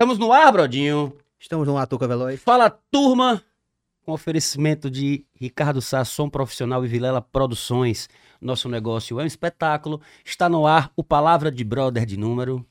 Estamos no ar, Brodinho. Estamos no Atuca Veloz. Fala, turma, com oferecimento de Ricardo Sá, som profissional e Vilela Produções. Nosso negócio é um espetáculo. Está no ar o Palavra de Brother de número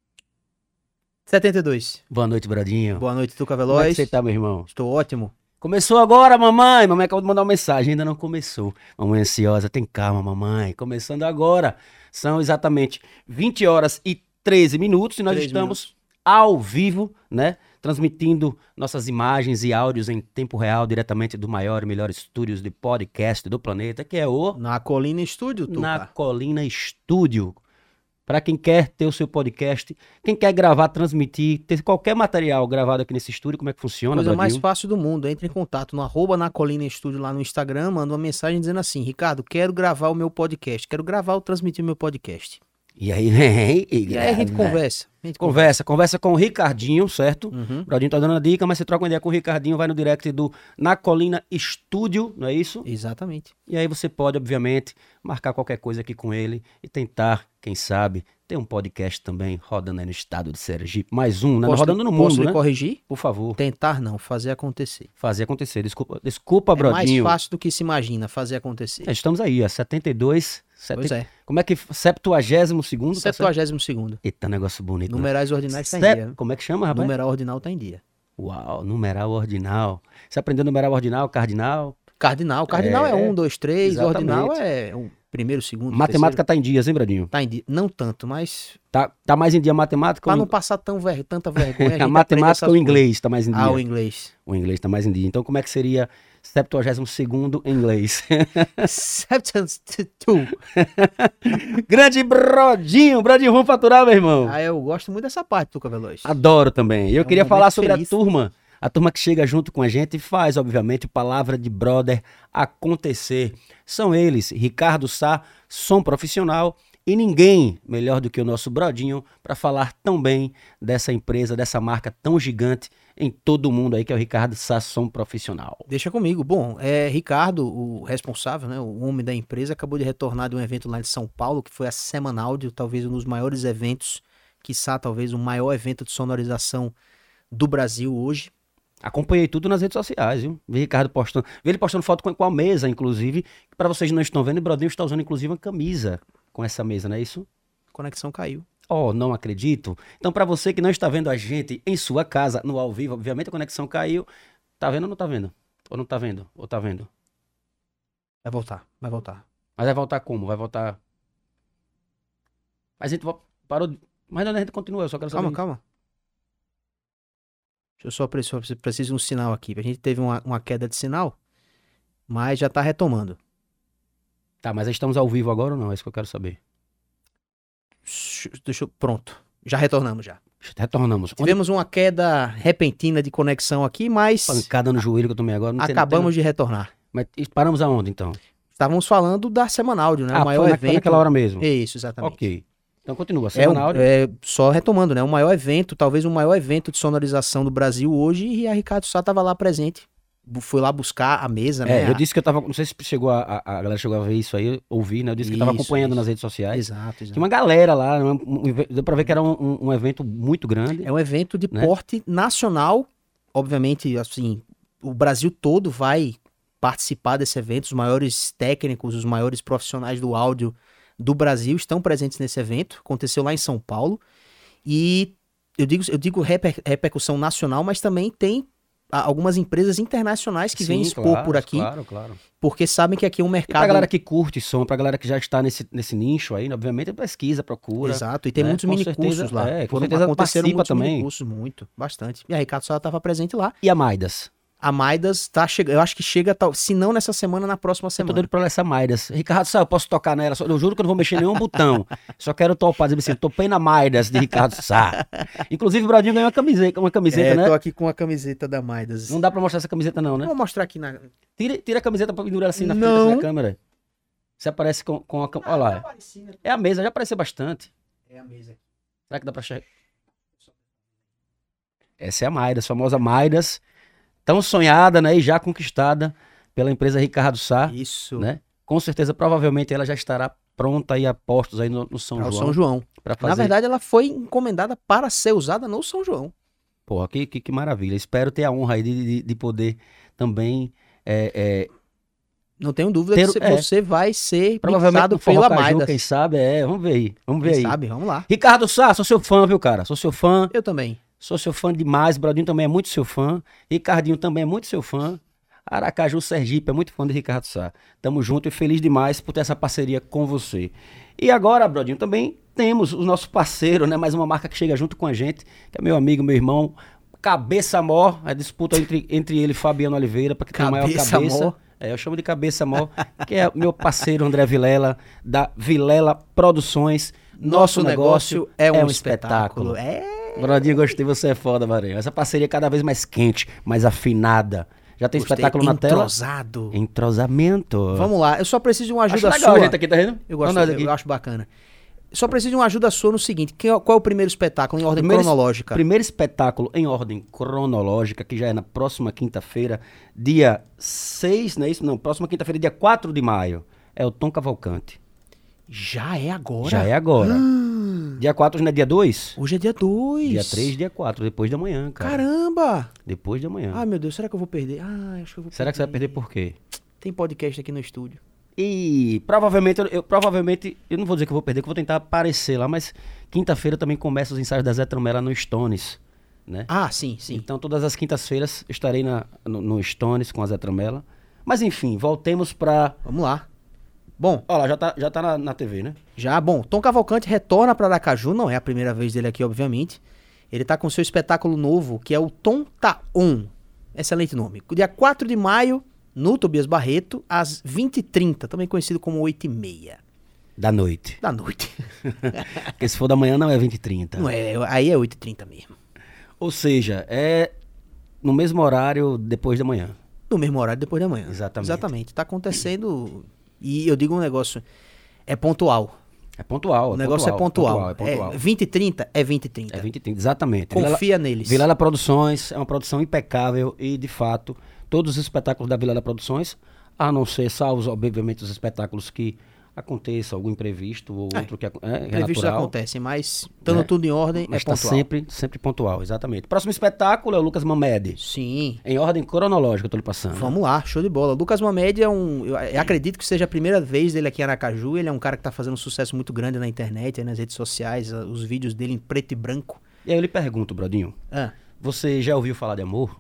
72. Boa noite, Brodinho. Boa noite, Tuca Como é Veloz. que você tá, meu irmão? Estou ótimo. Começou agora, mamãe. Mamãe acabou de mandar uma mensagem, ainda não começou. Mamãe ansiosa, tem calma, mamãe. Começando agora. São exatamente 20 horas e 13 minutos e nós 13 estamos ao vivo, né? Transmitindo nossas imagens e áudios em tempo real, diretamente do maior e melhor estúdios de podcast do planeta, que é o Na Colina Estúdio, Tuca. Na Colina Estúdio. Para quem quer ter o seu podcast, quem quer gravar, transmitir, ter qualquer material gravado aqui nesse estúdio, como é que funciona, Coisa mais Brodinho? fácil do mundo. Entre em contato no @Na Colina Estúdio lá no Instagram, manda uma mensagem dizendo assim: Ricardo, quero gravar o meu podcast. Quero gravar ou transmitir o meu podcast. E aí, vem E aí a gente conversa. Conversa com o Ricardinho, certo? Uhum. O Brodinho tá dando a dica, mas você troca uma ideia com o Ricardinho, vai no direct do Na Colina Estúdio, não é isso? Exatamente. E aí você pode, obviamente, marcar qualquer coisa aqui com ele e tentar, quem sabe, ter um podcast também rodando aí no estado de Sergipe. Mais um, né? Rodando no Posso mundo, lhe né? corrigir? Por favor, Tentar não, fazer acontecer. fazer acontecer. Desculpa, É mais Brodinho. fácil do que se imagina fazer acontecer. Estamos aí, ó, 72, Pois é. Como é que... 72º, tá certo? 72º. Eita, negócio bonito. Né? Numerais ordinais tá em Sep- dia. Como é que chama, rapaz? Numeral ordinal tá em dia. Uau, numeral ordinal. Você aprendeu numeral ordinal, cardinal? Cardinal. Cardinal é 1, 2, 3. exatamente. Ordinal é um primeiro, segundo, Matemática tá em dias, hein, Bradinho? terceiro. Tá em dia. Não tanto, mas Tá mais em dia a matemática? pra ou não passar tanta vergonha, a gente a aprende matemática essas ou o coisas. inglês tá mais em dia? Ah, o inglês. O inglês tá mais em dia. Então como é que seria 72º em inglês? 72. Grande Brodinho, vamos faturar, meu irmão. Ah, eu gosto muito dessa parte, Tuca Veloz. Adoro também. Eu um queria momento falar sobre feliz. a turma que chega junto com a gente e faz, obviamente, Palavra de Brother acontecer. São eles, Ricardo Sá, som profissional, e ninguém melhor do que o nosso Brodinho para falar tão bem dessa empresa, dessa marca tão gigante em todo o mundo aí, que é o Ricardo Sá, som profissional. Deixa comigo. Bom, Ricardo, o responsável, né, o homem da empresa, acabou de retornar de um evento lá de São Paulo, que foi a Semana Áudio, talvez um dos maiores eventos, quiçá talvez o maior evento de sonorização do Brasil hoje. Acompanhei tudo nas redes sociais, viu? Vi Ricardo postando, vi ele postando foto com a mesa, inclusive, que para vocês não estão vendo, o Brodinho está usando inclusive uma camisa com essa mesa, não é isso? Conexão caiu. Oh, não acredito. Então, para você que não está vendo a gente em sua casa, no ao vivo, obviamente a conexão caiu. Tá vendo ou não tá vendo? Ou não tá vendo? Ou tá vendo? Vai voltar, vai voltar. Mas vai voltar como? Vai voltar... Mas a gente parou... Mas não, a gente continua, eu só quero saber... Calma. Deixa eu só preciso de um sinal aqui. A gente teve uma queda de sinal, mas já tá retomando. Tá, mas estamos ao vivo agora ou não? É isso que eu quero saber. Pronto. Já retornamos já. Retornamos. Tivemos uma queda repentina de conexão aqui, mas Pancada no joelho que eu tomei agora. acabamos de retornar. Mas paramos aonde, então? Estávamos falando da Semana Áudio, né? O maior foi evento. naquela hora mesmo. Isso, exatamente. Ok. Então continua. Semana Áudio. Só retomando, né? O maior evento, talvez o maior evento de sonorização do Brasil hoje, e a Ricardo Sá estava lá presente. Foi lá buscar a mesa, né? Eu disse que eu tava... Não sei se chegou a galera chegou a ver isso aí, ouvir, né? Eu disse que eu tava acompanhando nas redes sociais. Exato. Tinha uma galera lá, deu pra ver que era um evento muito grande. É um evento de né? porte nacional. Obviamente, assim, o Brasil todo vai participar desse evento. Os maiores técnicos, os maiores profissionais do áudio do Brasil estão presentes nesse evento. Aconteceu lá em São Paulo. E eu digo repercussão nacional, mas também tem algumas empresas internacionais que vêm expor por aqui. Claro. Porque sabem que aqui é um E mercado... pra galera que curte som, pra galera que já está nesse nicho aí, obviamente, pesquisa, procura. Exato, e tem né? muitos Com minicursos certeza, lá. com certeza Aconteceram participa muitos também. minicursos, bastante. E a Ricardo Sá estava presente lá. E a Maidas? A Maidas tá chegando, eu acho que chega, se não nessa semana, na próxima Eu tô semana. doido pra essa Maidas. Ricardo Sá, eu posso tocar nela? Eu juro que eu não vou mexer nenhum botão. Só quero topar, dizer assim, topei na Maidas de Ricardo Sá. Inclusive o Brodinho ganhou uma camiseta, né? Tô aqui com a camiseta da Maidas. Não dá pra mostrar essa camiseta não, né? Vou mostrar aqui na... Tira a camiseta pra pendurar assim na frente Não. assim, da câmera. Você aparece com a câmera. Olha lá. É a mesa, já apareceu bastante. É a mesa aqui. Será que dá pra chegar? Essa é a Maidas, a famosa Maidas. Tão sonhada, né? E já conquistada pela empresa Ricardo Sá. Isso. Né? Com certeza, provavelmente, ela já estará pronta aí a postos aí no São Para o João. São João. Pra fazer. Na verdade, ela foi encomendada para ser usada no São João. Pô, que maravilha. Espero ter a honra aí de poder também... Não tenho dúvida que você vai ser provavelmente mixado no Forró pela Caju, Maidas. quem sabe, vamos ver aí. Vamos ver Quem aí. sabe, vamos lá. Ricardo Sá, sou seu fã, viu, cara? Sou seu fã. Eu também. Sou seu fã demais. Brodinho também é muito seu fã. Ricardinho também é muito seu fã. Aracaju Sergipe é muito fã de Ricardo Sá. Tamo junto e feliz demais por ter essa parceria com você. E agora, Brodinho, também temos o nosso parceiro, né? Mais uma marca que chega junto com a gente, que é meu amigo, meu irmão, Cabeça Mó. A disputa entre ele e Fabiano Oliveira, para que tem a maior cabeça. Mó. Eu chamo de Cabeça Mó, que é meu parceiro André Vilela, da Vilela Produções. Nosso negócio é um espetáculo. Brodinho, gostei, você é foda, Maranhão. Essa parceria é cada vez mais quente, mais afinada. Já tem espetáculo na tela? Entrosado. Entrosamento. Vamos lá, eu só preciso de uma ajuda Acho legal sua. a gente aqui, tá vendo? Eu acho bacana. Só preciso de uma ajuda sua no seguinte, qual é o primeiro espetáculo em ordem cronológica? Primeiro espetáculo em ordem cronológica, que já é na próxima quinta-feira, dia 6, não é isso? Não, próxima quinta-feira, dia 4 de maio, é o Tom Cavalcante. Já é agora? Já é agora. Dia 4 não é dia 2? Hoje é dia 2. Dia 3, dia 4, depois da manhã, cara. Caramba! Depois da manhã. Ai, meu Deus, será que eu vou perder? Acho que eu vou Será que você vai perder por quê? Tem podcast aqui no estúdio. E provavelmente, eu não vou dizer que eu vou perder, que eu vou tentar aparecer lá, mas quinta-feira também começa os ensaios da Zé Tramela no Stones, né? Ah, sim. Então todas as quintas-feiras estarei no Stones com a Zé Tramela. Mas enfim, voltemos pra... Vamos lá. Bom... Olha lá, já tá na TV, né? Já, bom, Tom Cavalcante retorna pra Aracaju, não é a primeira vez dele aqui, obviamente. Ele tá com seu espetáculo novo, que é o Tom Tá On. Excelente nome. Dia 4 de maio... no Tobias Barreto, às 20h30, também conhecido como 8h30. Da noite. Da noite. Porque se for da manhã não é 20h30. Não é, aí é 8h30 mesmo. Ou seja, é no mesmo horário depois da manhã. No mesmo horário depois da manhã. Exatamente. Tá acontecendo, e eu digo um negócio, é pontual. É pontual. O negócio é pontual. 20h30 é 20h30. É 20h30, exatamente. Confia neles. Vilela Produções é uma produção impecável e, de fato, todos os espetáculos da Vilela Produções, a não ser, salvo, obviamente, os espetáculos que aconteça algum imprevisto ou outro que é imprevistos natural. Acontecem, mas estando tudo em ordem, mas é pontual. sempre pontual, exatamente. Próximo espetáculo é o Lucas Mamede. Sim. Em ordem cronológica, eu tô lhe passando. Vamos lá, show de bola. Lucas Mamede eu acredito que seja a primeira vez dele aqui em Aracaju. Ele é um cara que tá fazendo um sucesso muito grande na internet, nas redes sociais, os vídeos dele em preto e branco. E aí eu lhe pergunto, Brodinho, você já ouviu falar de amor?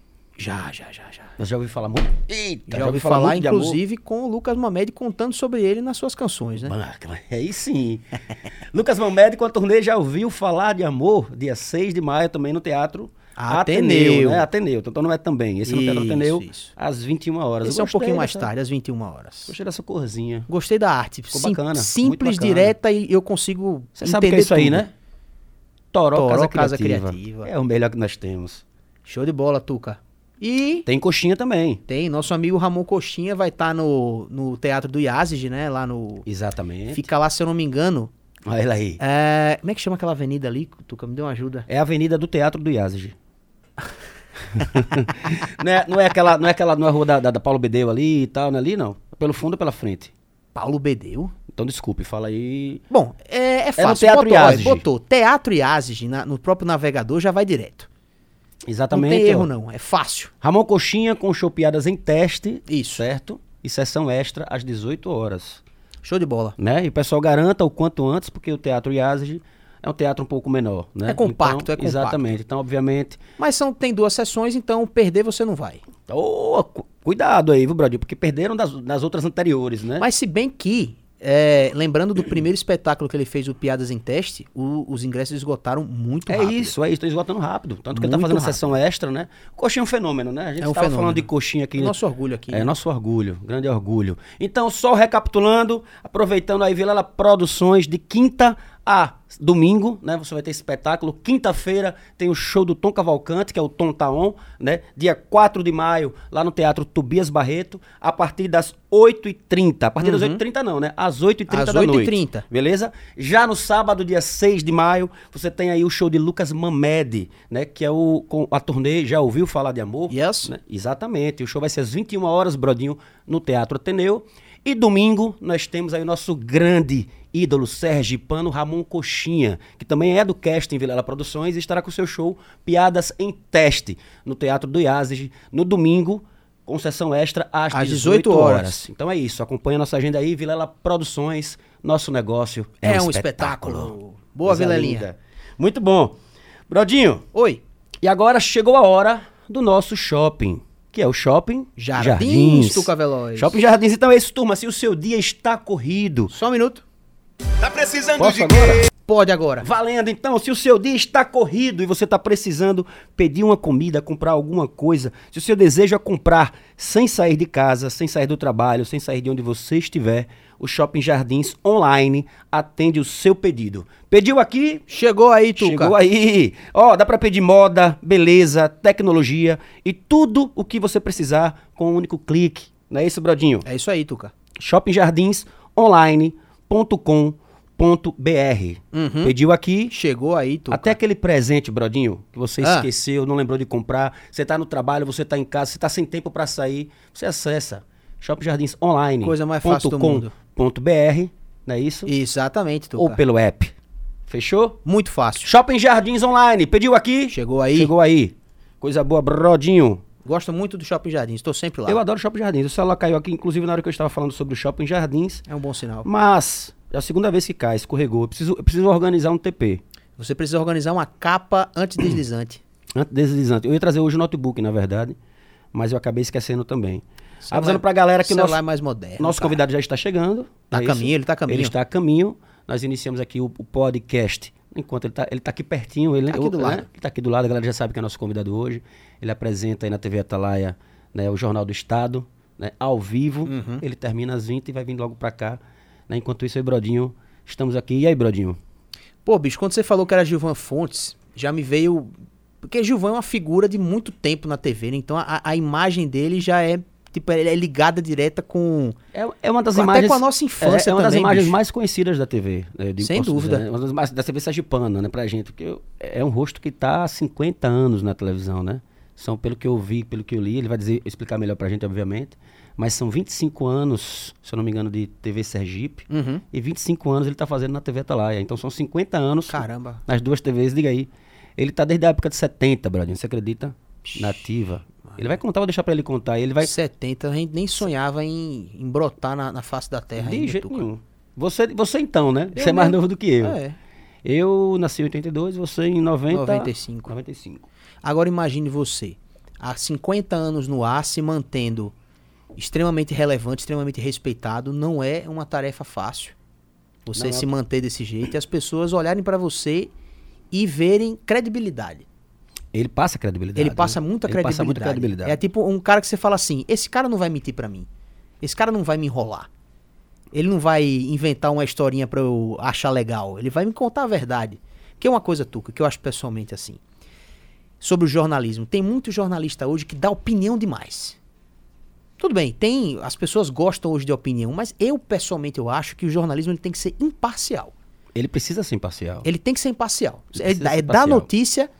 Já. Você já ouviu falar muito? Eita, já ouvi falar inclusive, com o Lucas Mamede contando sobre ele nas suas canções, né? Aí sim. Lucas Mamede com a turnê Já Ouviu Falar de Amor, dia 6 de maio, também no Teatro Ateneu, né? Ateneu, então não é também. Esse é no Teatro Ateneu, às 21 horas. Esse é um pouquinho mais tarde, às 21 horas. Gostei dessa corzinha. Gostei da arte. Ficou bacana. Simples, direta, e eu consigo Você sabe o que é isso tudo. aí, né? Toró Casa Criativa. É o melhor que nós temos. Show de bola, Tuca. E tem coxinha também. Tem, nosso amigo Ramon Coxinha vai estar no Teatro do Iazige, né? Lá no... Exatamente. Fica lá, se eu não me engano. Olha ele aí. Como é que chama aquela avenida ali, Tuca? Me dê uma ajuda. É a avenida do Teatro do Iazige. não é a rua da Paulo Bedeu ali e tal, não é ali não? Pelo fundo ou pela frente? Paulo Bedeu? Então desculpe, fala aí. Bom, é fácil. É no Teatro Iazige. Botou Teatro Iazige no próprio navegador, já vai direto. Exatamente. Não tem erro não, é fácil. Ramon Coxinha com chopeadas em teste. Isso. Certo? E sessão extra às 18 horas. Show de bola. Né? E o pessoal garanta o quanto antes, porque o Teatro Iazige é um teatro um pouco menor, né? É compacto, então, é compacto. Exatamente. Então, obviamente... Mas tem 2 sessões, então perder você não vai. Cuidado aí, viu, Brodinho? Porque perderam das outras anteriores, né? Mas se bem que, lembrando do primeiro espetáculo que ele fez, o Piadas em Teste, os ingressos esgotaram muito rápido. É isso, estão esgotando rápido. Tanto que ele tá fazendo sessão extra, né? Coxinha é um fenômeno, né? A gente estava falando de coxinha aqui. Nosso orgulho aqui. É, nosso orgulho, grande orgulho. Então, só recapitulando, aproveitando aí, Vilela Produções, de quinta a domingo, né? Você vai ter espetáculo. Quinta-feira tem o show do Tom Cavalcante, que é o Tom Tá On, né? Dia 4 de maio, lá no Teatro Tobias Barreto, a partir das 8h30. A partir das 8h30 não, né? Às 8h30 da noite. 8h30. Beleza? Já no sábado, dia 6 de maio, você tem aí o show de Lucas Mamede, né? Que é com a turnê Já Ouviu Falar de Amor? Yes. Né? Exatamente. O show vai ser às 21 horas, Brodinho, no Teatro Ateneu. E domingo nós temos aí o nosso grande ídolo sergipano Ramon Coxinha, que também é do casting Vilela Produções e estará com seu show Piadas em Teste, no Teatro do IASEG, no domingo, com sessão extra às 18 horas. Então é isso, acompanha a nossa agenda aí, Vilela Produções, nosso negócio é um espetáculo. Boa, Vilelinha. Linda. Muito bom. Brodinho. Oi. E agora chegou a hora do nosso shopping, que é o Shopping Jardins. Tuca Veloz. Shopping Jardins. Então é isso, turma. Se o seu dia está corrido... Só um minuto. Tá precisando Posso de agora? quê? Pode agora. Valendo, então, se o seu dia está corrido e você está precisando pedir uma comida, comprar alguma coisa, se o seu desejo é comprar sem sair de casa, sem sair do trabalho, sem sair de onde você estiver, o Shopping Jardins Online atende o seu pedido. Pediu aqui? Chegou aí, Tuca. Chegou aí. Ó, dá pra pedir moda, beleza, tecnologia e tudo o que você precisar com um único clique. Não é isso, Brodinho? É isso aí, Tuca. shoppingjardinsonline.com.br. Pediu aqui. Chegou aí, Tuca. Até aquele presente, Brodinho, que você esqueceu, não lembrou de comprar. Você tá no trabalho, você tá em casa, você tá sem tempo pra sair. Você acessa shoppingjardinsonline.com.br. Coisa mais fácil do mundo. Não é isso? Exatamente, Tuca. Ou pelo app. Fechou? Muito fácil. Shopping Jardins Online. Pediu aqui? Chegou aí. Chegou aí. Coisa boa, Brodinho. Gosto muito do Shopping Jardins, estou sempre lá. Eu adoro Shopping Jardins. O celular caiu aqui, inclusive, na hora que eu estava falando sobre o Shopping Jardins. É um bom sinal. Mas, é a segunda vez que cai, escorregou. Eu preciso organizar um TP. Você precisa organizar uma capa antideslizante. Antideslizante. Eu ia trazer hoje o notebook, na verdade, mas eu acabei esquecendo também. Celular- Avisando pra galera que o celular mais moderno. nosso cara. convidado já está chegando. Tá não a é caminho, isso? ele tá a caminho. Ele está a caminho. Nós iniciamos aqui o podcast. Enquanto ele tá aqui pertinho. Ele Tá aqui do lado. Ele tá aqui do lado, a galera já sabe que é nosso convidado hoje. Ele apresenta aí na TV Atalaia, né, o Jornal do Estado, né, ao vivo. Ele termina às 20 e vai vindo logo pra cá. Né? Enquanto isso aí, Brodinho, estamos aqui. E aí, Brodinho? Pô, bicho, quando você falou que era Gilvan Fontes, já me veio... Porque Gilvan é uma figura de muito tempo na TV, né? Então a imagem dele já é... Tipo, ele é ligada direta com... É uma das Até imagens... com a nossa infância É uma das também, imagens bicho. mais conhecidas da TV. Né, Sem posso dúvida. dizer, né? Uma das mais, da TV sergipana, né, pra gente. Porque é um rosto que tá há 50 anos na televisão, né? São, pelo que eu vi, pelo que eu li, ele vai explicar melhor pra gente, obviamente. Mas são 25 anos, se eu não me engano, de TV Sergipe. E 25 anos ele tá fazendo na TV Atalaia. Então são 50 anos Caramba. nas duas TVs, diga aí. Ele tá desde a época de 70, Bradinho, você acredita? Nativa. Ele vai contar, vou deixar pra ele contar. Ele vai... 70, a gente nem sonhava em brotar na face da terra. De ainda, jeito Tuca. nenhum. Você então, né? Eu Você é mais mesmo. novo do que eu. É. Eu nasci em 82, você em 95. 95. Agora imagine você, há 50 anos no ar, se mantendo extremamente relevante, extremamente respeitado. Não é uma tarefa fácil você Não é. se manter desse jeito e as pessoas olharem pra você e verem credibilidade. Ele passa credibilidade. Ele passa né? muita Ele credibilidade. passa muita credibilidade. É tipo um cara que você fala assim, esse cara não vai mentir pra mim. Esse cara não vai me enrolar. Ele não vai inventar uma historinha pra eu achar legal. Ele vai me contar a verdade. Que é uma coisa, Tuca, que eu acho pessoalmente assim. Sobre o jornalismo. Tem muito jornalista hoje que dá opinião demais. Tudo bem, as pessoas gostam hoje de opinião, mas eu, pessoalmente, eu acho que o jornalismo ele tem que ser imparcial. Ele precisa ser imparcial. Ele tem que ser imparcial. Ele É precisa ser dar imparcial. notícia,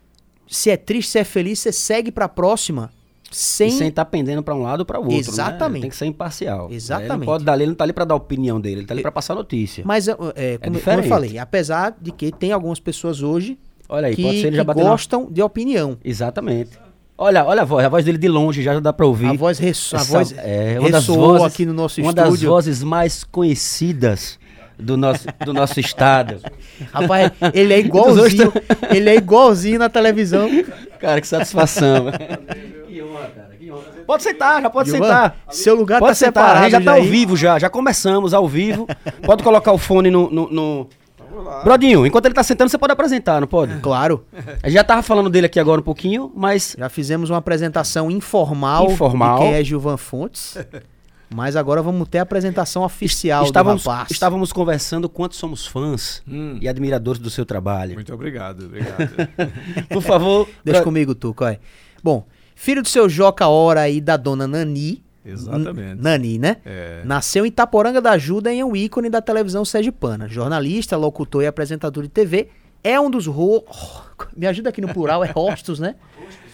se é triste, se é feliz, você segue pra próxima sem... E sem estar pendendo pra um lado ou pra outro. Exatamente. Né? Ele tem que ser imparcial. Exatamente. Ele não pode dar, ele não tá ali pra dar a opinião dele, ele tá ali pra passar notícia. Mas, como eu diferente. falei, apesar de que tem algumas pessoas hoje Olha aí, que, pode ser ele já que bateu na... gostam de opinião. Exatamente. Olha a voz dele de longe já dá pra ouvir. A voz, voz é uma das ressoou vozes, aqui no nosso uma das estúdio. vozes mais conhecidas do nosso estado. Rapaz, ele é igualzinho, ele é igualzinho na televisão. Cara, que satisfação. Que honra, cara, que honra. Pode sentar, já pode Gilvan, sentar. seu lugar Pode tá sentar, separado a gente já tá já ao aí. vivo já começamos ao vivo. Pode colocar o fone no... Brodinho, enquanto ele tá sentando, você pode apresentar, não pode? Claro, A gente já tava falando dele aqui agora um pouquinho, mas já fizemos uma apresentação informal, Informal. de quem é Gilvan Fontes. Mas agora vamos ter a apresentação oficial do rapaz. estávamos conversando quanto somos fãs e admiradores do seu trabalho. Muito obrigado, obrigado. Por favor, Deixa comigo, Tuca, olha. Bom, filho do seu Joca Hora e da dona Nani. Exatamente. Nani, né? É. Nasceu em Itaporanga da Ajuda e é um ícone da televisão sergipana. Jornalista, locutor e apresentador de TV. É um dos... Me ajuda aqui no plural, é rostos, né?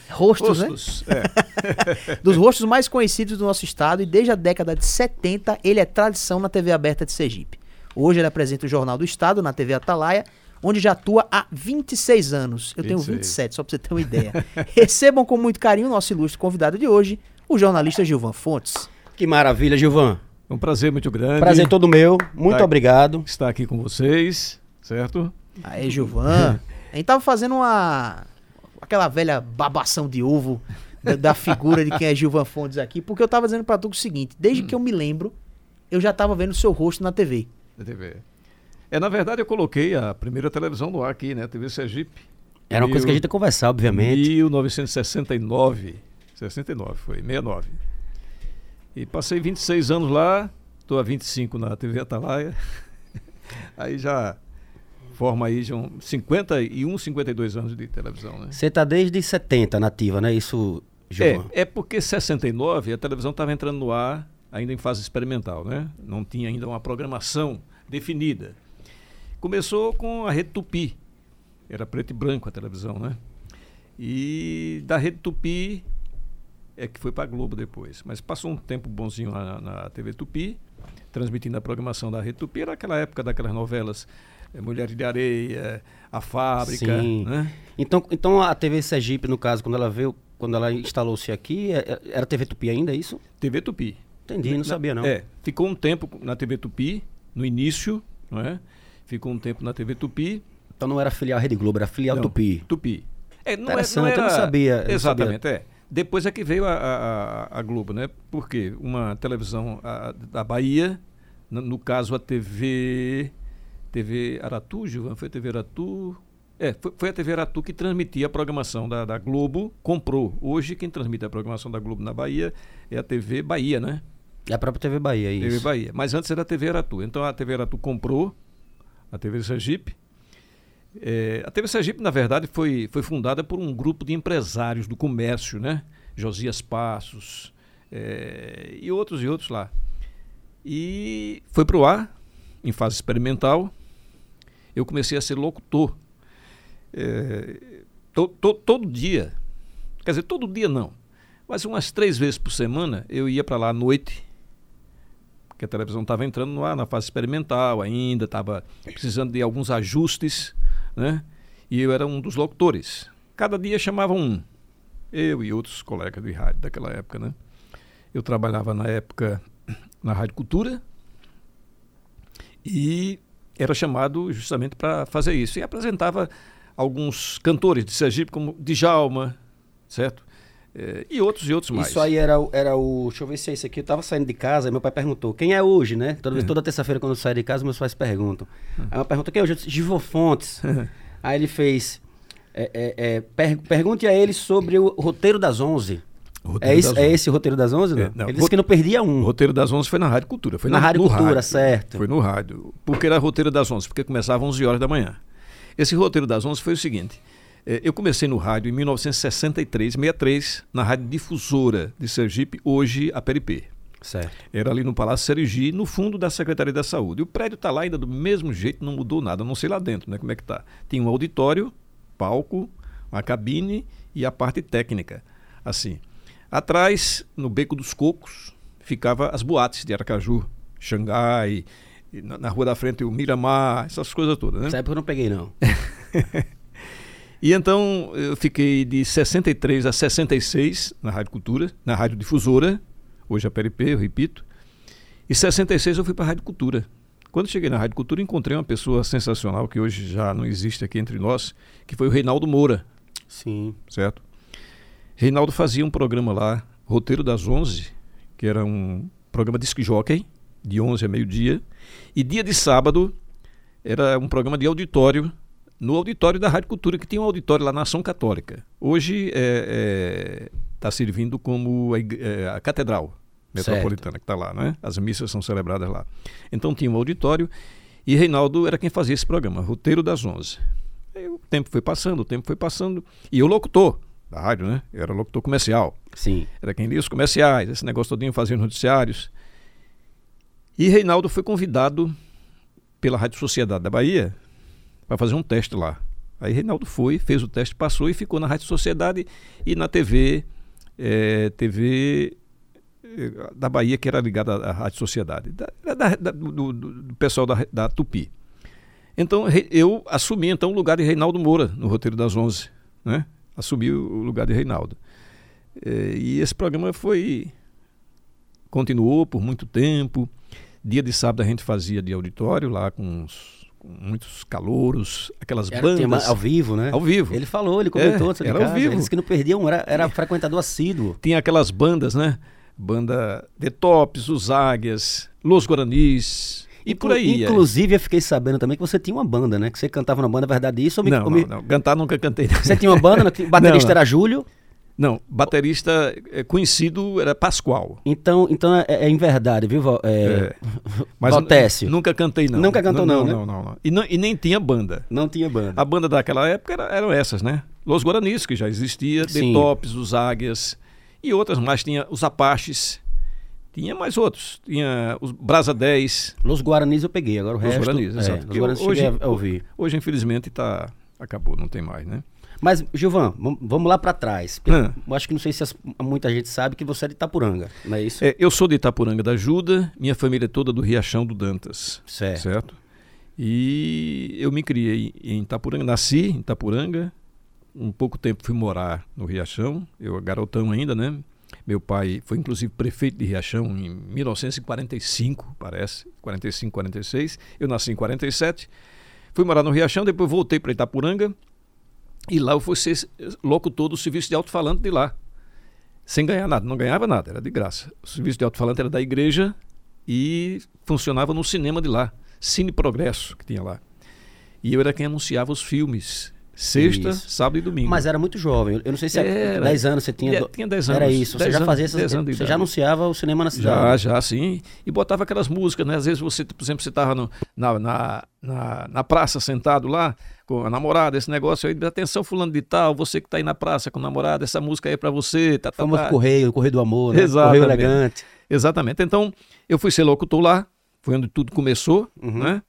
Rostos, né? É. Dos rostos mais conhecidos do nosso estado, e desde a década de 70 ele é tradição na TV aberta de Sergipe. Hoje ele apresenta o Jornal do Estado na TV Atalaia, onde já atua há 26 anos. Eu tenho 27, só pra você ter uma ideia. Recebam com muito carinho o nosso ilustre convidado de hoje, o jornalista Gilvan Fontes. Que maravilha, Gilvan. É um prazer muito grande. Prazer todo meu. Muito obrigado. Estar aqui com vocês, certo? Aí, Gilvan. A gente tava fazendo aquela velha babação de ovo da figura de quem é Gilvan Fontes aqui, porque eu tava dizendo pra tu o seguinte, desde que eu me lembro, eu já tava vendo o seu rosto na TV. Na TV. Na verdade, eu coloquei a primeira televisão no ar aqui, né? TV Sergipe. Era uma coisa que a gente ia conversar, obviamente. 1969. 69. E passei 26 anos lá, estou há 25 na TV Atalaia. Aí já forma aí já 52 anos de televisão, né? Você está desde 70 nativa, né? Isso, Gilvan? É porque 69 a televisão estava entrando no ar ainda em fase experimental, né? Não tinha ainda uma programação definida. Começou com a Rede Tupi. Era preto e branco a televisão, né? E da Rede Tupi é que foi para a Globo depois. Mas passou um tempo bonzinho lá na TV Tupi, transmitindo a programação da Rede Tupi. Era aquela época daquelas novelas Mulheres de Areia, A Fábrica. Sim. Né? Então a TV Sergipe, no caso, quando ela instalou-se aqui, era TV Tupi ainda, é isso? TV Tupi. Entendi, não sabia não. Ficou um tempo na TV Tupi, no início, não é? Ficou um tempo na TV Tupi. Então não era filial Rede Globo, era filial Tupi. Tupi. Interessante, eu não sabia. Exatamente, Depois é que veio a Globo, né? Porque uma televisão da Bahia, no caso a TV Aratu, Gilvan, foi a TV Aratu? Foi a TV Aratu que transmitia a programação da Globo, comprou. Hoje quem transmite a programação da Globo na Bahia é a TV Bahia, né? É a própria TV Bahia, isso. TV Bahia, mas antes era a TV Aratu. Então a TV Aratu comprou a TV Sergipe. A TV Sergipe, na verdade, foi fundada por um grupo de empresários do comércio, né? Josias Passos e outros lá. E foi pro ar, em fase experimental. Eu comecei a ser locutor. Todo dia, quer dizer, todo dia não, mas umas 3 vezes por semana eu ia para lá à noite, porque a televisão estava entrando no ar na fase experimental ainda, estava precisando de alguns ajustes, né? E eu era um dos locutores. Cada dia chamavam um, eu e outros colegas de rádio daquela época, né? Eu trabalhava na época na Rádio Cultura e era chamado justamente para fazer isso. E apresentava alguns cantores de Sergipe, como Djalma, certo? E outros mais. Isso aí era o... Deixa eu ver se é isso aqui. Eu tava saindo de casa e meu pai perguntou, quem é hoje, né? Toda terça-feira quando eu saio de casa, meus pais perguntam. Aí eu pergunto, quem é hoje? Eu disse, Gilvan Fontes. Aí ele fez... pergunte a ele sobre o Roteiro das 11. Esse o Roteiro das 11, não? Ele disse que não perdia um. O Roteiro das 11 foi na Rádio Cultura. Foi na Rádio Cultura, certo. Foi no rádio. Por que era Roteiro das 11? Porque começava às 11 horas da manhã. Esse Roteiro das 11 foi o seguinte. Eu comecei no rádio em 1963, na Rádio Difusora de Sergipe, hoje a PRP. Certo. Era ali no Palácio Serigi, no fundo da Secretaria da Saúde. E o prédio está lá ainda do mesmo jeito, não mudou nada, não sei lá dentro, né, como é que tá. Tem um auditório, palco, uma cabine e a parte técnica, assim. Atrás, no Beco dos Cocos, ficava as boates de Aracaju, Xangai, na rua da frente o Miramar, essas coisas todas, né? Essa época eu não peguei, não. E então eu fiquei de 63 a 66 na Rádio Cultura, na Rádio Difusora, hoje a PRP, eu repito. E 66 eu fui para a Rádio Cultura. Quando cheguei na Rádio Cultura, encontrei uma pessoa sensacional que hoje já não existe aqui entre nós, que foi o Reinaldo Moura. Sim. Certo? Reinaldo fazia um programa lá, Roteiro das 11, que era um programa disc jockey, de 11 a meio-dia. E dia de sábado era um programa de auditório, no auditório da Rádio Cultura, que tinha um auditório lá na Ação Católica. Hoje está servindo como a Catedral Metropolitana, certo, que está lá, né? As missas são celebradas lá. Então tinha um auditório e Reinaldo era quem fazia esse programa, Roteiro das 11. Aí o tempo foi passando, e eu locutor da rádio, né? Eu era locutor comercial. Sim. Era quem lia os comerciais, esse negócio todinho, fazia noticiários. E Reinaldo foi convidado pela Rádio Sociedade da Bahia para fazer um teste lá, Aí Reinaldo foi, fez o teste, passou e ficou na Rádio Sociedade e na TV da Bahia, que era ligada à Rádio Sociedade, do pessoal da Tupi. Então eu assumi o lugar de Reinaldo Moura no Roteiro das 11, né? Assumi o lugar de Reinaldo. E esse programa continuou por muito tempo. Dia de sábado a gente fazia de auditório lá com muitos calouros, aquelas bandas. Ao vivo, né? Ao vivo. Ele falou, ele comentou antes de era casa. ao vivo. Ele disse que não perdia era frequentador assíduo. Tinha aquelas bandas, né? Banda The Tops, os Águias, Los Guaranis e por aí. Inclusive, eu fiquei sabendo também que você tinha uma banda, né? Que você cantava na banda, é verdade isso? Não. Cantar nunca cantei. Você tinha uma banda, baterista era Júlio? Não, baterista conhecido era Pascoal. Então é em verdade, viu, mas Valtécio? Nunca cantei, não. Nunca cantou, não, né? Não. E nem tinha banda. Não tinha banda. A banda daquela época eram essas, né? Los Guaranis, que já existia, The Tops, os Águias e outras mais. Tinha os Apaches, tinha mais outros. Tinha os Brasa 10. Los Guaranis eu peguei, agora o resto... Los Guaranis, exato. Los Guaranis cheguei a ouvir. Hoje, infelizmente, acabou, não tem mais, né? Mas, Gilvan, vamos lá para trás. Eu acho que não sei se muita gente sabe que você é de Itapuranga, não é isso? Eu sou de Itapuranga da Ajuda, minha família é toda do Riachão do Dantas. Certo? E eu me criei em Itapuranga, nasci em Itapuranga, um pouco tempo fui morar no Riachão, eu garotão ainda, né? Meu pai foi inclusive prefeito de Riachão em 1945, parece, 45, 46. Eu nasci em 47, fui morar no Riachão, depois voltei para Itapuranga. E lá eu fui ser locutor do serviço de alto-falante de lá. Sem ganhar nada, não ganhava nada, era de graça. O serviço de alto-falante era da igreja e funcionava no cinema de lá. Cine Progresso, que tinha lá. E eu era quem anunciava os filmes. Sexta, sábado e domingo. Mas era muito jovem. Eu não sei se era 10 anos você tinha. Tinha 10 anos. Era isso. Você já fazia essas. Você já anunciava o cinema na cidade? Já, sim. E botava aquelas músicas, né? Às vezes você, por exemplo, você estava na praça sentado lá com a namorada, esse negócio aí, atenção fulano de tal, você que está aí na praça com a namorada, essa música aí é para você. Famoso Correio do Amor, né? Exatamente. Correio Elegante. Exatamente. Então, eu fui ser locutor lá, foi onde tudo começou, né?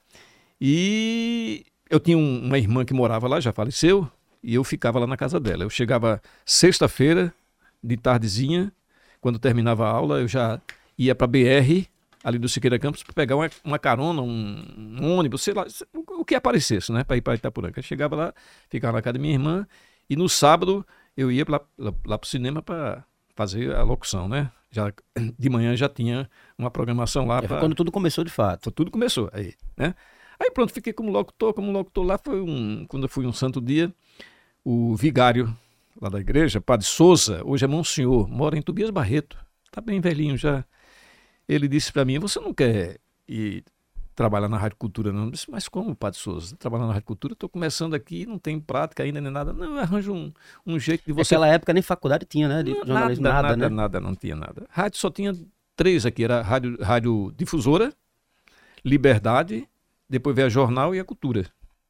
E eu tinha uma irmã que morava lá, já faleceu, e eu ficava lá na casa dela. Eu chegava sexta-feira, de tardezinha, quando terminava a aula, eu já ia para a BR, ali do Siqueira Campos, para pegar uma carona, um ônibus, sei lá, o que aparecesse, né, para ir para Itapuranga. Eu chegava lá, ficava na casa da minha irmã, e no sábado eu ia lá para o cinema para fazer a locução, né? Já, de manhã já tinha uma programação lá. Foi quando tudo começou de fato. Tudo começou aí, né? Aí pronto, fiquei como locutor lá, quando eu fui um santo dia, o vigário lá da igreja, Padre Souza, hoje é Monsenhor, mora em Tobias Barreto, tá bem velhinho já. Ele disse para mim, você não quer ir trabalhar na Rádio Cultura não? Eu disse, mas como, Padre Souza? Trabalhar na Rádio Cultura? Estou começando aqui, não tem prática ainda nem nada. Não, eu arranjo um jeito de você... Naquela época nem faculdade tinha, né? De jornalismo, nada, né? Nada, não tinha nada. Rádio só tinha 3 aqui, era Rádio Difusora, Liberdade, depois veio a Jornal e a Cultura.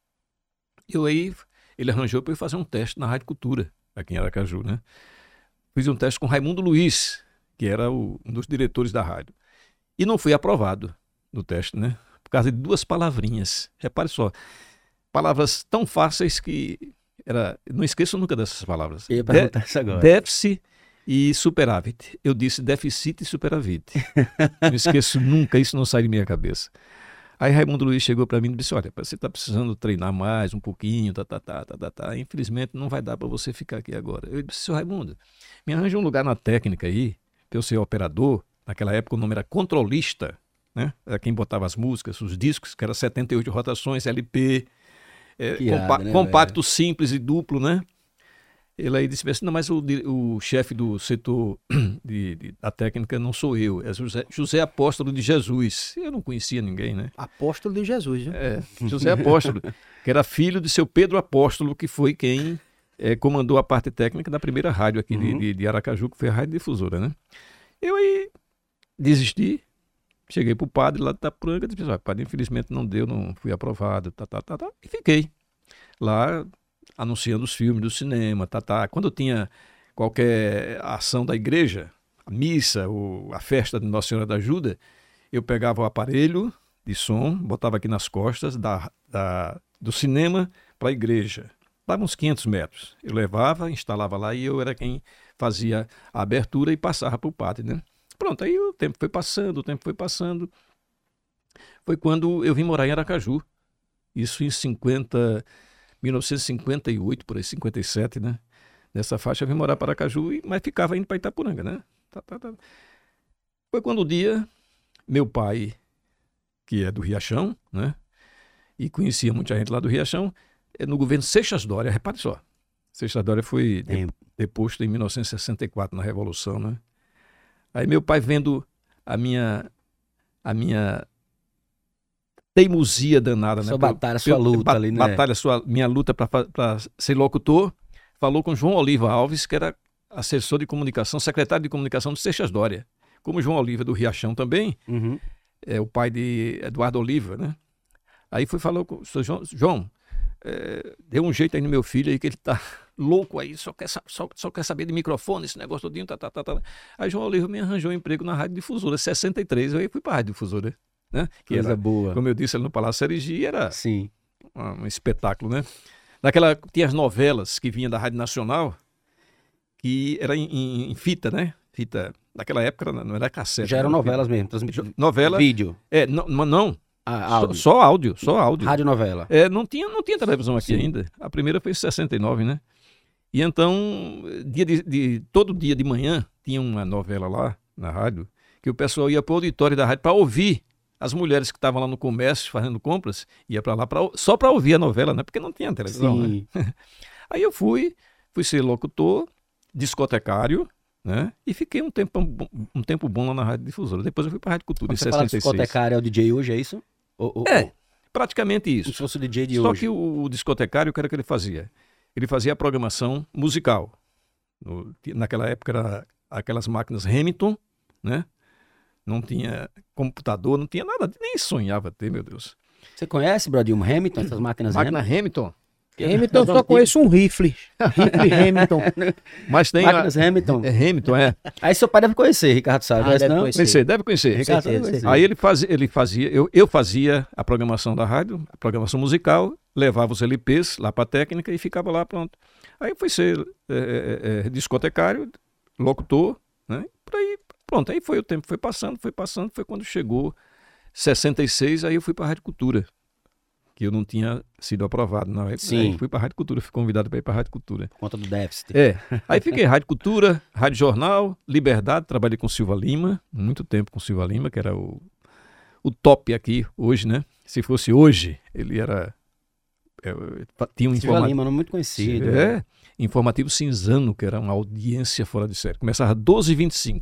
Ele arranjou para eu fazer um teste na Rádio Cultura, aqui em Aracaju, né? Fiz um teste com Raimundo Luiz, que era um dos diretores da rádio. E não fui aprovado no teste, né? Por causa de 2 palavrinhas. Repare só, palavras tão fáceis que não esqueço nunca dessas palavras. Eu ia perguntar isso agora. Déficit e superávit. Eu disse déficit e superávit. Não esqueço nunca, isso não sai de minha cabeça. Aí Raimundo Luiz chegou para mim e disse, olha, você está precisando treinar mais um pouquinho, infelizmente não vai dar para você ficar aqui agora. Eu disse, seu Raimundo, me arranja um lugar na técnica aí, para eu ser operador. Naquela época o nome era controlista, né? Era quem botava as músicas, os discos, que era 78 rotações, LP, compacto, simples e duplo, né? Ele aí disse assim, não, mas o chefe do setor da técnica não sou eu, é José Apóstolo de Jesus. Eu não conhecia ninguém, né? Apóstolo de Jesus, né? José Apóstolo, que era filho de seu Pedro Apóstolo, que foi quem comandou a parte técnica da primeira rádio aqui de Aracaju, que foi a Rádio Difusora, né? Eu aí desisti, cheguei pro padre lá de Itapuranga, disse, padre, infelizmente não deu, não fui aprovado, e fiquei lá anunciando os filmes do cinema, Quando tinha qualquer ação da igreja, a missa, a festa de Nossa Senhora da Ajuda, eu pegava o aparelho de som, botava aqui nas costas do cinema para a igreja. Estava uns 500 metros. Eu levava, instalava lá e eu era quem fazia a abertura e passava para o pátio, né? Pronto, aí o tempo foi passando. Foi quando eu vim morar em Aracaju. Isso em 1958, por aí, 57, né? Nessa faixa eu vim morar para Aracaju, mas ficava indo para Itapuranga, né? Foi quando o dia, meu pai, que é do Riachão, né? E conhecia muita gente lá do Riachão, no governo Seixas Dória, repare só. Seixas Dória foi deposto em 1964, na Revolução, né? Aí meu pai vendo a minha teimosia danada, Sua né? batalha, sua luta ali, né? Batalha, minha luta para ser locutor, falou com João Oliva Alves, que era assessor de comunicação, secretário de comunicação do Seixas Dória. Como João Oliva do Riachão também, é o pai de Eduardo Oliva, né? Aí falou com o senhor João, deu um jeito aí no meu filho aí que ele tá louco aí, só quer saber de microfone, esse negócio todinho, Aí João Oliva me arranjou um emprego na Rádio Difusora, 63, eu aí fui para a Rádio Difusora, né? Que coisa era, boa. como eu disse, ali no Palácio Serigi, era Sim. um espetáculo, né? Tinha as novelas que vinham da Rádio Nacional, que era em fita, né? Fita, naquela época não era cassete. Já eram era novelas fita. mesmo, transmitidas. Novela. Vídeo. Não. Áudio. Só áudio. Rádio novela. Não tinha televisão aqui ainda. A primeira foi em 69, né? E então, todo dia de manhã, tinha uma novela lá na rádio, que o pessoal ia para o auditório da rádio para ouvir as mulheres que estavam lá no comércio fazendo compras, ia para lá só para ouvir a novela, né? Porque não tinha televisão, Sim. né? Aí eu fui ser locutor, discotecário, né? E fiquei um tempo bom lá na Rádio Difusora. Depois eu fui para a Rádio Cultura, Quando em você fala 66. discotecário, é o DJ hoje, é isso? Praticamente isso. Como se fosse o DJ de Só hoje. que o discotecário, o que era que ele fazia? Ele fazia a programação musical. Naquela época era aquelas máquinas Hamilton, né? Não tinha computador, não tinha nada, nem sonhava ter, meu Deus. Você conhece, Brodinho, Hamilton, essas máquinas Máquina Hamilton? Hamilton? Hamilton, eu só conheço um rifle. Rifle Hamilton. Mas tem Máquinas Hamilton. Hamilton, é. Aí seu pai deve conhecer, Ricardo Salles. Ah, deve não? conhecer. Deve conhecer. Ricardo certeza, deve conhecer. Aí eu fazia a programação da rádio, a programação musical, levava os LPs lá para a técnica e ficava lá, pronto. Aí fui ser discotecário, locutor, né? Por aí, pronto. Aí o tempo foi passando, foi quando chegou 66, aí eu fui para a Rádio Cultura, que eu não tinha sido aprovado na época. Sim. Aí fui para a Rádio Cultura, fui convidado para ir para a Rádio Cultura. Por conta do déficit. Aí fiquei Rádio Cultura, Rádio Jornal, Liberdade, trabalhei com Silva Lima, muito tempo com Silva Lima, que era o top aqui hoje, né? Se fosse hoje, ele era... tinha um Silva Lima, não muito conhecido. Informativo Cinzano, que era uma audiência fora de série. Começava às 12h25.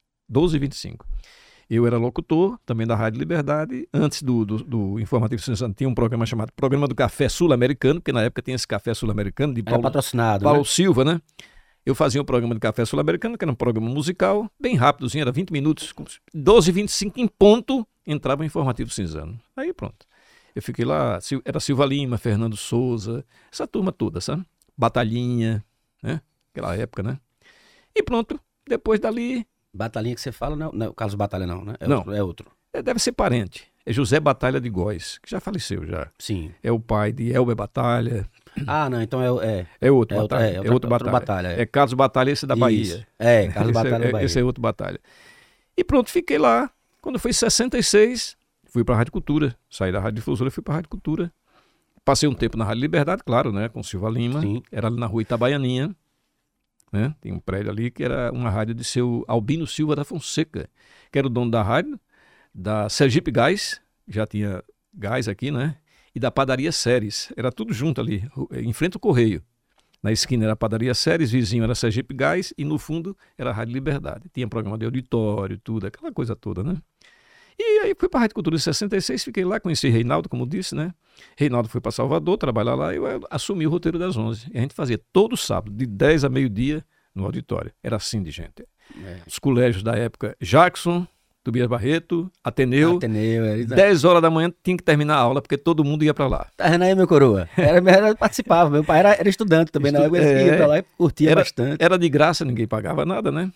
12h25. Eu era locutor, também da Rádio Liberdade. Antes do Informativo Cinzano, tinha um programa chamado Programa do Café Sul-Americano, porque na época tinha esse Café Sul-Americano de Era patrocinado, Paulo né? Silva, né? Eu fazia um programa de Café Sul-Americano, que era um programa musical, bem rápidozinho, era 20 minutos. 12h25 em ponto, entrava o Informativo Cinzano. Aí pronto. Eu fiquei lá, era Silva Lima, Fernando Souza, essa turma toda, sabe? Batalhinha, né? Aquela época, né? E pronto, depois dali... Batalhinha que você fala, não é o Carlos Batalha não, né? Não. É outro. Deve ser parente. É José Batalha de Góes, que já faleceu já. Sim. É o pai de Elber Batalha. Ah, não, então é outro Batalha. é outro Batalha. É Carlos Batalha, esse é da Bahia. Isso. Carlos Batalha da Bahia. Esse é outro Batalha. E pronto, fiquei lá. Quando foi 66, fui para a Rádio Cultura. Saí da Rádio Difusora e fui para a Rádio Cultura. Passei um tempo na Rádio Liberdade, claro, né? Com Silva Lima. Sim. Era ali na rua Itabaianinha. Né? Tem um prédio ali que era uma rádio de seu Albino Silva da Fonseca, que era o dono da rádio, da Sergipe Gás, já tinha gás aqui, né? E da Padaria Séries. Era tudo junto ali, em frente ao Correio. Na esquina era a Padaria Séries, vizinho era Sergipe Gás e no fundo era a Rádio Liberdade. Tinha programa de auditório, tudo, aquela coisa toda, né? E aí fui para a Rádio Cultura em 66, fiquei lá, conheci Reinaldo, como disse, né? Reinaldo foi para Salvador trabalhar lá e eu assumi o roteiro das 11. E a gente fazia todo sábado, de 10 a meio-dia, no auditório. Era assim de gente. Os colégios da época, Jackson, Tobias Barreto, Ateneu. 10 horas da manhã tinha que terminar a aula, porque todo mundo ia para lá. Tá vendo aí, meu coroa? Participava, meu pai era estudante também, na época ele ia pra lá e curtia bastante. Era de graça, ninguém pagava nada, né?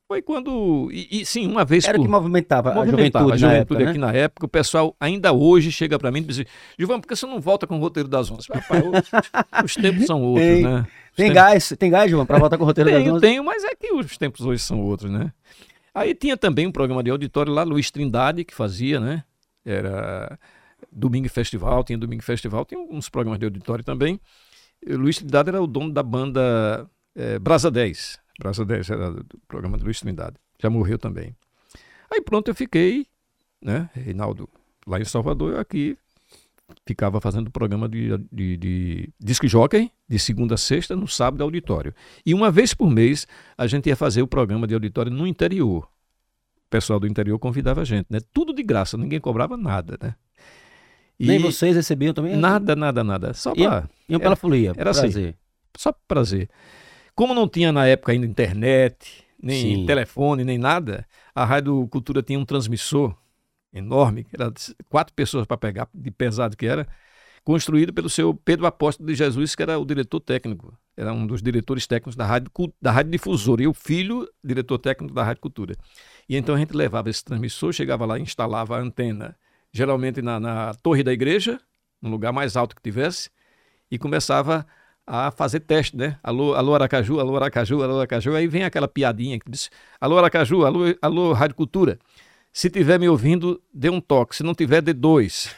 Foi quando... sim, uma vez Era o que movimentava a movimentava juventude a na juventude época, aqui né? na época. O pessoal ainda hoje chega para mim e diz assim, Gilvan, por que você não volta com o roteiro das 11? Rapaz, os tempos são outros, Tem- né? Tem gás, João, pra voltar com o roteiro das 11? Tenho, mas é que os tempos hoje são outros, né? Aí tinha também um programa de auditório lá, Luiz Trindade, que fazia, né? Era Domingo e Festival, tinha uns programas de auditório também. E o Luiz Trindade era o dono da banda Brasa 10. Brasa 10 era do programa do Luiz Trindade. Já morreu também. Aí pronto, eu fiquei, né? Reinaldo lá em Salvador, eu aqui ficava fazendo programa de disc jockey, de segunda a sexta, no sábado auditório. E uma vez por mês, a gente ia fazer o programa de auditório no interior. O pessoal do interior convidava a gente, né? Tudo de graça, ninguém cobrava nada, né? E Nem vocês recebiam também? nada. Só para Iam pela folia, era assim. prazer. só por prazer. Como não tinha na época ainda internet, nem Sim. telefone, nem nada, a Rádio Cultura tinha um transmissor enorme, que era 4 pessoas para pegar, de pesado que era, construído pelo seu Pedro Apóstolo de Jesus, que era o diretor técnico, era um dos diretores técnicos da Rádio Difusora, e o filho, diretor técnico da Rádio Cultura. E então a gente levava esse transmissor, chegava lá e instalava a antena, geralmente na torre da igreja, no lugar mais alto que tivesse, e começava a fazer teste, né? Alô, alô Aracaju, alô Aracaju, alô Aracaju. Aí vem aquela piadinha que diz, alô Aracaju, alô Rádio Cultura. Se tiver me ouvindo, dê um toque. Se não tiver, dê 2.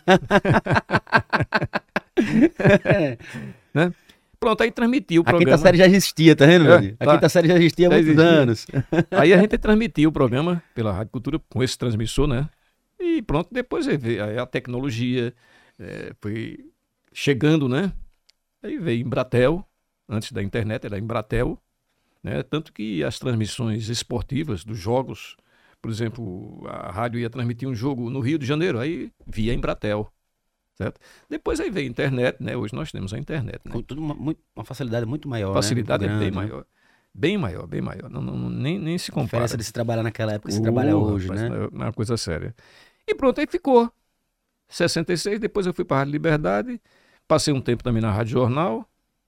Né? Pronto, aí transmitiu o A programa. quinta série já existia, tá vendo, É, meu? A tá. quinta série já existia há Já muitos existia. anos. Aí a gente transmitiu o programa pela Rádio Cultura com esse transmissor, né? E pronto, depois aí veio a tecnologia, foi chegando, né? Aí veio Embratel, antes da internet era Embratel, né? Tanto que as transmissões esportivas dos jogos, por exemplo, a rádio ia transmitir um jogo no Rio de Janeiro, aí via Embratel, certo? Depois aí veio a internet, né? Hoje nós temos a internet, né? Com tudo uma facilidade muito maior, Facilidade né? é bem Muito grande, maior. Bem maior, bem maior. Nem se A compara. diferença de se trabalhar naquela época e se trabalhar hoje, Rapaz, né? É uma coisa séria. E pronto, aí ficou. 66, depois eu fui para a Rádio Liberdade, passei um tempo também na Rádio Jornal.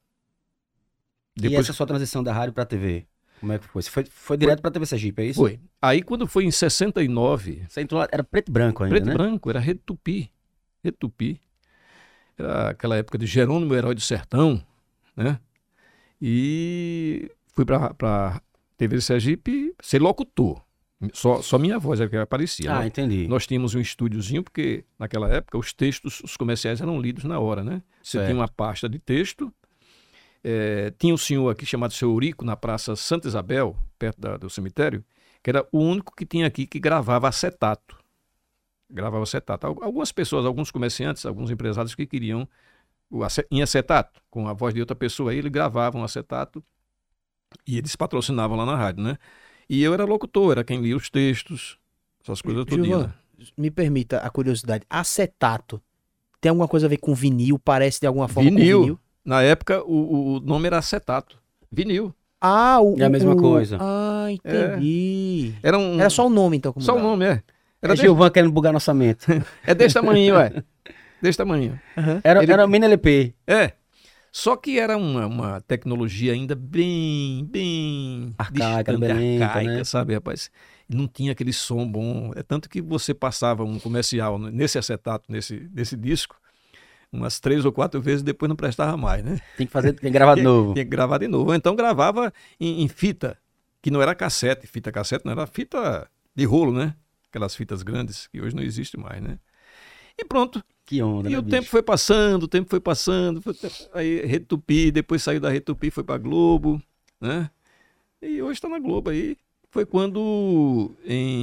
E essa sua transição da rádio pra TV? Como é que foi? Você foi direto pra TV Sergipe, é isso? Foi. Aí quando foi em 69, Você entrou lá, era preto e branco ainda, preto e né? branco, era Rede Tupi. Rede Tupi. Era aquela época de Jerônimo, Herói do Sertão, né? E fui para TV Sergipe ser locutor. Só minha voz é que aparecia. Ah, né? entendi. Nós tínhamos um estúdiozinho, porque naquela época os textos, os comerciais eram lidos na hora, né? Você Certo. tinha uma pasta de texto, tinha um senhor aqui chamado Seu Eurico, na Praça Santa Isabel, perto do cemitério, que era o único que tinha aqui que gravava acetato. Gravava acetato. Algumas pessoas, alguns comerciantes, alguns empresários que queriam em acetato, com a voz de outra pessoa, aí eles gravavam acetato e eles patrocinavam lá na rádio, né? E eu era locutor, era quem lia os textos, essas coisas Gilvan, todinha. me permita a curiosidade. Acetato tem alguma coisa a ver com vinil? Parece de alguma forma com Vinil. vinil? Na época, o nome era acetato. Vinil. Ah, É a mesma coisa. Ah, entendi. Era só o nome, então. Como só o dava. nome, Era Era Gilvan querendo bugar nossa mente. desse tamanho, Desse tamanho. Era mini LP. Só que era uma tecnologia ainda bem Arcaica, distante, bem lenta, arcaica, né? sabe, rapaz? Não tinha aquele som bom. É tanto que você passava um comercial nesse acetato, nesse disco, umas 3 ou 4 vezes, depois não prestava mais, né? Tem que gravar de novo. Tinha que gravar de novo. Ou então gravava em fita, que não era cassete. Fita cassete não era fita de rolo, né? Aquelas fitas grandes, que hoje não existe mais, né? E pronto. Que onda, E né, o bicho? tempo foi passando, aí Rede Tupi, depois saiu da Rede Tupi, foi pra Globo, né? E hoje está na Globo aí. Foi quando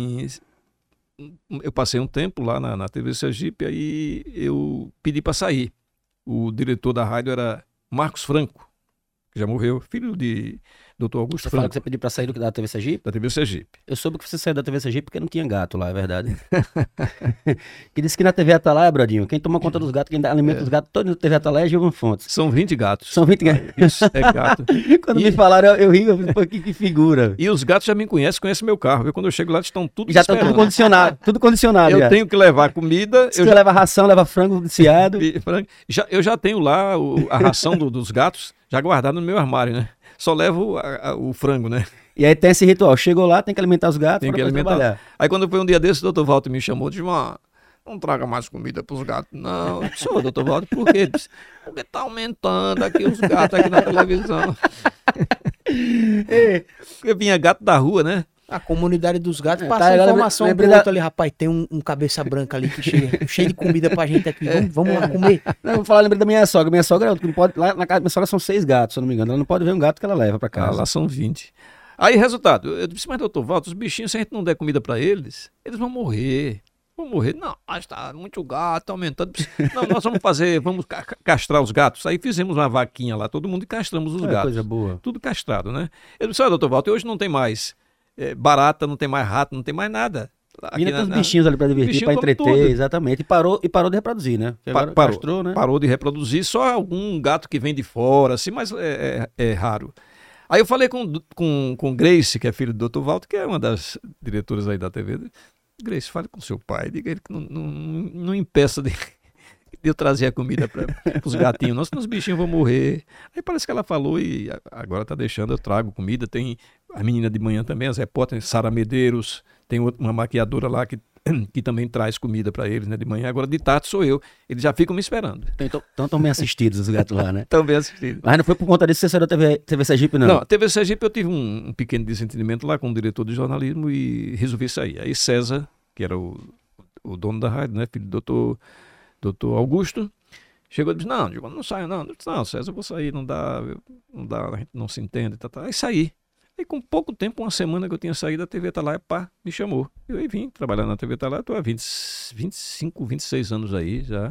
eu passei um tempo lá na TV Sergipe, aí eu pedi para sair. O diretor da rádio era Marcos Franco, que já morreu, filho de Dr. Augusto Você fala Franco, que você pediu pra sair da TV Sergipe? da TV Sergipe. Eu soube que você saiu da TV Sergipe porque não tinha gato lá, é verdade. Que disse que na TV Atalaia, Brodinho, quem toma conta dos gatos, quem alimenta os gatos, todo na TV Atalaia é Gilvan Fontes. São 20 gatos. São 20 gatos. Isso, é gato. Quando me falaram, eu ri, eu falei, pô, que figura. E os gatos já me conhecem meu carro. Viu? Quando eu chego lá, eles estão tudo Já tá esperando. tudo condicionado. Eu já. tenho que levar comida. Você leva ração, leva frango desfiado. Eu já tenho lá a ração dos gatos já guardada no meu armário, né? só levo o frango, né? E aí tem esse ritual, chegou lá, tem que alimentar os gatos Tem que pra depois alimentar. trabalhar. Aí quando foi um dia desse, o doutor Walter me chamou e disse, não traga mais comida para os gatos. Não, eu disse, doutor Walter, por quê? Ele disse, porque tá aumentando aqui os gatos aqui na televisão. Porque vinha gato da rua, né? A comunidade dos gatos É, passa tá, informação lembrei pro outro ali, rapaz, tem um cabeça branca ali que chega cheio de comida pra gente aqui, vamos lá comer. Não, vou falar, lembrei da minha sogra. Minha sogra não pode. Lá na casa da minha sogra são 6 gatos, se eu não me engano. Ela não pode ver um gato que ela leva pra casa. Lá são 20. Aí, resultado, eu disse, mas doutor Walter, os bichinhos, se a gente não der comida para eles vão morrer. Vão morrer. Não, mas tá muito gato, tá aumentando. Não, nós vamos castrar os gatos. Aí fizemos uma vaquinha lá, todo mundo, e castramos os gatos. Coisa boa. Tudo castrado, né? Eu disse, olha, doutor Walter, hoje não tem mais barata, não tem mais rato, não tem mais nada. Ainda tem uns bichinhos ali pra divertir, pra entreter, tudo. Exatamente. E parou de reproduzir, né? Agora castrou, né? Parou de reproduzir, só algum gato que vem de fora, assim, mas é raro. Aí eu falei com Grace, que é filho do Dr. Walter, que é uma das diretoras aí da TV. Grace, fale com seu pai, diga ele que não impeça de eu trazer a comida para os gatinhos, não, senão os bichinhos vão morrer. Aí parece que ela falou e agora tá deixando, eu trago comida. Tem a menina de manhã também, as repórteres, Sara Medeiros, tem uma maquiadora lá que também traz comida para eles, né, de manhã. Agora de tarde sou eu. Eles já ficam me esperando. Então estão bem assistidos os gatos lá, né? Estão bem assistidos. Mas não foi por conta disso que você saiu da TV Sergipe, não? Não, TV Sergipe eu tive um pequeno desentendimento lá com o diretor de jornalismo e resolvi sair. Aí César, que era o dono da rádio, né, filho do doutor Augusto, chegou e disse, não saio não. Eu disse, não, César, eu vou sair, não dá, a gente não se entende. Aí saí. Aí com pouco tempo, uma semana que eu tinha saído da TV Atalaia, me chamou. Eu aí vim trabalhar na TV Atalaia, estou há 25, 26 anos aí já.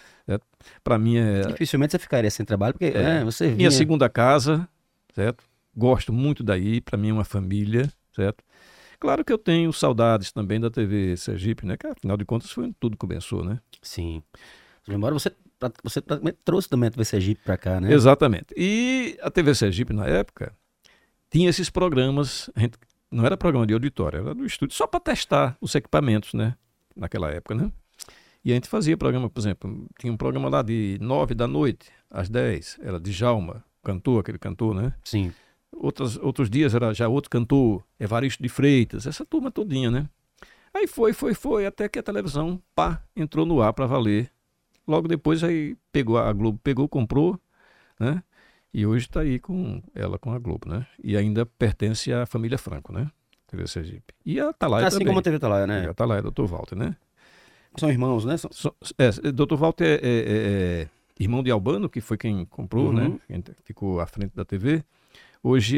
Para mim dificilmente você ficaria sem trabalho, porque você vinha... Minha segunda casa, certo? Gosto muito daí, para mim é uma família, certo? Claro que eu tenho saudades também da TV Sergipe, né? Que afinal de contas foi tudo que começou, né? Sim. Embora você trouxe também a TV Sergipe para cá, né? Exatamente. E a TV Sergipe, na época, tinha esses programas, não era programa de auditório, era do estúdio, só para testar os equipamentos, né? Naquela época, né? E a gente fazia programa, por exemplo, tinha um programa lá de 9 da noite às 10, era de Djalma, aquele cantor, né? Sim. Outros dias era já outro cantor, Evaristo de Freitas, essa turma todinha, né? Aí foi, até que a televisão, entrou no ar para valer. Logo depois aí a Globo comprou, né? E hoje está aí com a Globo, né? E ainda pertence à família Franco, né? TV Sergipe. E a Atalaia assim também. Como a TV Atalaia, né? A Atalaia, Dr. Walter, né? São irmãos, né? Dr. Walter é irmão de Albano, que foi quem comprou, né? Quem ficou à frente da TV. Hoje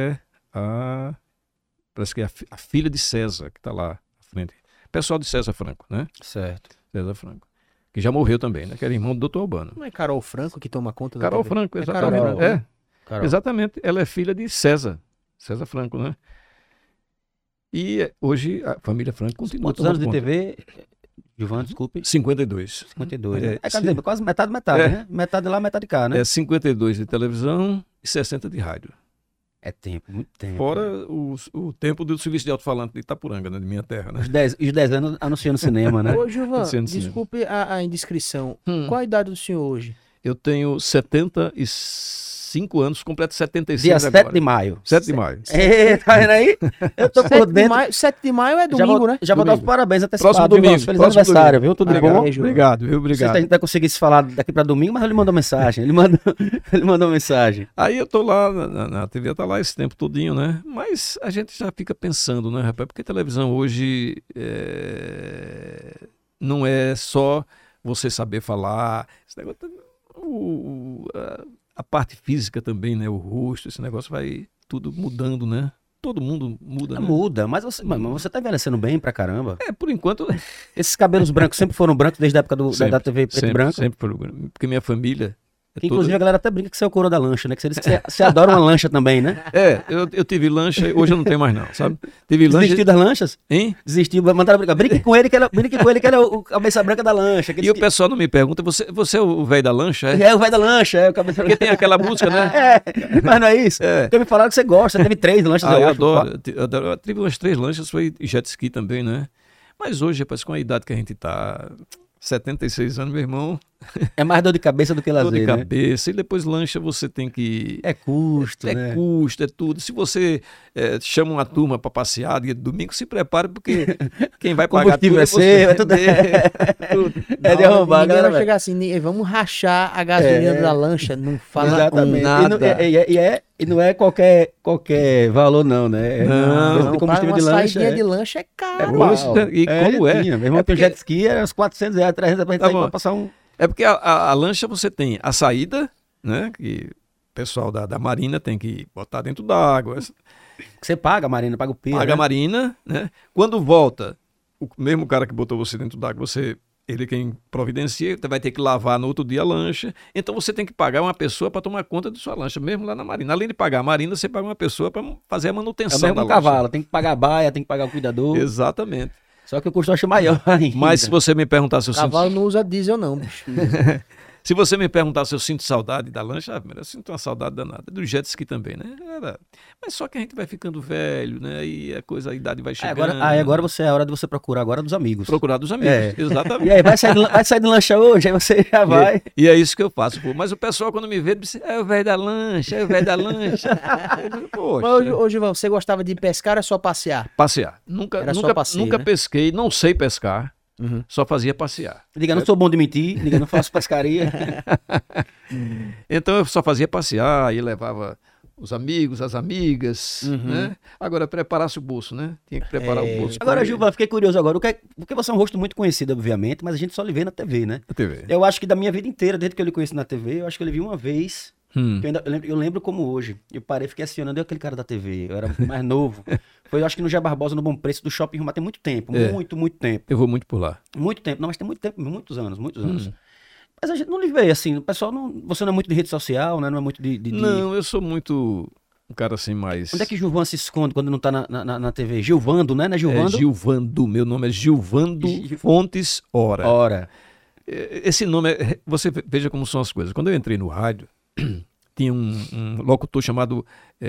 parece que é a filha de César, que está lá à frente. Pessoal de César Franco, né? Certo. César Franco. Que já morreu também, né? Que era irmão do Dr. Albano. Não é Carol Franco que toma conta da Carol TV? Franco, exatamente. Carol. Exatamente. Ela é filha de César Franco, né? E hoje a família Franco continua. Quantos anos de TV, Gilvan, desculpe? 52. 52, né? Quer dizer, quase metade, né? Metade lá, metade cá, né? 52 de televisão e 60 de rádio. É tempo, muito tempo. Fora o tempo do serviço de alto-falante de Itapuranga, né, de minha terra, né? Os 10 anos anunciando cinema, né? Ô, Gilvan, desculpe a indiscrição. Qual a idade do senhor hoje? Eu tenho 75 anos, completo 76 Dia agora. 7 de maio. 7 de maio. Tá vendo aí? Eu tô por dentro. 7 de maio é domingo, né? Já vou dar os parabéns Próximo antecipados. domingo. Feliz aniversário, viu? Tudo bom? Obrigado, viu? Não sei se Obrigado. a gente vai conseguir se falar daqui pra domingo, mas ele mandou mensagem. Ele mandou mensagem. Aí eu tô lá na TV, tá lá esse tempo todinho, né? Mas a gente já fica pensando, né, rapaz? Porque a televisão hoje não é só você saber falar. Esse negócio, a parte física também, né? O rosto, esse negócio vai tudo mudando, né? Todo mundo muda, né? Muda, mas você tá envelhecendo bem pra caramba. Por enquanto... Esses cabelos brancos sempre foram brancos desde a época da TV preto e branco? Sempre foram brancos. Porque minha família... Inclusive a galera até brinca que você é o coroa da lancha, né? Que você disse que você adora uma lancha também, né? Eu tive lancha, hoje eu não tenho mais não, sabe? Tive lancha... Desistiu das lanchas? Hein? Desistiu, mandaram brincar. Brinque com ele que ele é o cabeça branca da lancha. E o pessoal não me pergunta, você é o velho da lancha? É o velho da lancha, é o cabeça branca. Porque tem aquela música, né? Mas não é isso? Porque me falaram que você gosta, teve 3 lanchas. Eu adoro. Eu tive umas 3 lanchas, foi jet ski também, né? Mas hoje, rapaz, com a idade que a gente tá... 76 anos, meu irmão, É mais dor de cabeça do que Dor de lazer, né? cabeça. E depois lancha você tem que... É custo, É né? custo, é tudo. Se você chama uma turma para passear dia de domingo, se prepare, porque quem vai pagar tudo Combustível é é seu, é tudo... tudo. É de arrombar, Ninguém galera. vai chegar assim, vamos rachar a gasolina da lancha, não fala Exatamente. nada. E não é qualquer valor, não, né? Não. Preço de combustível uma de lancha. saidinha de lancha é caro. Pois, e como é? Meu irmão tem um jet ski, era uns 400 reais, 300 pra gente Tá sair bom. pra passar um... É porque a lancha você tem a saída, né? Que o pessoal da Marina tem que botar dentro d'água. Você paga, Marina, paga o piso, Paga né? a Marina, né? Quando volta, o mesmo cara que botou você dentro d'água, ele quem providencia, vai ter que lavar no outro dia a lancha. Então você tem que pagar uma pessoa para tomar conta de sua lancha, mesmo lá na Marina. Além de pagar a Marina, você paga uma pessoa para fazer a É manutenção o mesmo da um lancha. cavalo, tem que pagar a baia, tem que pagar o cuidador. Exatamente. Só que o custo eu acho maior ainda. Mas se você me perguntar se eu sinto... Cavalo não usa diesel não, bicho. Se você me perguntar se eu sinto saudade da lancha, eu sinto uma saudade danada. Do jet ski também, né? Mas só que a gente vai ficando velho, né? E a idade vai chegando. Agora é a hora de você procurar agora dos amigos. Procurar dos amigos, É. exatamente. E aí, vai sair de lancha hoje, aí você já vai. E é isso que eu faço, pô. Mas o pessoal, quando me vê, diz, é o velho da lancha, é o velho da lancha. Poxa. Mas hoje, você gostava de pescar ou é só passear? Passear. Era só passeio, Nunca né? pesquei, não sei pescar, Uhum. só fazia passear. Diga, não sou bom de mentir, diga, não faço pescaria. Então eu só fazia passear e levava os amigos, as amigas, né? Agora, preparasse o bolso, né? Tinha que preparar o bolso. Agora, Gilvan, fiquei curioso agora. Porque você é um rosto muito conhecido, obviamente, mas a gente só lhe vê na TV, né? Na TV. Eu acho que da minha vida inteira, desde que eu lhe conheci na TV, eu acho que eu lhe vi uma vez. Que eu lembro como hoje. Eu parei, fiquei assim, olhando aquele cara da TV. Eu era mais novo. Foi, eu acho que no Jé Barbosa, no Bom Preço, do Shopping Rio Mar, tem muito tempo. Muito tempo. Eu vou muito por lá. Muito tempo. Não, mas tem muito tempo, muitos anos. Mas a gente não lhe vê assim. O pessoal não. Você não é muito de rede social, né? Não é muito de... Não, eu sou muito um cara assim mais... Onde é que Gilvan se esconde quando não tá na TV? Gilvando, né? Não é Gilvando? É Gilvando, meu nome é Gilvando Fontes Ora. Ora. Esse nome, você veja como são as coisas. Quando eu entrei no rádio, tinha um locutor chamado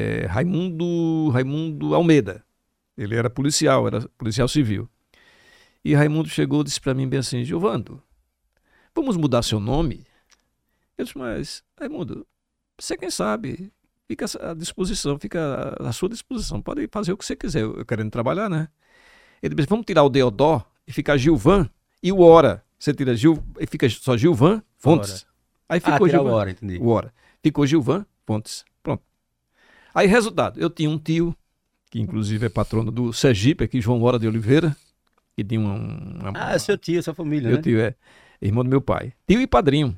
Raimundo Almeida. Ele era policial civil. E Raimundo chegou e disse para mim bem assim, Gilvando, vamos mudar seu nome? Eu disse, mas Raimundo, você quem sabe, fica à disposição, fica à sua disposição, pode fazer o que você quiser, eu querendo trabalhar, né? Ele disse, vamos tirar o Deodó e ficar Gilvan e o Ora. Você tira e fica só Gilvan Fontes. Aí ficou tirar Gilvan. o Ora, entendi. O Ora. Ficou Gilvan Fontes. Pronto. Aí, resultado, eu tinha um tio, que inclusive é patrono do Sergipe, aqui, João Ora de Oliveira, que tinha é seu tio, sua família, meu né? tio é irmão do meu pai. Tio e padrinho.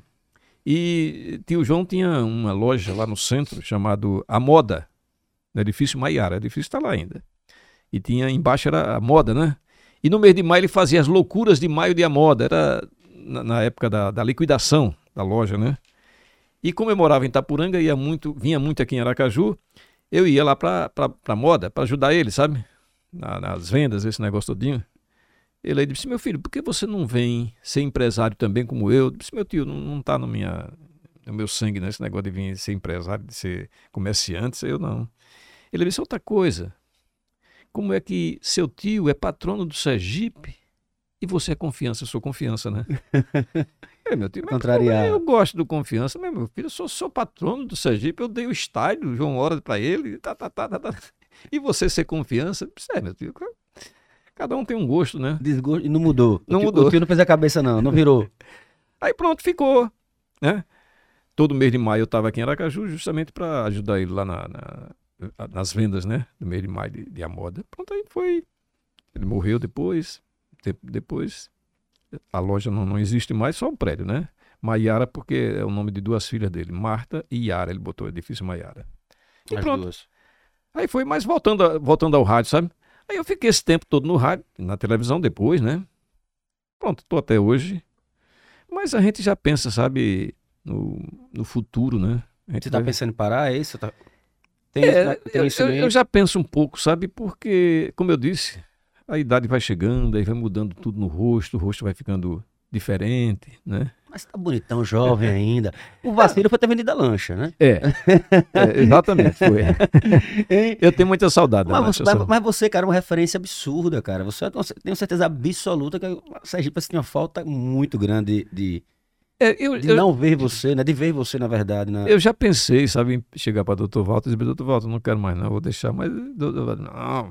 E tio João tinha uma loja lá no centro, chamado A Moda, no edifício Maiara. O edifício está lá ainda. E tinha, embaixo era a Moda, né? E no mês de maio ele fazia as loucuras de maio de A Moda. Era na época da liquidação da loja, né? E como eu morava em Itapuranga, vinha muito aqui em Aracaju, eu ia lá pra Moda, para ajudar ele, sabe? Nas vendas, esse negócio todinho. Ele aí disse, meu filho, por que você não vem ser empresário também como eu? Eu disse, meu tio, não tá no meu sangue, né? Esse negócio de vir ser empresário, de ser comerciante, eu não. Ele disse, outra coisa, como é que seu tio é patrono do Sergipe e você é Confiança? Eu sou Confiança, né? Meu tio, Contrariar. Eu gosto do Confiança, mas meu filho, eu sou patrono do Sergipe, eu dei o estádio, João Hora para ele, e você ser Confiança? Meu tio, cada um tem um gosto, né? Desgosto, e não mudou. Não mudou. O tio não fez a cabeça, não virou. Aí pronto, ficou, né? Todo mês de maio eu estava aqui em Aracaju justamente para ajudar ele lá nas vendas, né? Do mês de maio de A Moda. Pronto, aí foi. Ele morreu depois. A loja não existe mais, só o prédio, né? Maiara, porque é o nome de duas filhas dele, Marta e Yara. Ele botou o edifício Maiara. E As pronto. duas. Aí foi, mas voltando ao rádio, sabe? Aí eu fiquei esse tempo todo no rádio, na televisão depois, né? Pronto, tô até hoje. Mas a gente já pensa, sabe, no futuro, né? Você tá pensando em parar, é isso? Eu já penso um pouco, sabe? Porque, como eu disse, a idade vai chegando, aí vai mudando tudo no rosto, o rosto vai ficando diferente, né? Mas tá bonitão, jovem ainda. O vacilo foi ter vendido a lancha, né? Exatamente, foi. Eu tenho muita saudade da lancha. Mas você, cara, é uma referência absurda, cara. Tenho certeza absoluta que o Sergipe tem uma falta muito grande de De não ver você, né? De ver você, na verdade, né? Eu já pensei, sabe, em chegar para o Dr. Walter e dizer, Dr. Walter, não quero mais não, vou deixar, mas não,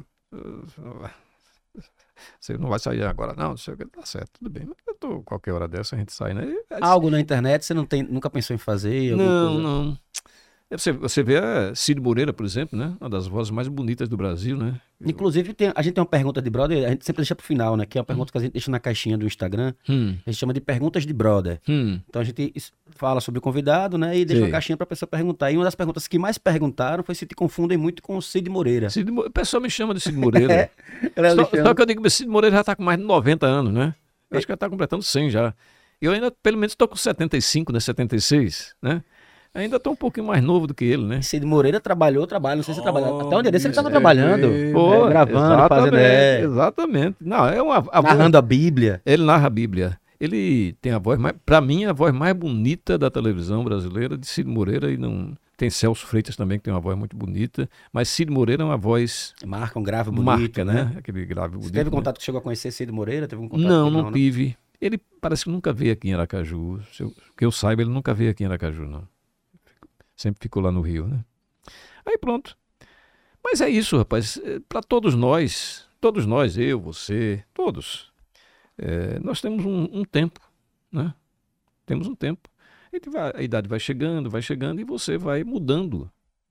você não vai sair agora não sei o que, tá certo, tudo bem, mas qualquer hora dessa a gente sai, né? Algo na internet você nunca pensou em fazer? Não. Você vê a Cid Moreira, por exemplo, né? Uma das vozes mais bonitas do Brasil, né? Inclusive, a gente tem uma pergunta de brother, a gente sempre deixa pro final, né? Que é uma pergunta que a gente deixa na caixinha do Instagram. A gente chama de perguntas de brother. Então a gente fala sobre o convidado, né? E deixa uma caixinha pra pessoa perguntar. E uma das perguntas que mais perguntaram foi se te confundem muito com o Cid Moreira. O pessoal me chama de Cid Moreira. Só que eu digo que o Cid Moreira já tá com mais de 90 anos, né? Eu acho que já tá completando 100 já. Eu ainda, pelo menos, tô com 75, né? 76, né? Ainda tô um pouquinho mais novo do que ele, né? Cid Moreira trabalha, não sei se trabalha. Até um dia desse ele estava trabalhando. Gravando, fazendo. Exatamente. Não, narrando a Bíblia. Ele narra a Bíblia. Ele tem a voz mais, pra mim, a voz mais bonita da televisão brasileira, de Cid Moreira, e não. Tem Celso Freitas também, que tem uma voz muito bonita, mas Cid Moreira é uma voz... Marca um grave bonito, né? Aquele grave bonito. Você teve contato que chegou a conhecer Cid Moreira? Teve um contato não tive. Ele parece que nunca veio aqui em Aracaju. Que eu saiba, ele nunca veio aqui em Aracaju, não. Sempre ficou lá no Rio, né? Aí pronto. Mas é isso, rapaz. Para todos nós, eu, você, todos, nós temos um tempo, né? Temos um tempo. A idade vai chegando e você vai mudando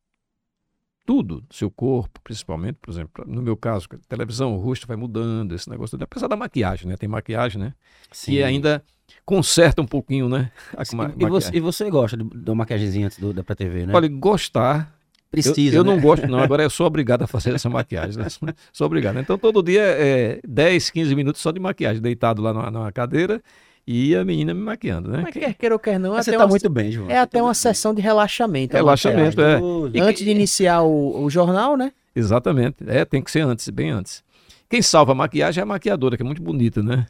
tudo, seu corpo, principalmente, por exemplo, no meu caso, a televisão, o rosto vai mudando, esse negócio, apesar da maquiagem, né? Tem maquiagem, né? Sim. Que ainda conserta um pouquinho, né? E você gosta de uma maquiagemzinha antes da TV, né? Olha, gostar... Precisa, eu né? não gosto, não. Agora eu sou obrigado a fazer essa maquiagem, né? Sou obrigado. Então, todo dia 10, 15 minutos só de maquiagem, deitado lá numa cadeira e a menina me maquiando, né? Mas quer queira ou quer não, você tá muito bem, João. É até uma sessão de relaxamento. Relaxamento, Antes de iniciar o jornal, né? Exatamente. Tem que ser antes, bem antes. Quem salva a maquiagem é a maquiadora, que é muito bonita, né?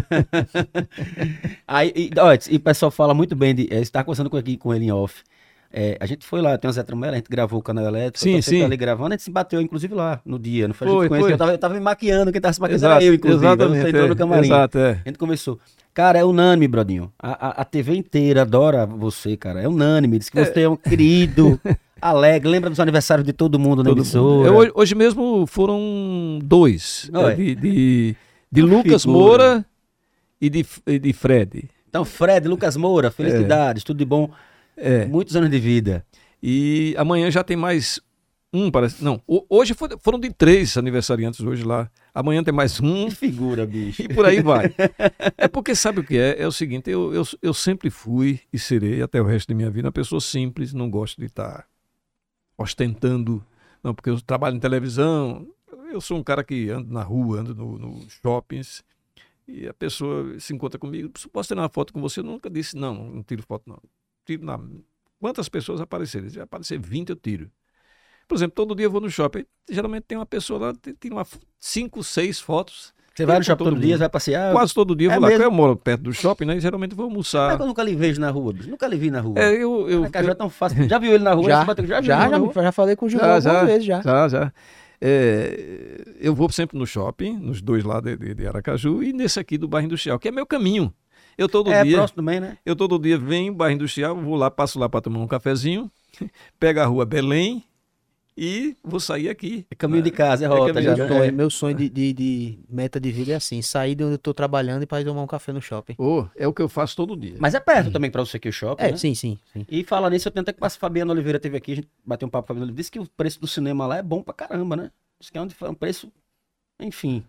E o pessoal fala muito bem de... Você está conversando com ele em off. A gente foi lá, tem o Zé Trumella, a gente gravou o Canal Elétrico. Sim. ali gravando, a gente se bateu, inclusive, lá no dia. Não foi? Eu tava me maquiando, quem tava se maquiando Exato, era eu, inclusive. Exatamente, você entrou no camarim. Exato, A gente começou. Cara, é unânime, brodinho. A TV inteira adora você, cara. É unânime. Diz que você é um querido, alegre. Lembra dos aniversários de todo mundo na emissora. Hoje mesmo foram 2. De Lucas Moura e de Fred. Então, Fred, Lucas Moura, felicidades, tudo de bom. Muitos anos de vida. E amanhã já tem mais parece. Não, hoje foram de 3 aniversariantes hoje lá. Amanhã tem mais um. Que figura, bicho. E por aí vai. É porque sabe o que é? É o seguinte, eu sempre fui e serei até o resto da minha vida uma pessoa simples, não gosto de estar ostentando. Não, porque eu trabalho em televisão, eu sou um cara que ando na rua, ando nos shoppings, e a pessoa se encontra comigo, posso tirar uma foto com você? Eu nunca disse, não tiro foto não. Quantas pessoas aparecerem? Se aparecer 20, eu tiro. Por exemplo, todo dia eu vou no shopping. Geralmente tem uma pessoa lá, tem 5, 6 fotos. Você vai no shopping todo dia, vai passear? Quase todo dia eu vou lá. Eu moro perto do shopping, né? E geralmente vou almoçar. Mas eu nunca lhe vejo na rua, bicho. Nunca lhe vi na rua. É tão fácil. Já viu ele na rua? Já falei com o Gilberto algumas vezes já. Já. Eu vou sempre no shopping, nos 2 lá de Aracaju, e nesse aqui do bairro Industrial, que é meu caminho. Eu todo dia, próximo também, né? Eu todo dia venho, bairro Industrial, vou lá, passo lá para tomar um cafezinho, pego a rua Belém e vou sair aqui. É caminho de casa, é rota. Meu sonho de meta de vida é assim, sair de onde eu tô trabalhando e para ir tomar um café no shopping. É o que eu faço todo dia. Mas é perto também para você aqui o shopping, né? Sim. E falar nisso, eu tenho até que passar. Fabiana Oliveira teve aqui, a gente bateu um papo com a Fabiana Oliveira, disse que o preço do cinema lá é bom pra caramba, né? Diz que é um preço, enfim.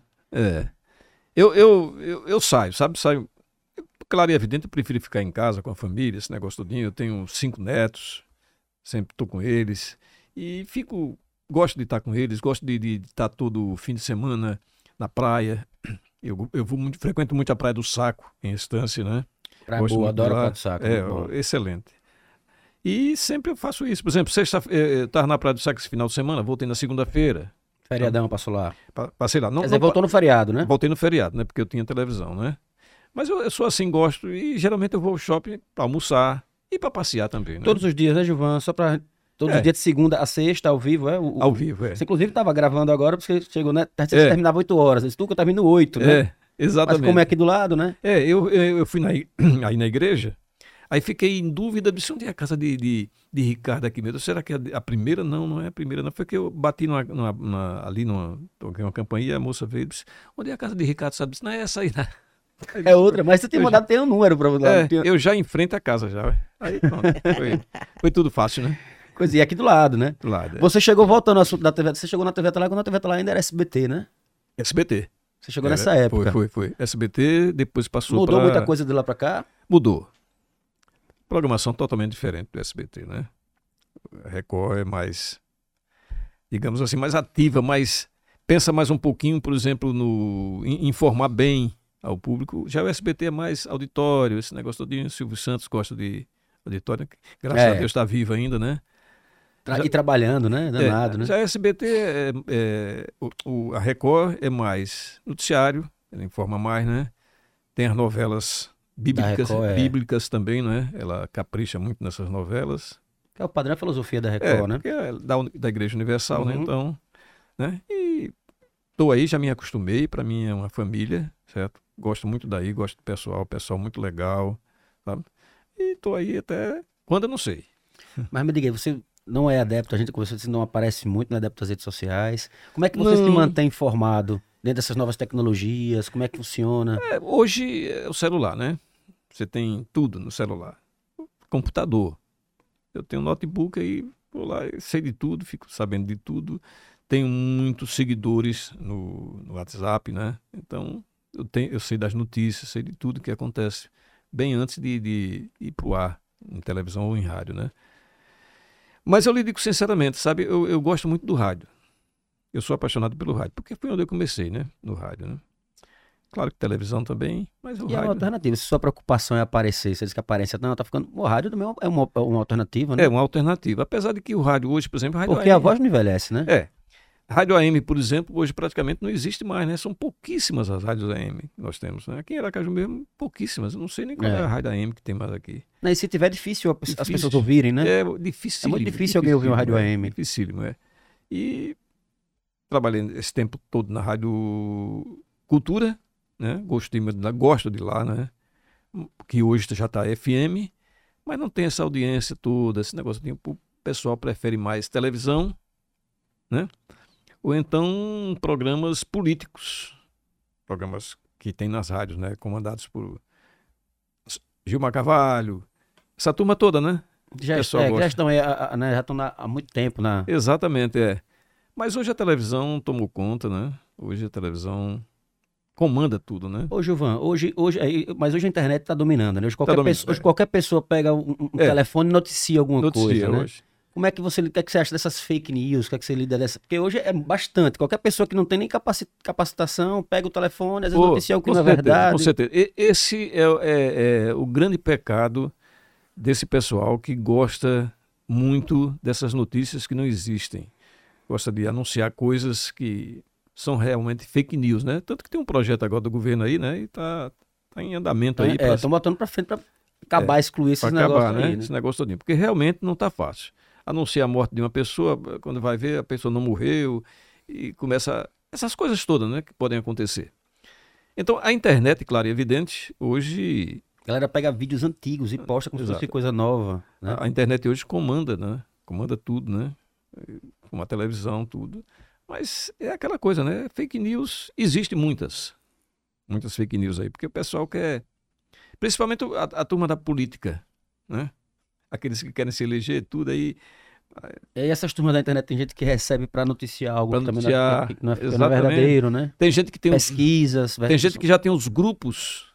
Eu saio, sabe? Saio. Claro e evidente, eu prefiro ficar em casa com a família, esse negócio todinho. Eu tenho 5 netos, sempre estou com eles. E gosto de estar com eles, gosto de estar todo fim de semana na praia. Eu frequento muito a Praia do Saco, em Estância, né? Praia boa, adoro a Praia do Saco. Excelente. E sempre eu faço isso. Por exemplo, eu estava na Praia do Saco esse final de semana, voltei na segunda-feira. Feriadão, passou lá. Passei lá. Quer dizer, voltou no feriado, né? Voltei no feriado, né? Porque eu tinha televisão, né? Mas eu sou assim, gosto, e geralmente eu vou ao shopping para almoçar e para passear também, né? Todos os dias, né, Gilvan? Só para... Todos os dias de segunda a sexta, ao vivo, Ao vivo, Você, inclusive, estava gravando agora, porque você chegou, né? Você terminava 8 horas. Esse Tuca tá vindo 8, né? Exatamente. Mas como é aqui do lado, né? Eu fui aí na igreja, Aí fiquei em dúvida de onde é a casa de Ricardo aqui mesmo. Será que é a primeira? Não, não é a primeira, não. Foi que eu bati ali toquei uma campainha e a moça veio e disse, onde é a casa de Ricardo? Sabe? Disse, não é essa aí, não. É outra, mas você tem mandado ter um número pra você. Eu já enfrento a casa já. Aí pronto, foi tudo fácil, né? Coisa, e aqui do lado, né? Do lado. Você chegou, voltando ao assunto da TV, você chegou na TV Atalaya quando a TV Atalaya ainda era SBT, né? SBT. Você chegou nessa época. Foi. SBT, depois passou Mudou muita coisa de lá pra cá? Mudou. Programação totalmente diferente do SBT, né? A Record é mais, digamos assim, mais ativa, pensa mais um pouquinho, por exemplo, em informar bem ao público. Já o SBT é mais auditório, esse negócio todinho. Silvio Santos gosta de auditório, graças a Deus está vivo ainda, né? E trabalhando, né? Danado, né? Já a SBT, a Record é mais noticiário, ela informa mais, né? Tem as novelas bíblicas também, né? Ela capricha muito nessas novelas. Que é o padrão, a filosofia da Record, né? Porque é da Igreja Universal, né? Então, né? E tô aí, já me acostumei, para mim é uma família, certo? Gosto muito daí, gosto do pessoal muito legal, sabe? E tô aí até quando eu não sei. Mas me diga aí, você não é adepto, a gente conversou, você não aparece muito, não é adepto das redes sociais. Como é que você se mantém informado dentro dessas novas tecnologias? Como é que funciona? Hoje é o celular, né? Você tem tudo no celular. Computador. Eu tenho um notebook aí, vou lá, sei de tudo, fico sabendo de tudo. Tenho muitos seguidores no WhatsApp, né? Então, eu sei das notícias, sei de tudo que acontece, bem antes de ir para o ar, em televisão ou em rádio, né? Mas eu lhe digo sinceramente, sabe, eu gosto muito do rádio. Eu sou apaixonado pelo rádio, porque foi onde eu comecei, né? No rádio, né? Claro que televisão também, mas o rádio... é uma alternativa. Se sua preocupação é aparecer, você diz que aparência não, tá ficando... O rádio também é uma alternativa, né? É uma alternativa. Apesar de que o rádio hoje, por exemplo... Porque a voz não envelhece, né? Rádio AM, por exemplo, hoje praticamente não existe mais, né? São pouquíssimas as rádios AM que nós temos, né? Aqui em Aracaju mesmo, pouquíssimas. Eu não sei nem qual é a rádio AM que tem mais aqui. E se tiver, é difícil as pessoas ouvirem, né? É difícil. É muito difícil alguém ouvir uma rádio AM. Dificílimo, é. E trabalhei esse tempo todo na Rádio Cultura, né? Gosto de lá, né? Que hoje já está FM, mas não tem essa audiência toda, esse negócio. O pessoal prefere mais televisão, né? Ou então programas políticos, programas que tem nas rádios, né? Comandados por Gilmar Carvalho, essa turma toda, né? Já estão há muito tempo na... Exatamente, Mas hoje a televisão tomou conta, né? Hoje a televisão comanda tudo, né? Ô, Gilvan, mas hoje a internet está dominando, né? Hoje qualquer pessoa pega um telefone e noticia alguma coisa, né? Hoje. O que você acha dessas fake news? O que é que você lida dessa? Porque hoje é bastante. Qualquer pessoa que não tem nem capacitação, pega o telefone, às vezes noticia algo que não é verdade. Com certeza. Esse é o grande pecado desse pessoal que gosta muito dessas notícias que não existem. Gosta de anunciar coisas que são realmente fake news, né? Tanto que tem um projeto agora do governo aí, né? E tá em andamento aí. Estão botando para frente para acabar, excluir esses negócios aí, né? Esse negócio todinho. Porque realmente não tá fácil. Anunciar a morte de uma pessoa, quando vai ver, a pessoa não morreu, e começa essas coisas todas, né, que podem acontecer. Então, a internet, claro e evidente, hoje... A galera pega vídeos antigos e posta como se fosse coisa nova, né? A internet hoje comanda, né? Comanda tudo, né? Como a televisão, tudo. Mas é aquela coisa, né? Fake news, existe muitas fake news aí, porque o pessoal quer... Principalmente a turma da política, né? Aqueles que querem se eleger, tudo aí. E essas turmas da internet tem gente que recebe para noticiar algo que também não é verdadeiro, né? Tem gente que tem pesquisas. Tem gente que já tem os grupos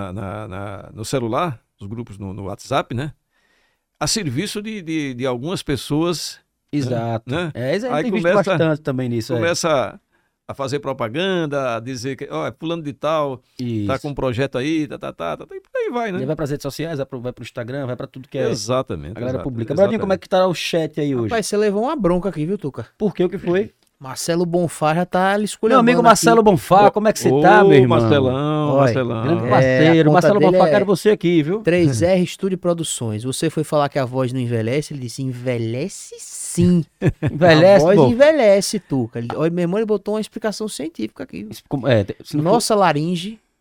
no celular, os grupos no WhatsApp, né? A serviço de algumas pessoas. Exato. Né? Aí tem visto bastante também nisso. Começa a fazer propaganda, a dizer que fulano de tal tá com um projeto aí, e aí vai, né? Ele vai para as redes sociais, vai pro Instagram, vai para tudo que é... Exatamente. A galera publica. Bradinho, como é que tá o chat aí hoje? Rapaz, você levou uma bronca aqui, viu, Tuca? Por quê? O que foi? Marcelo Bonfá já tá escolhendo. Meu amigo Marcelo Bonfá, como é que você tá, meu irmão? Marcelão. Grande parceiro. Marcelo Bonfá, quero você aqui, viu? 3R Estúdio Produções. Você foi falar que a voz não envelhece, ele disse, envelhece sim. Envelhece, a voz envelhece, Tuca. Olha, meu irmão, ele botou uma explicação científica aqui. Nossa laringe,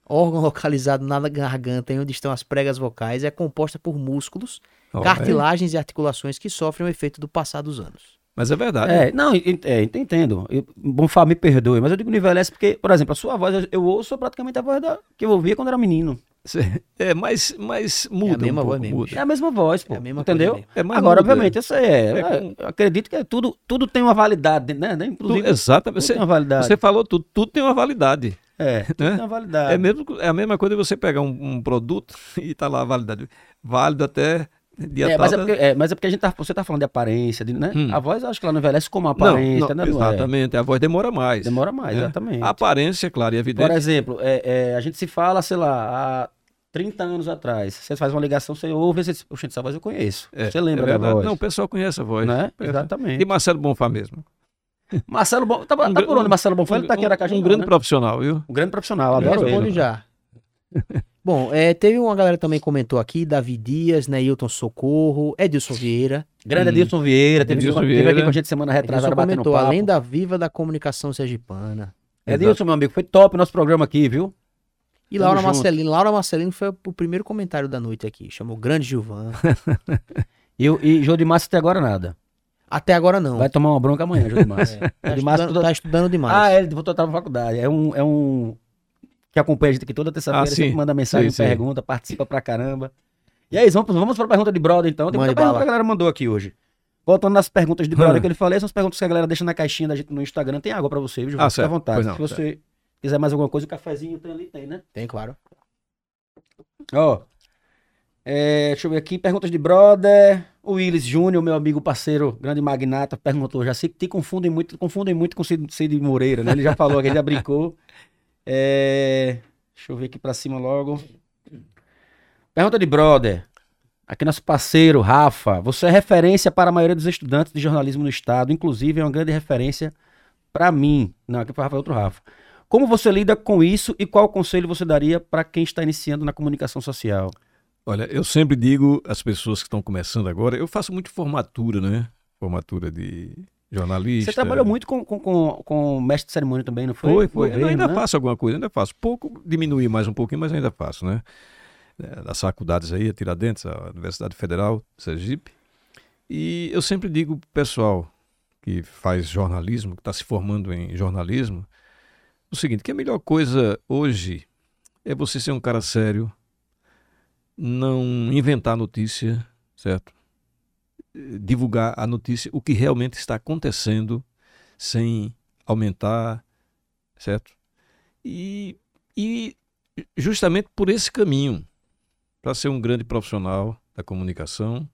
órgão localizado na garganta e onde estão as pregas vocais, é composta por músculos, Ó, cartilagens e articulações que sofrem o efeito do passar dos anos. Mas é verdade. Não, entendo. Bonfá, me perdoe, mas eu digo envelhece porque, por exemplo, a sua voz, eu ouço praticamente a voz que eu ouvia quando era menino. Mas muda a mesma um voz pouco, mesmo. muda. É a mesma voz, pô. É a mesma entendeu? coisa É, mas Agora, muda. obviamente, eu sei, eu acredito que tudo tem uma validade, né? Inclusive, Exatamente. tudo tem uma validade. Você falou tudo tem uma validade. Tudo né? tem uma validade. É a mesma coisa de você pegar um produto e tá lá a validade. Válido até dia tal. Mas é porque você tá falando de aparência, né? A voz, eu acho que ela não envelhece como Não, aparência, né? Não é. exatamente. A voz demora mais. Demora mais, né? exatamente. A aparência, claro, e evidente. Por exemplo, a gente se fala, sei lá, há 30 anos atrás. Você faz uma ligação, você ouve, você diz, oxe, essa voz eu conheço. Você lembra da verdade. voz. Não, o pessoal conhece a voz. Né? Exatamente. E Marcelo Bonfá mesmo. Marcelo Bonfá, tá por onde Marcelo Bonfá? Ele tá aqui em Aracaju. Um grande profissional, viu? Um grande profissional, Eu adoro respondo ele. já. Bom, teve uma galera que também comentou aqui, Davi Dias, Neilton Socorro, Edilson Vieira. Grande Edilson Vieira, teve Edilson aqui Vieira. com a gente semana retrasada Edilson batendo comentou, papo. além da viva da comunicação sergipana. Edilson, meu amigo, foi top o nosso programa aqui, viu? E Tamo Laura junto. Marcelino. Laura Marcelino foi o primeiro comentário da noite aqui. Chamou Grande Gilvan. E Jô de Massa até agora nada. Até agora não. Vai tomar uma bronca amanhã, Jô de Massa. Tá estudando demais. Ele voltou a estar na faculdade. É um que acompanha a gente aqui toda terça-feira, sim. sempre manda mensagem, Sim. pergunta, participa pra caramba. E é isso, vamos para a pergunta de brother então. Tem Mande muita pergunta bala. que a galera mandou aqui hoje. Voltando nas perguntas de brother que ele falei, são as perguntas que a galera deixa na caixinha da gente no Instagram. Tem água pra você, viu, Jô? Fica à certo. vontade. Pois não, Se você quiser mais alguma coisa, o cafezinho tem ali, tem, né? Tem, claro. Ó, deixa eu ver aqui, perguntas de brother. O Willis Júnior, meu amigo parceiro, grande magnata, perguntou, já sei que te confundem muito com Cid Moreira, né? Ele já falou aqui, ele já brincou. Deixa eu ver aqui pra cima logo. Pergunta de brother. Aqui nosso parceiro, Rafa. Você é referência para a maioria dos estudantes de jornalismo no estado, inclusive é uma grande referência para mim. Não, aqui foi Rafa, é outro Rafa. Como você lida com isso e qual conselho você daria para quem está iniciando na comunicação social? Olha, eu sempre digo às pessoas que estão começando agora, eu faço muito formatura, né? Formatura de jornalista. Você trabalhou muito com mestre de cerimônia também, não foi? Foi. Governo, Eu ainda né? faço alguma coisa, ainda faço. Pouco, diminuí mais um pouquinho, mas ainda faço, né? Das faculdades aí, a Tiradentes, a Universidade Federal de Sergipe. E eu sempre digo pro pessoal que faz jornalismo, que está se formando em jornalismo, o seguinte, que a melhor coisa hoje é você ser um cara sério, não inventar notícia, certo? Divulgar a notícia, o que realmente está acontecendo, sem aumentar, certo? E justamente por esse caminho, para ser um grande profissional da comunicação,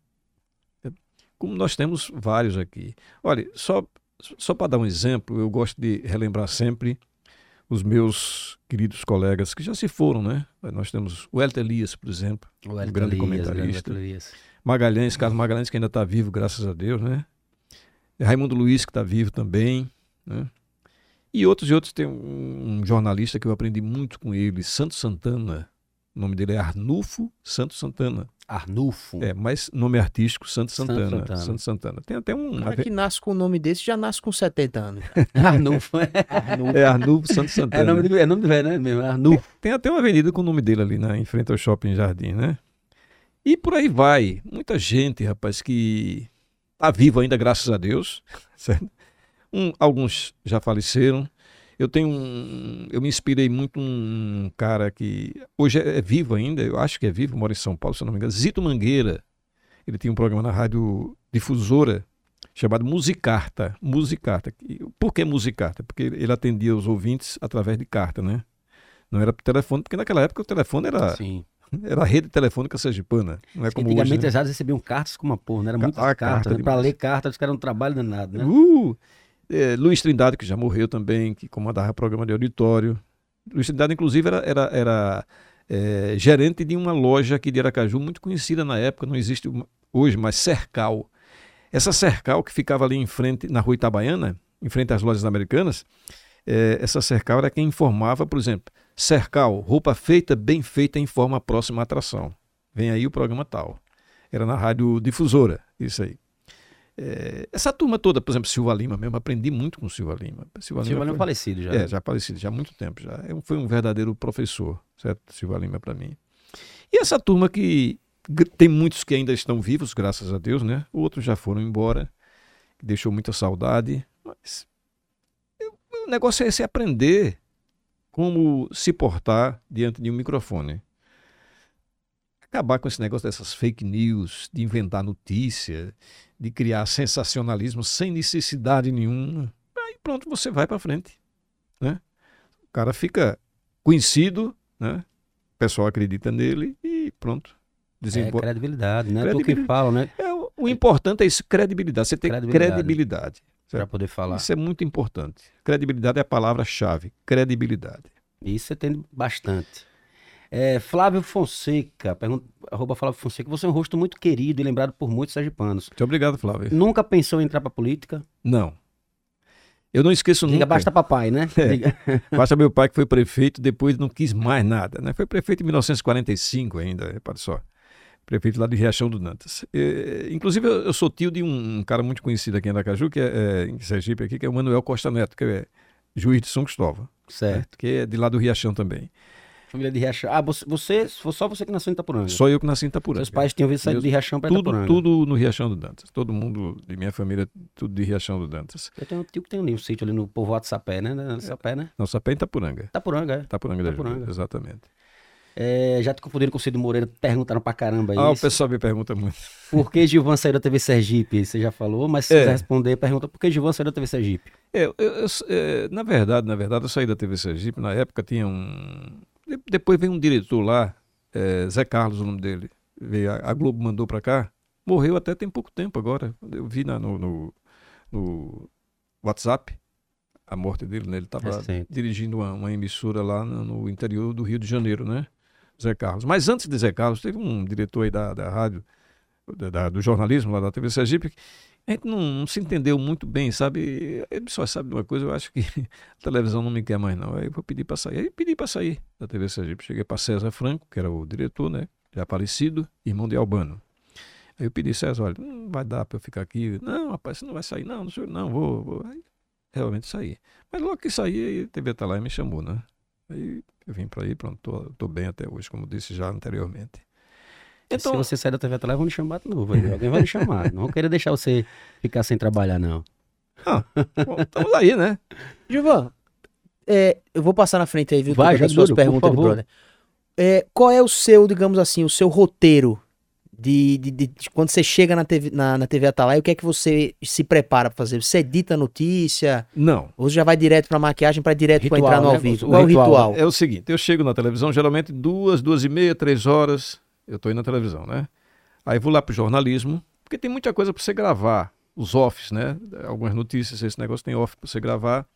como nós temos vários aqui. Olha, só para dar um exemplo, eu gosto de relembrar sempre os meus queridos colegas que já se foram, né? Nós temos o Hélio Elias, por exemplo, um grande comentarista. Magalhães, Carlos Magalhães, que ainda está vivo, graças a Deus, né? Raimundo Luiz, que está vivo também, né? E outros. Tem um jornalista que eu aprendi muito com ele, Santos Santana. O nome dele é Arnulfo Santos Santana. Arnulfo? Mas nome artístico, Santos Santana. Santana. Santos Santana. Tem até um... O cara que nasce com o nome desse já nasce com 70 anos. Arnulfo. É Arnulfo Santos Santana. É nome de velho, né? Mesmo, Arnulfo. Tem até uma avenida com o nome dele ali, né? Em frente ao Shopping Jardim, né? E por aí vai. Muita gente, rapaz, que tá vivo ainda, graças a Deus. Certo? Alguns já faleceram. Eu me inspirei muito num cara que hoje é vivo ainda, eu acho que é vivo, mora em São Paulo, se eu não me engano, Zito Mangueira. Ele tinha um programa na rádio difusora chamado Musicarta. Por que Musicarta? Porque ele atendia os ouvintes através de carta, né? Não era por telefone, porque naquela época o telefone era... Sim. Era a rede telefônica sergipana. Não é como antigamente hoje, né? as rádios recebiam cartas com uma porra, né? Era muitas carta cartas. Pra demais. ler cartas, os caras não trabalham danado, né? Luiz Trindade, que já morreu também, que comandava programa de auditório. Luiz Trindade, inclusive, era gerente de uma loja aqui de Aracaju, muito conhecida na época, não existe hoje, mas Cercal. Essa Cercal, que ficava ali em frente, na Rua Itabaiana, em frente às lojas americanas, essa Cercal era quem informava, por exemplo, Cercal, roupa feita, bem feita, informa a próxima atração. Vem aí o programa tal. Era na rádio difusora, isso aí. Essa turma toda, por exemplo, Silva Lima mesmo, aprendi muito com Silva Lima. Silva Lima é falecido já. Já falecido, já há muito tempo. Foi um verdadeiro professor. certo? Silva Lima para mim. E essa turma que tem muitos que ainda estão vivos, graças a Deus, né? Outros já foram embora, deixou muita saudade. Mas o negócio é esse, aprender como se portar diante de um microfone. Acabar com esse negócio dessas fake news, de inventar notícia, de criar sensacionalismo sem necessidade nenhuma. Aí pronto, você vai para frente, né? O cara fica conhecido, né? O pessoal acredita nele e pronto. Credibilidade, né? Tu que fala, né? O importante é isso, credibilidade. Você tem credibilidade para poder falar. Isso é muito importante. Credibilidade é a palavra-chave. Credibilidade. Isso você tem bastante. Flávio Fonseca, @ Flávio Fonseca, você é um rosto muito querido e lembrado por muitos sergipanos. Muito obrigado, Flávio. Nunca pensou em entrar para política? Não. Eu não esqueço nunca. Basta papai, né? Basta meu pai, que foi prefeito, depois não quis mais nada, né? Foi prefeito em 1945 ainda, repare só. Prefeito lá de Riachão do Dantas. Inclusive, eu sou tio de um cara muito conhecido aqui em Aracaju, que é em Sergipe, aqui, que é o Manuel Costa Neto, que é juiz de São Cristóvão. Certo. Né? Que é de lá do Riachão também. Família de Riachão. Só você que nasceu em Itapuranga? Só eu que nasci em Itapuranga. Seus pais tinham vindo sair de Riachão para Itapuranga? Tudo no Riachão do Dantas. Todo mundo de minha família, tudo de Riachão do Dantas. Eu tenho um tio que tem um sítio ali no povoado Sapé, né? Sapé, né? Não, Sapé em Itapuranga. Itapuranga, é. Itapuranga. Exatamente. Já te confundiram com o Cid Moreira, perguntaram pra caramba isso. O pessoal me pergunta muito. Por que Gilvan saiu da TV Sergipe? Você já falou, mas se quiser responder, pergunta por que Gilvan saiu da TV Sergipe? Na verdade, eu saí da TV Sergipe, na época tinha depois veio um diretor lá, Zé Carlos, o nome dele. A Globo mandou pra cá, morreu até tem pouco tempo agora. Eu vi no WhatsApp a morte dele, né? Ele estava dirigindo uma emissora lá no interior do Rio de Janeiro, né? Zé Carlos. Mas antes de Zé Carlos, teve um diretor aí da rádio, do jornalismo lá da TV Sergipe, que a gente não se entendeu muito bem, sabe? Ele só sabe de uma coisa, eu acho que a televisão não me quer mais não. Aí eu vou pedir para sair. Aí pedi para sair da TV Sergipe. Cheguei para César Franco, que era o diretor, né? Já falecido, irmão de Albano. Aí eu pedi, César, olha, não vai dar para eu ficar aqui. Não, rapaz, você não vai sair. Não, vou. Aí realmente saí. Mas logo que saí, a TV Atalaia me chamou, né? Aí eu vim para aí, pronto, tô bem até hoje, como disse já anteriormente. Então, se você sair da TV Atalaia, vão me chamar de novo. Alguém vai me chamar. Não vou querer deixar você ficar sem trabalhar, não. Bom, estamos aí, né? Gilvan, eu vou passar na frente aí, viu? Vai, já suas perguntas de brother. Qual é o seu, digamos assim, o seu roteiro de quando você chega na TV Atalaia, o que é que você se prepara para fazer? Você edita a notícia? Não. Ou você já vai direto para maquiagem, para direto para entrar no ao vivo? Qual é o ritual? É o seguinte, eu chego na televisão, geralmente 2h30, 3 horas, eu tô indo na televisão, né? Aí vou lá pro jornalismo, porque tem muita coisa para você gravar, os offs, né? Algumas notícias, esse negócio tem off para você gravar.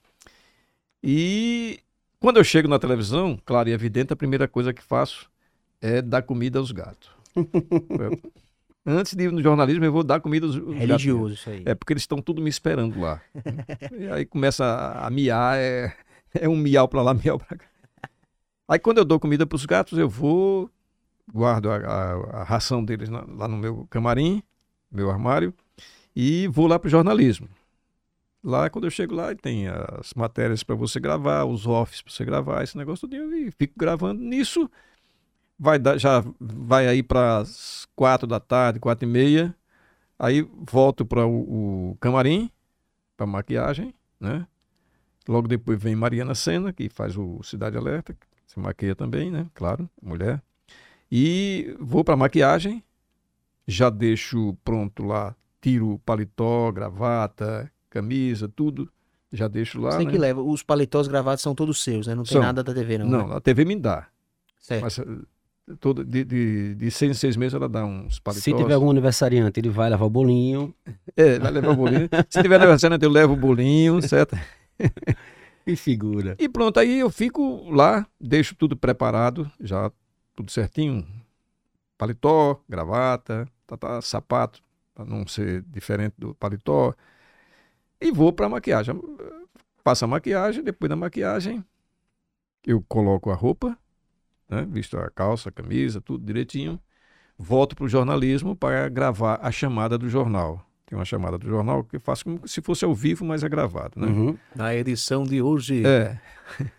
E quando eu chego na televisão, claro e evidente, a primeira coisa que faço é dar comida aos gatos. Antes de ir no jornalismo, eu vou dar comida aos gatos. Religioso isso aí. Porque eles estão tudo me esperando lá. E aí começa a miar, é um miau pra lá, miau pra cá. Aí quando eu dou comida pros gatos, eu vou, guardo a ração deles lá no meu camarim, meu armário, e vou lá pro jornalismo. Lá, quando eu chego lá, tem as matérias para você gravar, os offs para você gravar, esse negócio tudinho, e fico gravando nisso. Já vai aí para as 4 da tarde, 4h30. Aí volto para o camarim, para maquiagem, né? Logo depois vem Mariana Sena, que faz o Cidade Alerta, que se maquia também, né? Claro, mulher. E vou para maquiagem, já deixo pronto lá, tiro paletó, gravata, camisa, tudo. Já deixo lá. Você né? que leva. Os paletós gravados são todos seus, né? Não tem nada da TV, não. Não, né? a TV me dá. Certo. Mas de 6 em 6 meses ela dá uns paletós. Se tiver algum aniversariante, ele vai levar o bolinho. Vai levar o bolinho. Se tiver aniversariante, eu levo o bolinho, certo? Que figura. E pronto, aí eu fico lá, deixo tudo preparado, já tudo certinho. Paletó, gravata, sapato, para não ser diferente do paletó. E vou para a maquiagem. Faço a maquiagem, depois da maquiagem, eu coloco a roupa, né? Visto a calça, a camisa, tudo direitinho. Volto para o jornalismo para gravar a chamada do jornal. Tem uma chamada do jornal que eu faço como se fosse ao vivo, mas é gravado, né? Na edição de hoje.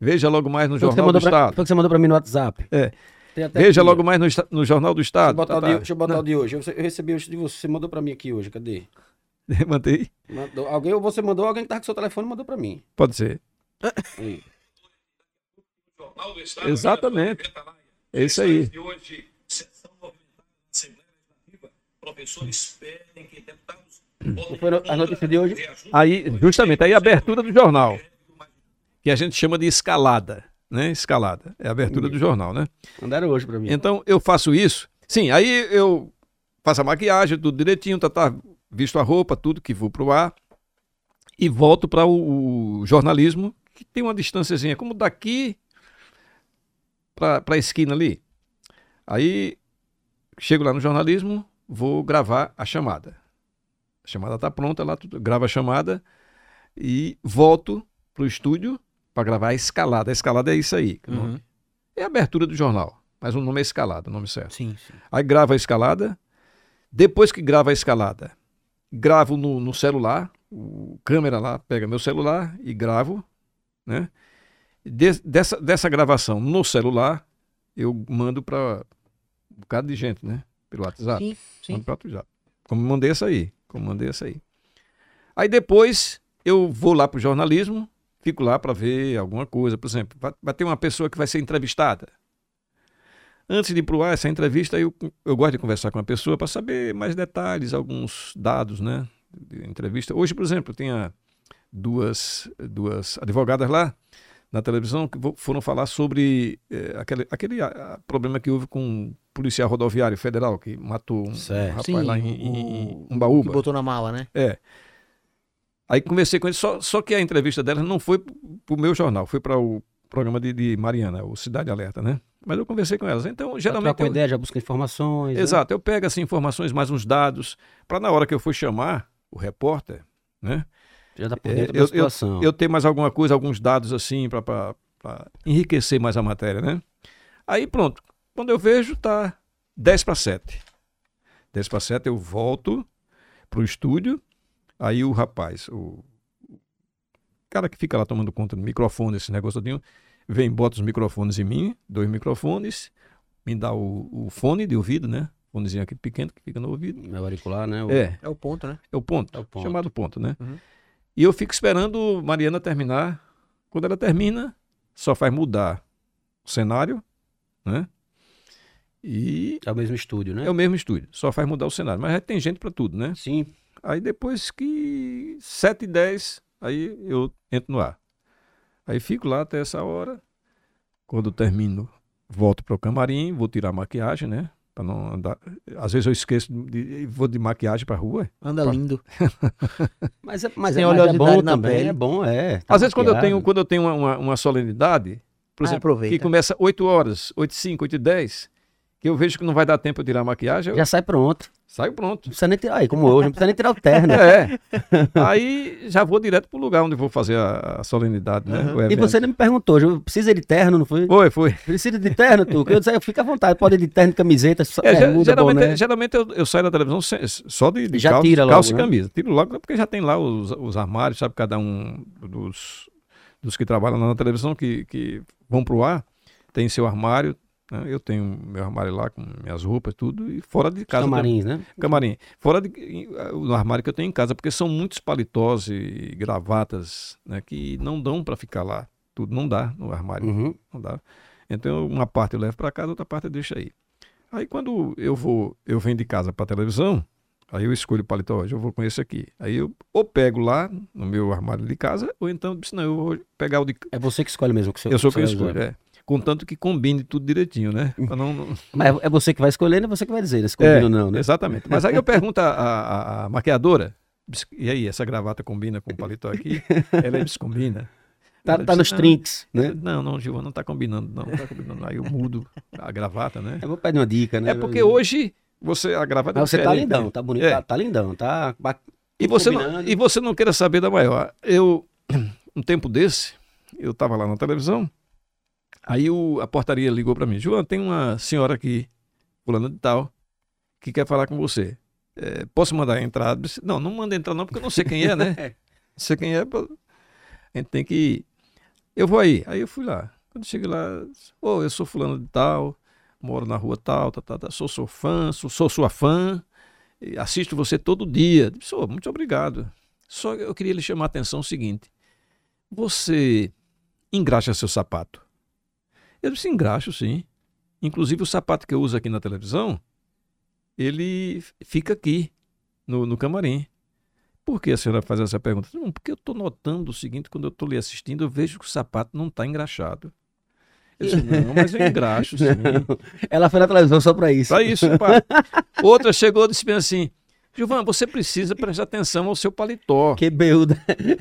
Veja logo mais no Foi que você Jornal do mandou Estado. foi que você mandou pra mim no WhatsApp. É. Tem até Veja aqui, logo ó. mais no Jornal do Estado. Deixa eu botar o de hoje. Eu recebi hoje de você. Você mandou pra mim aqui hoje. Cadê? Mantei. Alguém, ou você mandou, alguém que tava com seu telefone mandou pra mim. Pode ser. Aí. Exatamente. É isso aí. Não foi a notícia de hoje? Aí, justamente, aí a abertura do jornal, que a gente chama de escalada, né? Escalada, é a abertura do jornal, né? Mandaram hoje pra mim. Então, eu faço isso. Sim, aí eu faço a maquiagem, tudo direitinho, visto a roupa, tudo que vou pro ar, e volto para o jornalismo, que tem uma distânciazinha, como daqui para a esquina ali. Aí, chego lá no jornalismo, vou gravar a chamada. A chamada está pronta, lá gravo a chamada e volto pro estúdio para gravar a escalada. A escalada é isso aí. Uhum. É a abertura do jornal, mas o nome é escalada, o nome certo. Sim. Aí gravo a escalada. Depois que gravo a escalada, gravo no celular, o câmera lá pega meu celular e gravo, né? Dessa gravação no celular, eu mando para um bocado de gente, né? Pelo WhatsApp. Sim. Mando pro WhatsApp. Como mandei essa aí. Aí depois eu vou lá pro jornalismo, fico lá para ver alguma coisa. Por exemplo, vai ter uma pessoa que vai ser entrevistada. Antes de ir pro ar essa entrevista, eu gosto de conversar com a pessoa para saber mais detalhes, alguns dados, né? De entrevista. Hoje, por exemplo, tinha duas advogadas lá na televisão que foram falar sobre aquele problema que houve com um policial rodoviário federal que matou um rapaz lá em Umbaúba. Que botou na mala, né? É. Aí conversei com ele, só que a entrevista dela não foi pro meu jornal, foi para o programa de Mariana, o Cidade Alerta, né? Mas eu conversei com elas. Então, geralmente. Com ideia, já busca informações. Exato, eu pego assim, informações, mais uns dados, para na hora que eu for chamar o repórter, né? Já dá por dentro da situação. Eu tenho mais alguma coisa, alguns dados assim, para enriquecer mais a matéria, né? Aí pronto, quando eu vejo, tá 10 para 7. 10 para 7 eu volto pro estúdio, aí o rapaz, o cara que fica lá tomando conta do microfone, esse negócio todinho, vem, bota os microfones em mim, 2 microfones, me dá o fone de ouvido, né? Fonezinho aqui pequeno que fica no ouvido. É o auricular, né? É o ponto, né? É o ponto, É o ponto. chamado ponto, né? Uhum. E eu fico esperando Mariana terminar. Quando ela termina, só faz mudar o cenário, né? E É o mesmo estúdio, né? é o mesmo estúdio, só faz mudar o cenário. Mas já tem gente para tudo, né? Sim. Aí depois que 7h10, aí eu entro no ar. Aí fico lá até essa hora. Quando termino, volto para o camarim, vou tirar a maquiagem, né? Para não andar. Às vezes eu esqueço, vou de maquiagem para rua. Anda lindo. Mas Tem é oleosidade bom na também, pele. é bom, é. Tá Às vezes quando maquiado. eu tenho uma solenidade, por exemplo, aproveita. que começa 8 horas, 8h05, 8h10, que eu vejo que não vai dar tempo eu tirar a maquiagem, eu Já sai pronto. saio pronto. Não precisa nem tirar, aí, como hoje, não precisa nem tirar o terno. É. Aí já vou direto pro lugar onde vou fazer a solenidade, né? Uhum. O E evento. você nem me perguntou, precisa de terno, não foi? Foi. Precisa de terno, tu? Que eu disse, fica à vontade, pode ir de terno, camiseta, bermuda, boné. Geralmente eu saio da televisão só de Já calça, tira logo, calça e né? camisa. Tiro logo porque já tem lá os armários, sabe? Cada um dos que trabalham lá na televisão que vão pro ar tem seu armário. Né? Eu tenho meu armário lá com minhas roupas, tudo, e fora de casa. Camarins, né? Camarim. No armário que eu tenho em casa, porque são muitos paletós e gravatas, né, que não dão para ficar lá. Tudo não dá no armário. Uhum. Não dá. Então, uma parte eu levo para casa, outra parte eu deixo aí. Aí, quando eu venho de casa para televisão, aí eu escolho o paletó, hoje eu vou com esse aqui. Aí eu ou pego lá no meu armário de casa, ou então, não, eu vou pegar o de... É você que escolhe mesmo. Que Eu sou quem você vai escolho, usar. é. Contanto que combine tudo direitinho, né? Pra não... Mas é você que vai escolher, não é você que vai dizer, se combina ou não, né? Exatamente. Mas aí eu pergunto à maquiadora, e aí, essa gravata combina com o paletó aqui? Ela disse, combina. Tá Ela disse, nos "Não." trinks, né? Não, Gilvan, não tá combinando, não tá combinando. Aí eu mudo a gravata, né? Eu vou pedir uma dica, né? É porque hoje a gravata é Mas você tá diferente, lindão, né? tá bonito, É. tá lindão, tá... E combinando. você não queira saber da maior. Um tempo desse, eu tava lá na televisão, aí a portaria ligou para mim, João, tem uma senhora aqui, fulana de tal, que quer falar com você. Posso mandar entrar? Eu disse, não manda entrar não, porque eu não sei quem é, né? Não sei quem é, a gente tem que... eu vou aí. Aí eu fui lá. Quando cheguei lá, eu sou fulano de tal, moro na rua tal, sou sua fã, assisto você todo dia. Eu disse, muito obrigado. Só que eu queria lhe chamar a atenção o seguinte, você engraxa seu sapato? Eu disse, engraxo sim. Inclusive o sapato que eu uso aqui na televisão, ele fica aqui, no camarim. Por que a senhora faz essa pergunta? Não, porque eu estou notando o seguinte, quando eu estou lhe assistindo, eu vejo que o sapato não está engraxado. Eu disse, não, mas eu engraxo sim. Ela foi na televisão só para isso. Para isso, pá. Outra chegou e disse bem assim, Gilvan, você precisa prestar atenção ao seu paletó. Que beuda.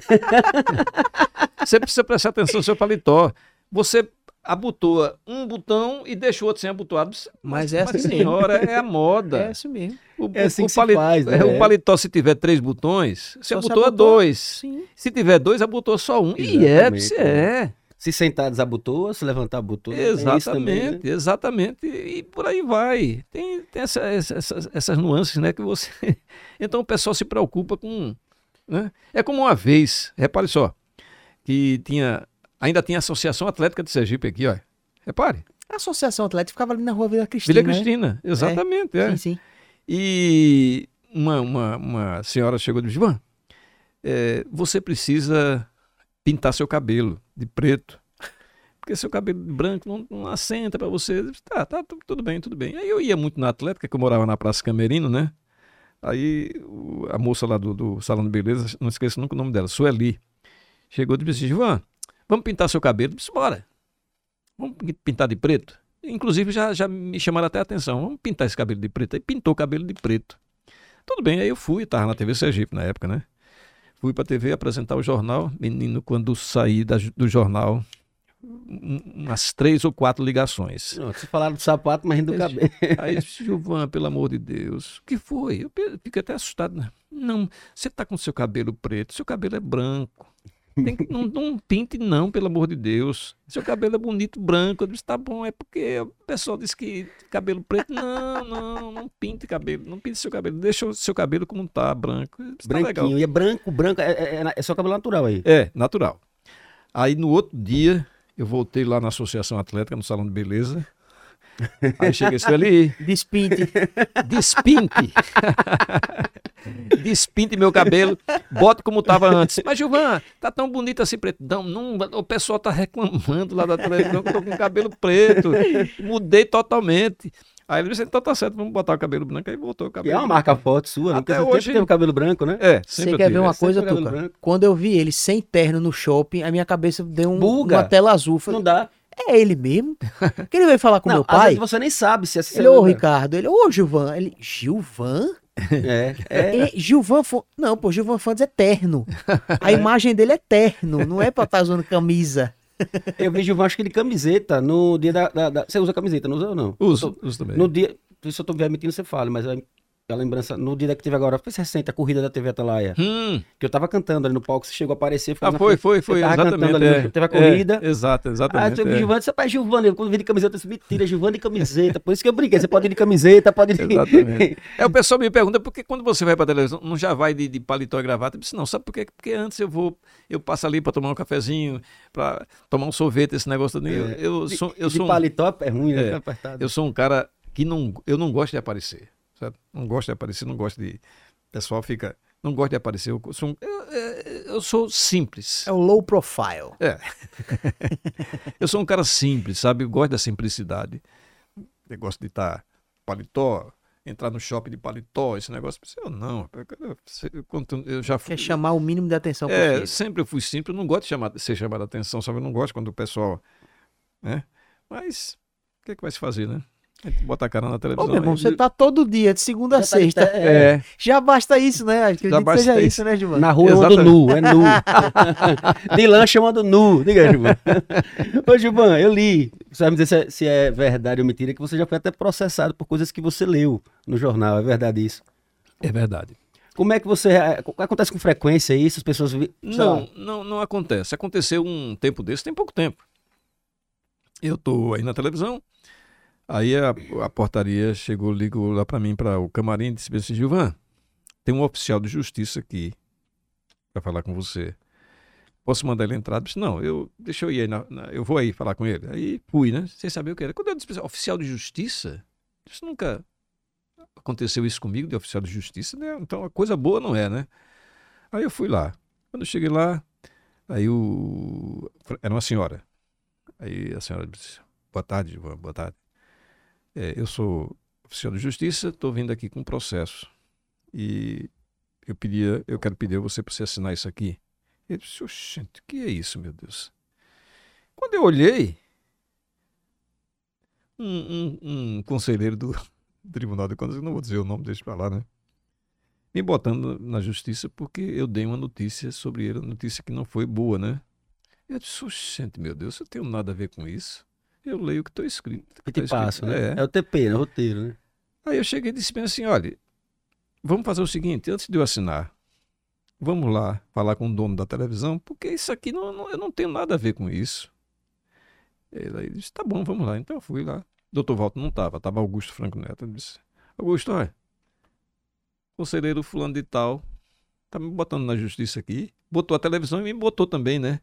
Você precisa prestar atenção ao seu paletó. Você abotoa um botão e deixa o outro sem abotoado. Mas é assim senhora, é a moda. É assim mesmo. É assim que se faz, né? O paletó, se tiver 3 botões, você abotoa 2. Sim. Se tiver 2, abotoa só um. Exatamente, E Se sentar, desabotoa, se levantar, abotoa. Exatamente, também, né? exatamente. E por aí vai. Tem essas nuances, né? Que você... Então o pessoal se preocupa com... Né? É como uma vez, repare só, que ainda tinha a Associação Atlética de Sergipe aqui, ó. Repare. A Associação Atlética ficava ali na rua Vila Cristina. Vila Cristina, né? Exatamente. Sim, sim. E uma senhora chegou e disse, Gilvan, você precisa pintar seu cabelo de preto, porque seu cabelo branco não assenta para você. Eu disse, tá, tudo bem. Aí eu ia muito na Atlética, que eu morava na Praça Camerino, né? Aí a moça lá do Salão de Beleza, não esqueço nunca o nome dela, Sueli, chegou e disse, Gilvan, vamos pintar seu cabelo? Eu disse, bora. Vamos pintar de preto? Inclusive já me chamaram até a atenção. Vamos pintar esse cabelo de preto. Aí pintou o cabelo de preto. Tudo bem, aí eu fui, estava na TV Sergipe na época, né? Fui para a TV apresentar o jornal. Menino, quando saí do jornal, umas 3 ou 4 ligações. Não, você falaram do sapato, mas do cabelo. Aí eu disse, Gilvan, pelo amor de Deus, o que foi? Eu fiquei até assustado. Né? Não, você está com seu cabelo preto, seu cabelo é branco. Não pinte não, pelo amor de Deus. Seu cabelo é bonito, branco. Eu disse, tá bom, é porque o pessoal disse que cabelo preto. Não pinte cabelo, não pinte seu cabelo. Deixa o seu cabelo como tá, branco. Disse, branquinho, tá legal. E é branco, é só cabelo natural aí. É, natural. Aí no outro dia, eu voltei lá na Associação Atlética, no Salão de Beleza. Aí cheguei e ali. Despinte. Despinte meu cabelo, bote como estava antes. Mas, Gilvan, tá tão bonito assim preto. Não, o pessoal tá reclamando lá da televisão que eu tô com cabelo preto. Mudei totalmente. Aí ele disse, então tá certo, vamos botar o cabelo branco. Aí botou o cabelo branco. É uma marca forte sua, né? Até porque hoje sempre teve o cabelo branco, né? Você quer ver uma coisa, Tuca? Quando eu vi ele sem terno no shopping, a minha cabeça deu uma tela azul. Falei, não dá. É ele mesmo? Que ele veio falar com meu pai? Às vezes você nem sabe se é assim. Ele, Ricardo, ele, Gilvan. Ele, Gilvan? Gilvan Fontes. Não, pô, Gilvan Fontes é terno. A imagem dele é terno, não é pra estar usando camisa. Eu vi Gilvan, acho que de camiseta, no dia Você usa camiseta, não usa ou não? Uso também. No dia... Se eu tô mentindo, você fala, mas a lembrança... No dia que teve agora, foi recente, a corrida da TV Atalaia. Que eu tava cantando ali no palco, você chegou a aparecer. Foi, exatamente. Ali, teve a corrida. Exatamente. Aí eu vi Gilvan, disse, pai, Gilvan, quando vi de camiseta, eu disse, mentira, Gilvan de camiseta. Por isso que eu brinquei, você pode ir de camiseta, pode ir... Exatamente. O pessoal me pergunta, por que quando você vai pra televisão, não já vai de paletó e gravata? Eu disse, não, sabe por quê? Porque antes eu passo ali pra tomar um cafezinho, pra tomar um sorvete, esse negócio. De paletó é ruim, né? Eu sou um cara que eu não gosto de aparecer. Sabe? Não gosto de aparecer, não gosto de... O pessoal fica... Não gosto de aparecer. Eu sou simples. É o low profile. Eu sou um cara simples, sabe? Eu gosto da simplicidade. Eu gosto de estar paletó, entrar no shopping de paletó, esse negócio. Eu não. Eu já fui... Quer chamar o mínimo de atenção possível. Sempre eu fui simples. Eu não gosto de ser chamado a atenção, sabe? Eu não gosto quando o pessoal... Né? Mas o que vai se fazer, né? Bota a cara na televisão. Meu irmão, você tá todo dia, de segunda a sexta. Já basta isso, né? Acredito que seja isso, né, Gilvan? Na rua eu ando nu, é nu. De lanche eu ando nu. Diga, Gilvan. Ô, Gilvan, eu li. Você vai me dizer se é verdade ou mentira, que você já foi até processado por coisas que você leu no jornal. É verdade isso? É verdade. Como é que você... Acontece com frequência isso? As pessoas... Não acontece. Aconteceu um tempo desse, tem pouco tempo. Eu tô aí na televisão. Aí a portaria ligou lá para mim, para o camarim, e disse assim, Gilvan, tem um oficial de justiça aqui para falar com você. Posso mandar ele entrar? Eu disse, não, deixa eu ir aí, eu vou aí falar com ele. Aí fui, né? Sem saber o que era. Quando eu disse, oficial de justiça, isso nunca aconteceu isso comigo, de oficial de justiça, né? Então a coisa boa não é, né? Aí eu fui lá. Quando eu cheguei lá, aí era uma senhora. Aí a senhora disse, boa tarde, Ivan, boa tarde. Eu sou oficial de justiça, estou vindo aqui com um processo. E eu quero pedir a você para você assinar isso aqui. Ele disse, oxente, o que é isso, meu Deus? Quando eu olhei, um conselheiro do Tribunal de Contas, eu não vou dizer o nome, deixa para lá, né? Me botando na justiça porque eu dei uma notícia sobre ele, uma notícia que não foi boa, né? Eu disse, oxente, meu Deus, eu tenho nada a ver com isso. Eu leio o que está escrito. Que te passa, né? É o TP, né? O roteiro, né? Aí eu cheguei e disse bem assim, olha, vamos fazer o seguinte, antes de eu assinar, vamos lá falar com o dono da televisão, porque isso aqui eu não tenho nada a ver com isso. Ele disse, tá bom, vamos lá. Então eu fui lá. Dr. Walter não estava Augusto Franco Neto. Ele disse, Augusto, olha, conselheiro fulano de tal, tá me botando na justiça aqui, botou a televisão e me botou também, né?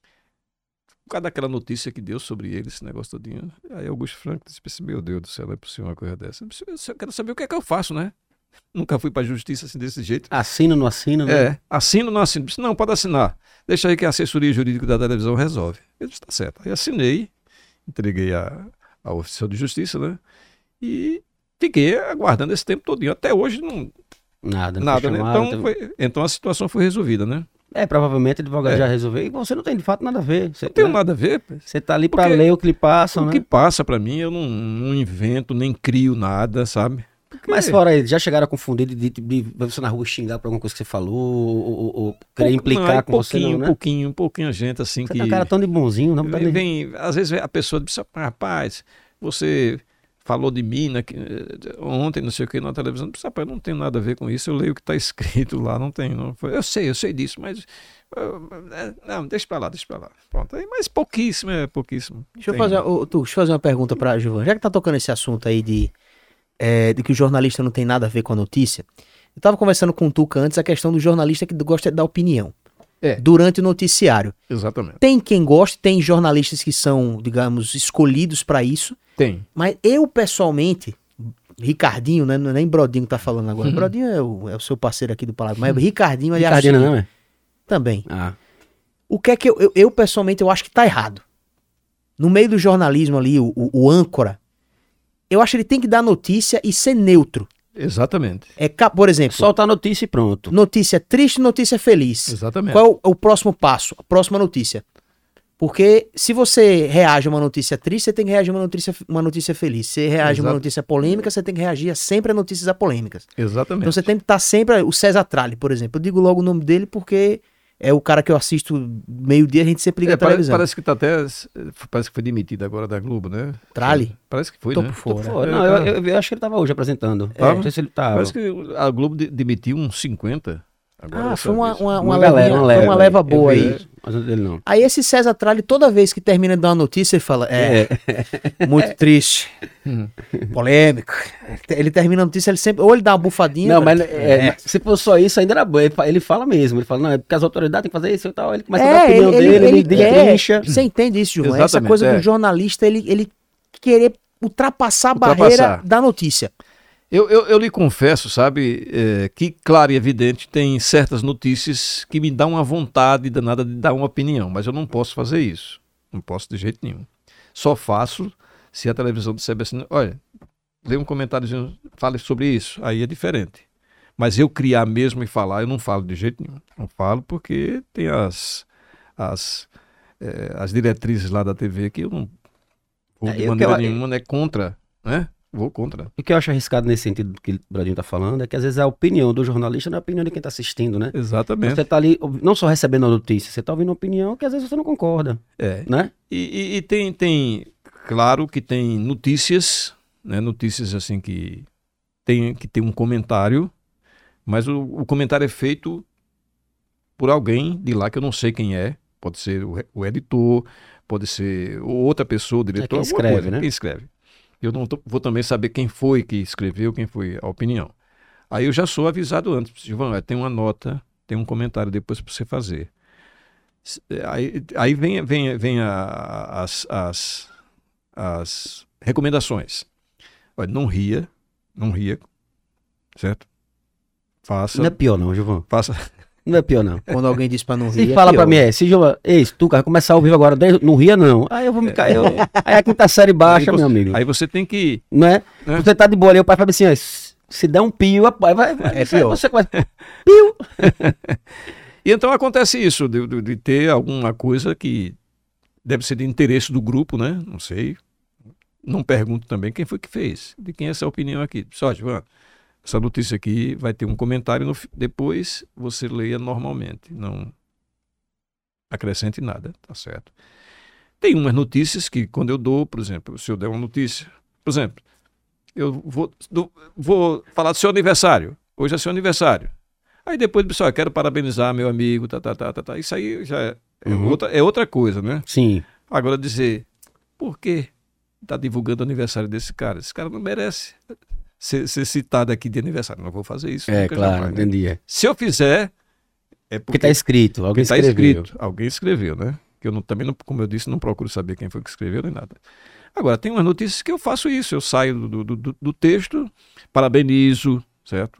Por causa daquela notícia que deu sobre ele, esse negócio todinho. Aí Augusto Franco disse, meu Deus do céu, não é possível uma coisa dessa. Eu quero saber o que é que eu faço, né? Nunca fui pra justiça assim desse jeito. Assina, não assina, né? Assino, não assino. Disse, não, pode assinar. Deixa aí que a assessoria jurídica da televisão resolve. Eu disse, tá certo. Aí assinei, entreguei ao oficial de justiça, né? E fiquei aguardando esse tempo todinho. Até hoje não... Nada, né? Chamado, Então a situação foi resolvida, né? Provavelmente o advogado já resolveu. E você não tem de fato nada a ver. Você, não tenho nada a ver. Você tá ali para ler o que lhe passam, né? O que passa para mim, eu não invento, nem crio nada, sabe? Mas fora ele, já chegaram a confundir de você na rua xingar por alguma coisa que você falou ou querer implicar com você, não, né? Pouquinho gente assim você que... Você tá um cara tão de bonzinho, não? Às vezes a pessoa diz, rapaz, você falou de mim ontem, não sei o que, na televisão. Diz, rapaz, não tem nada a ver com isso, eu leio o que está escrito lá, não tem. Não. Eu sei disso, mas... Não, deixa pra lá. Pronto, mas pouquíssimo. Deixa eu fazer uma pergunta pra Giovana. Já que tá tocando esse assunto aí de que o jornalista não tem nada a ver com a notícia, eu tava conversando com o Tuca antes a questão do jornalista que gosta de dar opinião durante o noticiário. Exatamente. Tem quem goste, tem jornalistas que são, digamos, escolhidos pra isso. Tem. Mas eu, pessoalmente, Ricardinho, né, não é nem Brodinho que tá falando agora. Brodinho é o seu parceiro aqui do Palácio, mas Ricardinho... Ricardinho não, é? Também. O que é que eu pessoalmente, eu acho que tá errado. No meio do jornalismo ali, o âncora, eu acho que ele tem que dar notícia e ser neutro. Exatamente. Por exemplo... Soltar notícia e pronto. Notícia triste, notícia feliz. Exatamente. Qual é o próximo passo? A próxima notícia. Porque se você reage a uma notícia triste, você tem que reagir a uma notícia feliz. Se você reage a uma notícia polêmica, você tem que reagir sempre a notícias apolêmicas. Exatamente. Então você tem que estar sempre... O César Tralli, por exemplo. Eu digo logo o nome dele porque... É o cara que eu assisto meio-dia, a gente sempre liga a televisão. Parece que foi demitido agora da Globo, né? Tralli? Parece que foi, Tô né? por fora. Não, eu acho que ele tava hoje apresentando. Não sei se ele tava. Parece que a Globo demitiu uns 50. Agora foi uma leva boa aí. Mas não dele não. Aí esse César Tralli, toda vez que termina de dar uma notícia, ele fala, muito triste, polêmico. Ele termina a notícia, ele sempre, ou ele dá uma bufadinha. Não, mas se for só isso, ainda era bom. Ele fala mesmo, ele fala, não, é porque as autoridades têm que fazer isso e tal. Ele começa a dar a opinião dele, ele trincha. Você entende isso, Gilvan? Exatamente, essa coisa do jornalista, ele querer ultrapassar a barreira da notícia. Eu lhe confesso, sabe, que claro e evidente tem certas notícias que me dão uma vontade danada de dar uma opinião, mas eu não posso fazer isso. Não posso de jeito nenhum. Só faço se a televisão disser assim, olha, dê um comentáriozinho, fale sobre isso, aí é diferente. Mas eu criar mesmo e falar, eu não falo de jeito nenhum. Não falo porque tem as diretrizes lá da TV que eu não vou de maneira nenhuma, né, contra, né? Vou contra. O que eu acho arriscado nesse sentido do que o Brodinho tá falando é que às vezes a opinião do jornalista não é a opinião de quem tá assistindo, né? Exatamente. Você tá ali não só recebendo a notícia, você tá ouvindo uma opinião que às vezes você não concorda. Né? E tem, claro que tem notícias, né? Notícias assim que tem um comentário, mas o comentário é feito por alguém de lá que eu não sei quem é. Pode ser o editor, pode ser outra pessoa, o diretor. Quem escreve, né? Quem escreve. Eu não vou também saber quem foi que escreveu, quem foi a opinião. Aí eu já sou avisado antes. Gilvan, tem uma nota, tem um comentário depois para você fazer. Aí vem as recomendações. Olha, não ria, certo? Faça. Não é pior não, Gilvan. Faça. Não é pior não. Quando alguém diz pra não rir, Se é fala pior. pra mim, se Gilvan, ei, se tu vai começar ao vivo agora, não ria não. Aí eu vou me cair. Aí a quinta série baixa, meu amigo. Aí você tem que. Não é? Você tá de boa ali, o pai fala assim, ó, se der um pio, vai. É pior. Você começa. Pio! E então acontece isso, de ter alguma coisa que deve ser de interesse do grupo, né? Não sei. Não pergunto também quem foi que fez. De quem é essa opinião aqui? Só, Giovana, essa notícia aqui vai ter um comentário, depois você leia normalmente. Não acrescente nada, tá certo? Tem umas notícias que quando eu dou, por exemplo, se eu der uma notícia, por exemplo, eu vou falar do seu aniversário. Hoje é seu aniversário. Aí depois, pessoal, eu quero parabenizar meu amigo, tá. Isso aí já é outra coisa, né? Sim. Agora dizer, por que tá divulgando o aniversário desse cara? Esse cara não merece ser citado aqui de aniversário. Não vou fazer isso. É, nunca, claro, jamais, né? entendi. Se eu fizer, é Porque tá escrito, alguém tá escreveu. escrito. Alguém escreveu, né? Que eu também, não, como eu disse, não procuro saber quem foi que escreveu nem nada. Agora, tem umas notícias que eu faço isso. Eu saio do texto, parabenizo, certo?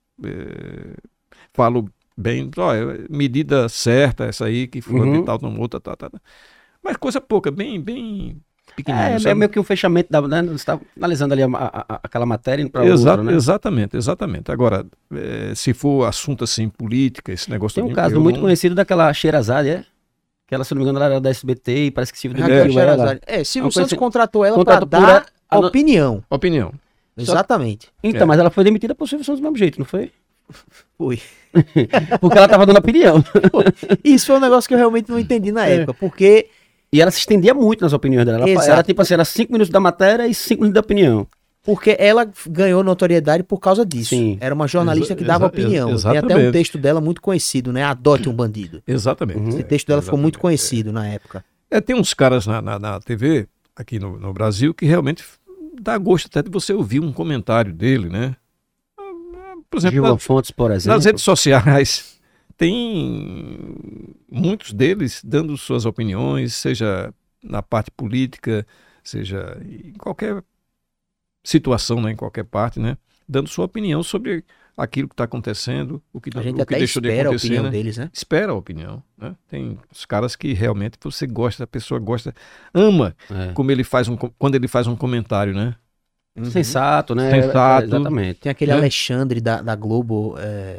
Falo bem, medida certa, essa aí, que foi de tal, não outra, tá. Mas coisa pouca, bem pequenininho. É meio que um fechamento, né? Você está analisando ali aquela matéria indo para outra, né? Exatamente. Agora, se for assunto assim, política, esse negócio... Tem um caso muito conhecido daquela Sherazade, Que ela, se não me engano, ela era da SBT e parece que Silvio demitiu ela. Silvio Santos contratou ela para dar opinião. Opinião. Exatamente. Então, mas ela foi demitida por Silvio Santos do mesmo jeito, não foi? Foi. Porque ela tava dando opinião. Isso foi um negócio que eu realmente não entendi na época, porque... E ela se estendia muito nas opiniões dela. Ela era tipo assim, era 5 minutos da matéria e 5 minutos da opinião. Porque ela ganhou notoriedade por causa disso. Sim. Era uma jornalista que dava opinião. Exatamente. Tem até um texto dela muito conhecido, né? Adote um bandido. Exatamente. Esse texto dela ficou muito conhecido na época. Tem uns caras na TV, aqui no Brasil, que realmente dá gosto até de você ouvir um comentário dele, né? Por exemplo, Gilvan Fontes, por exemplo. Nas redes sociais, tem muitos deles dando suas opiniões, seja na parte política, seja em qualquer situação, né, em qualquer parte, né, dando sua opinião sobre aquilo que está acontecendo, o que deixou de acontecer, a opinião né? deles, né? Espera a opinião, né? Tem os caras que realmente você gosta, a pessoa gosta, ama como ele faz quando ele faz um comentário, né? Sensato, né? Sensato. Exatamente. Tem aquele Alexandre da Globo,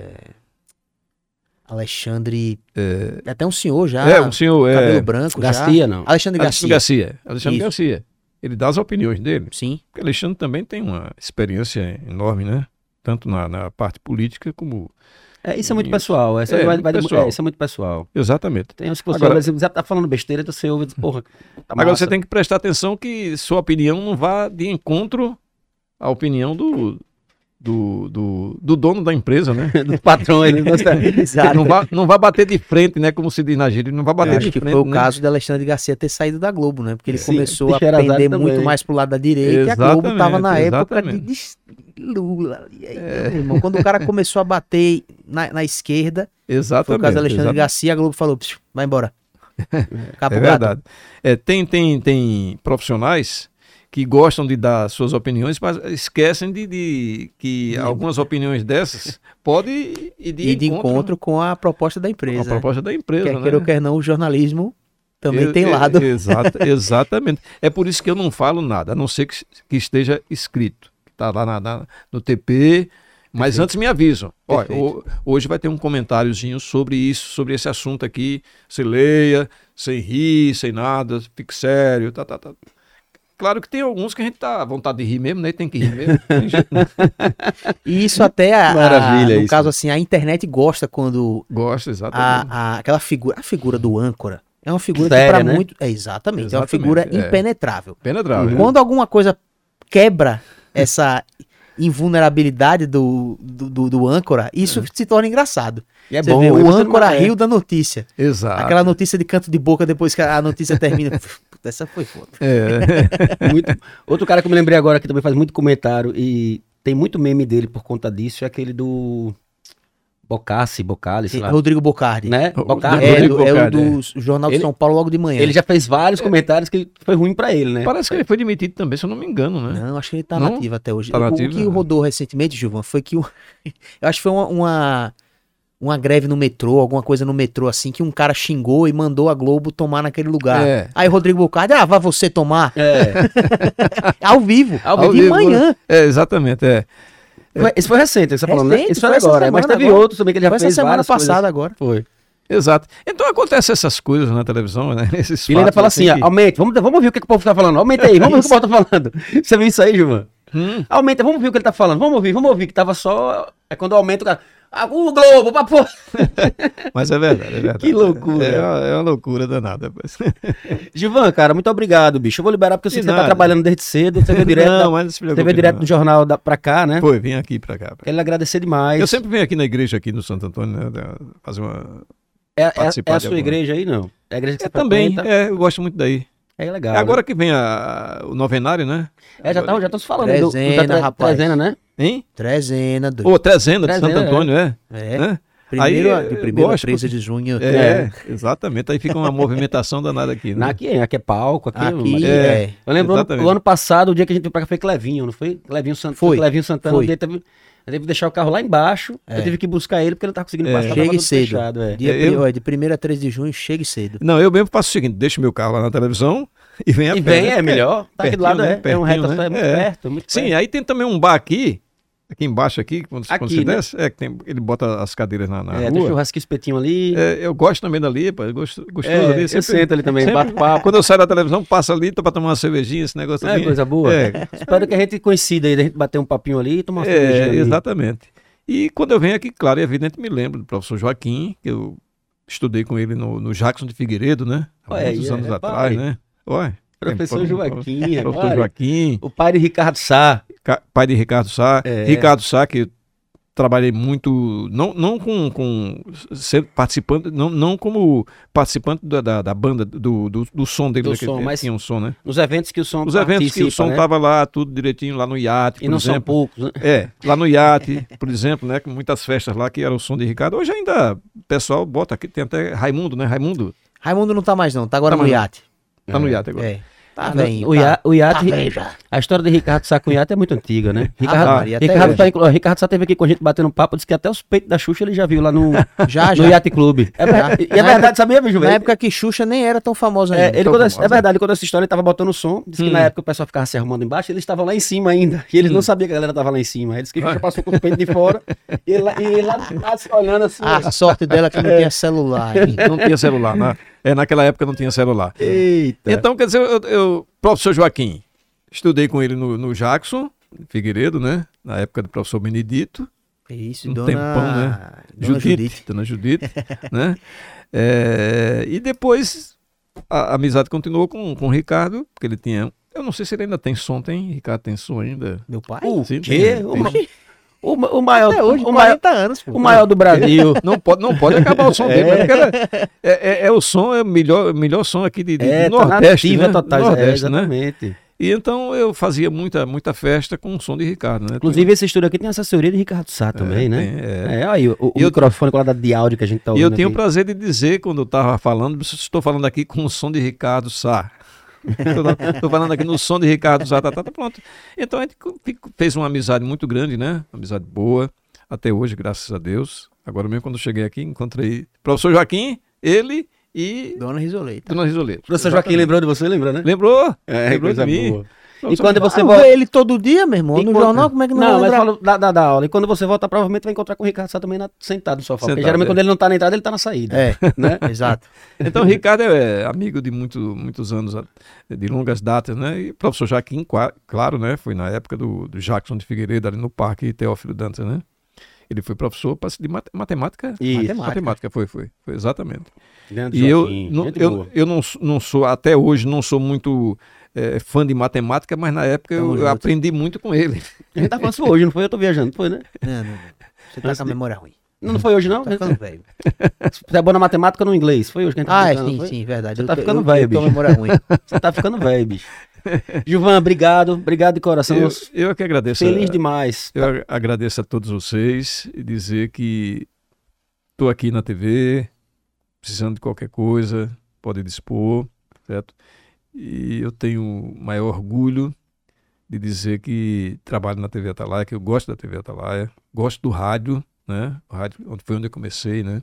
Alexandre, até um senhor já, um senhor, cabelo branco Garcia, já. não. Alexandre Garcia. Alexandre Garcia. Ele dá as opiniões dele. Sim. Porque Alexandre também tem uma experiência enorme, né? Tanto na parte política como... Isso é muito pessoal. Isso é muito pessoal. Exatamente. Tem uns que você tá falando besteira, então você ouve e diz, porra, tá agora massa. você tem que prestar atenção que sua opinião não vá de encontro à opinião do dono da empresa, né? Do patrão. Exato. Não vai bater de frente, né? Como se diz na gíria, não vai bater de Acho que frente. foi o né? caso de Alexandre Garcia ter saído da Globo, né? Porque ele Sim, começou a Xerazade pender também. muito mais pro lado da direita e a Globo tava na época exatamente. de Lula. E aí, meu irmão, quando o cara começou a bater na esquerda, Exatamente. foi o caso de Alexandre Garcia, a Globo falou, vai embora. É verdade. Tem profissionais que gostam de dar suas opiniões, mas esquecem de que algumas opiniões dessas podem ir de encontro com a proposta da empresa. Com a proposta da empresa, Quer né? queira ou quer não, o jornalismo também tem lado. Exatamente. É por isso que eu não falo nada, a não ser que esteja escrito. Está lá no TP, mas Perfeito. antes me avisam. Olha, Perfeito. hoje vai ter um comentáriozinho sobre isso, sobre esse assunto aqui. Você leia, sem rir, sem nada, fique sério, tá. Claro que tem alguns que a gente tá à vontade de rir mesmo, né? Tem que rir mesmo. E isso até, Maravilha, no isso. caso assim, a internet gosta quando Gosta, exatamente. aquela figura, a figura do âncora, é uma figura Séria, que para né? muito... exatamente, é uma figura impenetrável. Penetrável. Quando alguma coisa quebra essa invulnerabilidade do âncora, isso se torna engraçado. E é Você bom. vê, o você âncora não- riu da notícia. Exato. Aquela notícia de canto de boca depois que a notícia termina. Puta, essa foi foda. Outro cara que eu me lembrei agora que também faz muito comentário e tem muito meme dele por conta disso é aquele do Bocali, sei lá. Rodrigo Bocardi. Né? O- Bocardi. Rodrigo É o Bocardi, do Jornal de Ele- São Paulo logo de manhã. Ele já fez vários comentários que foi ruim pra ele, né? Parece que ele foi demitido também, se eu não me engano, né? Não, acho que ele tá Não? nativo até hoje. Tá O nativo, que né? rodou recentemente, Gilvan, foi que eu acho que foi uma greve no metrô, alguma coisa no metrô assim, que um cara xingou e mandou a Globo tomar naquele lugar. É. Aí Rodrigo Bocardi, vai você tomar. É. Ao vivo. Ao de vivo, manhã. É, exatamente, é. Esse foi recente, que você tá falando, né? Recente, Isso foi foi essa agora. Mas semana teve agora. outros também que ele já Foi essa fez semana várias coisas. passada agora. Foi. Exato. Então acontecem essas coisas na televisão, né? Esses E ele ainda fatos, fala assim, que- aumente, vamos ouvir o que o povo tá falando. Aumenta aí, vamos ouvir o que o povo tá falando. Você viu isso aí, Gilvan? Aumenta, vamos ouvir o que ele tá falando. Vamos ouvir, que tava só... É quando aumenta o cara... o Globo, pra pôr... Mas é verdade, é verdade. Que loucura. É uma loucura danada. rapaz. Gilvan, cara, muito obrigado, bicho. Eu vou liberar porque eu sei De que você tá nada. trabalhando desde cedo. Você veio direto, Não, mas não se preocupe, você veio direto não. do jornal pra cá, né? Foi, vim aqui pra cá. Quero lhe agradecer demais. Eu sempre venho aqui na igreja aqui no Santo Antônio, né? Fazer uma... É participar a de sua alguma- igreja aí, não? É a igreja que você Também, frequenta? eu gosto muito daí. É legal. É agora né? que vem o novenário, né? Já estão se falando. aí Trezena, rapaz. Trezena, né? Hein? Trezena, doido. Ô, Trezena de Santo Trezena, Antônio, é? É. Né? Primeiro, Aí, de primeiro a gosto, 13 de junho. Exatamente. Aí fica uma movimentação danada aqui, né? Aqui é palco. Aqui É. Eu lembro Exatamente. o ano passado, o dia que a gente veio pra cá foi Clevinho, não foi? Clevinho Foi. Clevinho Santana. Foi. Um dia eu teve que deixar o carro lá embaixo. Eu tive que buscar ele porque ele não tava conseguindo passar. tava Chegue tudo cedo. fechado, é. De 1º a 13 de junho, chegue cedo. Não, eu mesmo faço o seguinte, deixo meu carro lá na televisão e venho a E pé, vem, né? é melhor. Tá aqui do lado, Pertinho, né? é um Pertinho, reto, né? é muito É. perto. Muito Sim, perto. aí tem também um bar aqui embaixo aqui, quando Aqui, você né? desce, que tem, ele bota as cadeiras na Tem rua. churrasquinho espetinho ali. Eu gosto também dali, pá, gostoso ali. Eu sento ali também, bato papo. Quando eu saio da televisão, passo ali, tô pra tomar uma cervejinha, esse negócio ali. Coisa boa. É. Espero que a gente coincida aí, da gente bater um papinho ali e tomar uma cervejinha ali. Exatamente. E quando eu venho aqui, claro, é evidente, me lembro do professor Joaquim, que eu estudei com ele no Jackson de Figueiredo, né? Há Olha muitos aí, anos pai. atrás, né? Olha. Professor Joaquim, Professor agora. Joaquim, O pai de Ricardo Sá. pai de Ricardo Sá. É. Ricardo Sá, que eu trabalhei muito, não com ser participante, não como participante da banda, do som dele. Do né, que som, ele mas tinha um som, né? Nos eventos que o som Os eventos que o som né? tava lá, tudo direitinho, lá no iate, E por não são exemplo. poucos, né? Lá no iate, por exemplo, né? Com muitas festas lá que era o som de Ricardo. Hoje ainda o pessoal bota aqui, tem até Raimundo, né? Raimundo Raimundo não tá mais não, tá agora Tá no mais não. iate. tá no iate agora. É. Tá bem. O iate, a história de Ricardo Sá com o iate é muito antiga, né? Maria, até Ricardo Sá teve aqui com a gente batendo papo, disse que até os peitos da Xuxa ele já viu lá no Já. Iate Clube. É verdade, sabia, meu Na jovem? época que Xuxa nem era tão famosa ainda. É verdade, ele contou essa história, ele tava botando o som, disse que na época o pessoal ficava se arrumando embaixo, eles estavam lá em cima ainda, e eles não sabiam que a galera tava lá em cima. Ele disse que Xuxa passou com os peitos de fora, e ele lá olhando assim. A sorte dela é que não tinha celular. Não tinha celular, né? Naquela época não tinha celular. Eita. Então, quer dizer, professor Joaquim, estudei com ele no Jackson, Figueiredo, né? Na época do professor Benedito. Isso, Um dona... tempão, né? Dona Judite. Dona Judite, né? E depois a amizade continuou com o Ricardo, porque ele tinha... Eu não sei se ele ainda tem som, tem? Ricardo tem som ainda? Meu pai? Sim, quê? tem. O maior, Até hoje, o maior, 40 anos, pô. o maior do Brasil. Não pode acabar o som dele, mas porque o som, é o melhor som aqui de Nordeste, né? total, Nordeste, né? exatamente. E então eu fazia muita festa com o som de Ricardo, né? Inclusive, esse estúdio aqui tem assessoria de Ricardo Sá também, né? tem, Aí, o microfone com a qualidade de áudio que a gente tá E ouvindo eu tenho o aqui. prazer de dizer, quando eu estava falando, estou falando aqui com o som de Ricardo Sá. Estou falando aqui no som de Ricardo Sá, tá pronto. Então a gente fez uma amizade muito grande, né? Uma amizade boa, até hoje, graças a Deus. Agora mesmo, quando eu cheguei aqui, encontrei o professor Joaquim, ele e Dona Risoleta. Dona Risoleta. O professor Joaquim lembrou de você, lembra, né? Lembrou? É, Lembrou de coisa mim. boa. E quando você Você volta... vê ele todo dia, meu irmão, no jornal, como é que não, Não, vai mas lembrar? falo da aula. E quando você volta, provavelmente vai encontrar com o Ricardo Sá também sentado no sofá. Porque Sentado, geralmente é. quando ele não tá na entrada, ele tá na saída. É, Né? exato. Então, o Ricardo é amigo de muitos anos, de longas datas, né? E o professor Joaquim, claro, né? Foi na época do Jackson de Figueiredo, ali no Parque Teófilo Dantas, né? Ele foi professor de matemática. Isso. Matemática, foi exatamente. Grande E Joaquim, gente boa. eu não sou, até hoje, não sou muito fã de matemática, mas na época Tamo eu junto. aprendi muito com ele. A gente tá falando isso hoje, não foi? Eu tô viajando, não foi, né? Não. Você tá com a memória ruim. Não foi hoje, não? Tá ficando velho. Você é bom na matemática ou no inglês? Foi hoje que a gente tá brincando, não foi? sim, verdade. Você tá Eu ficando eu velho, tenho bicho. memória ruim. Você tá ficando velho, bicho. Gilvan, obrigado de coração. Eu que agradeço. Feliz demais. Eu agradeço a todos vocês e dizer que estou aqui na TV, precisando de qualquer coisa, pode dispor, certo? E eu tenho o maior orgulho de dizer que trabalho na TV Atalaia, que eu gosto da TV Atalaia, gosto do rádio, né? O rádio foi onde eu comecei, né?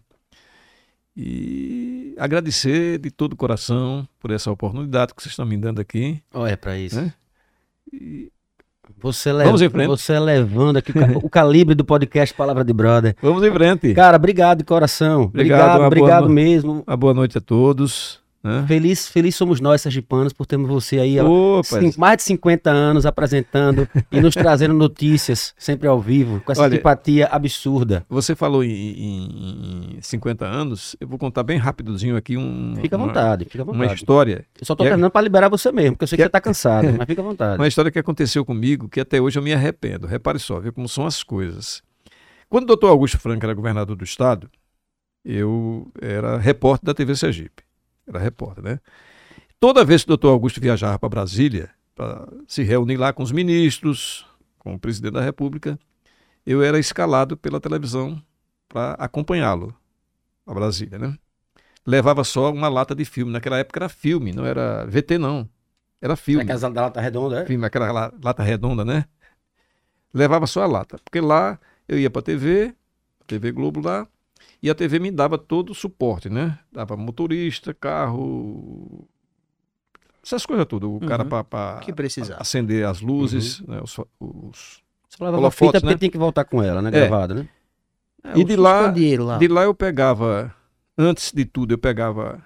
E agradecer de todo o coração por essa oportunidade que vocês estão me dando aqui. Olha para isso. Né? E vamos em frente. Você levando aqui o calibre do podcast Palavra de Brother. Vamos em frente. Cara, obrigado de coração. Obrigado mesmo. Uma boa noite a todos. Né? Feliz somos nós, sergipanos, por termos você aí há mais de 50 anos apresentando e nos trazendo notícias, sempre ao vivo, com essa simpatia absurda. Você falou em 50 anos, eu vou contar bem rapidinho aqui Fica à vontade. Uma história. Eu só tô terminando para liberar você mesmo, porque eu sei que você tá cansado, mas fica à vontade. Uma história que aconteceu comigo, que até hoje eu me arrependo. Repare só, vê como são as coisas. Quando o doutor Augusto Franco era governador do estado, eu era repórter da TV Sergipe. Era repórter, né? Toda vez que o doutor Augusto viajava para Brasília, para se reunir lá com os ministros, com o presidente da República, eu era escalado pela televisão para acompanhá-lo a Brasília, né? Levava só uma lata de filme. Naquela época era filme, não era VT, não. Era filme. Aquela da lata redonda, é? Filme, aquela lata redonda, né? Levava só a lata. Porque lá eu ia para a TV Globo lá, e a TV me dava todo o suporte, né? Dava motorista, carro, essas coisas tudo. O cara para acender as luzes, né? Você falava fita, né? Porque tinha que voltar com ela, né? Gravada, né? E de lá eu pegava, antes de tudo, eu pegava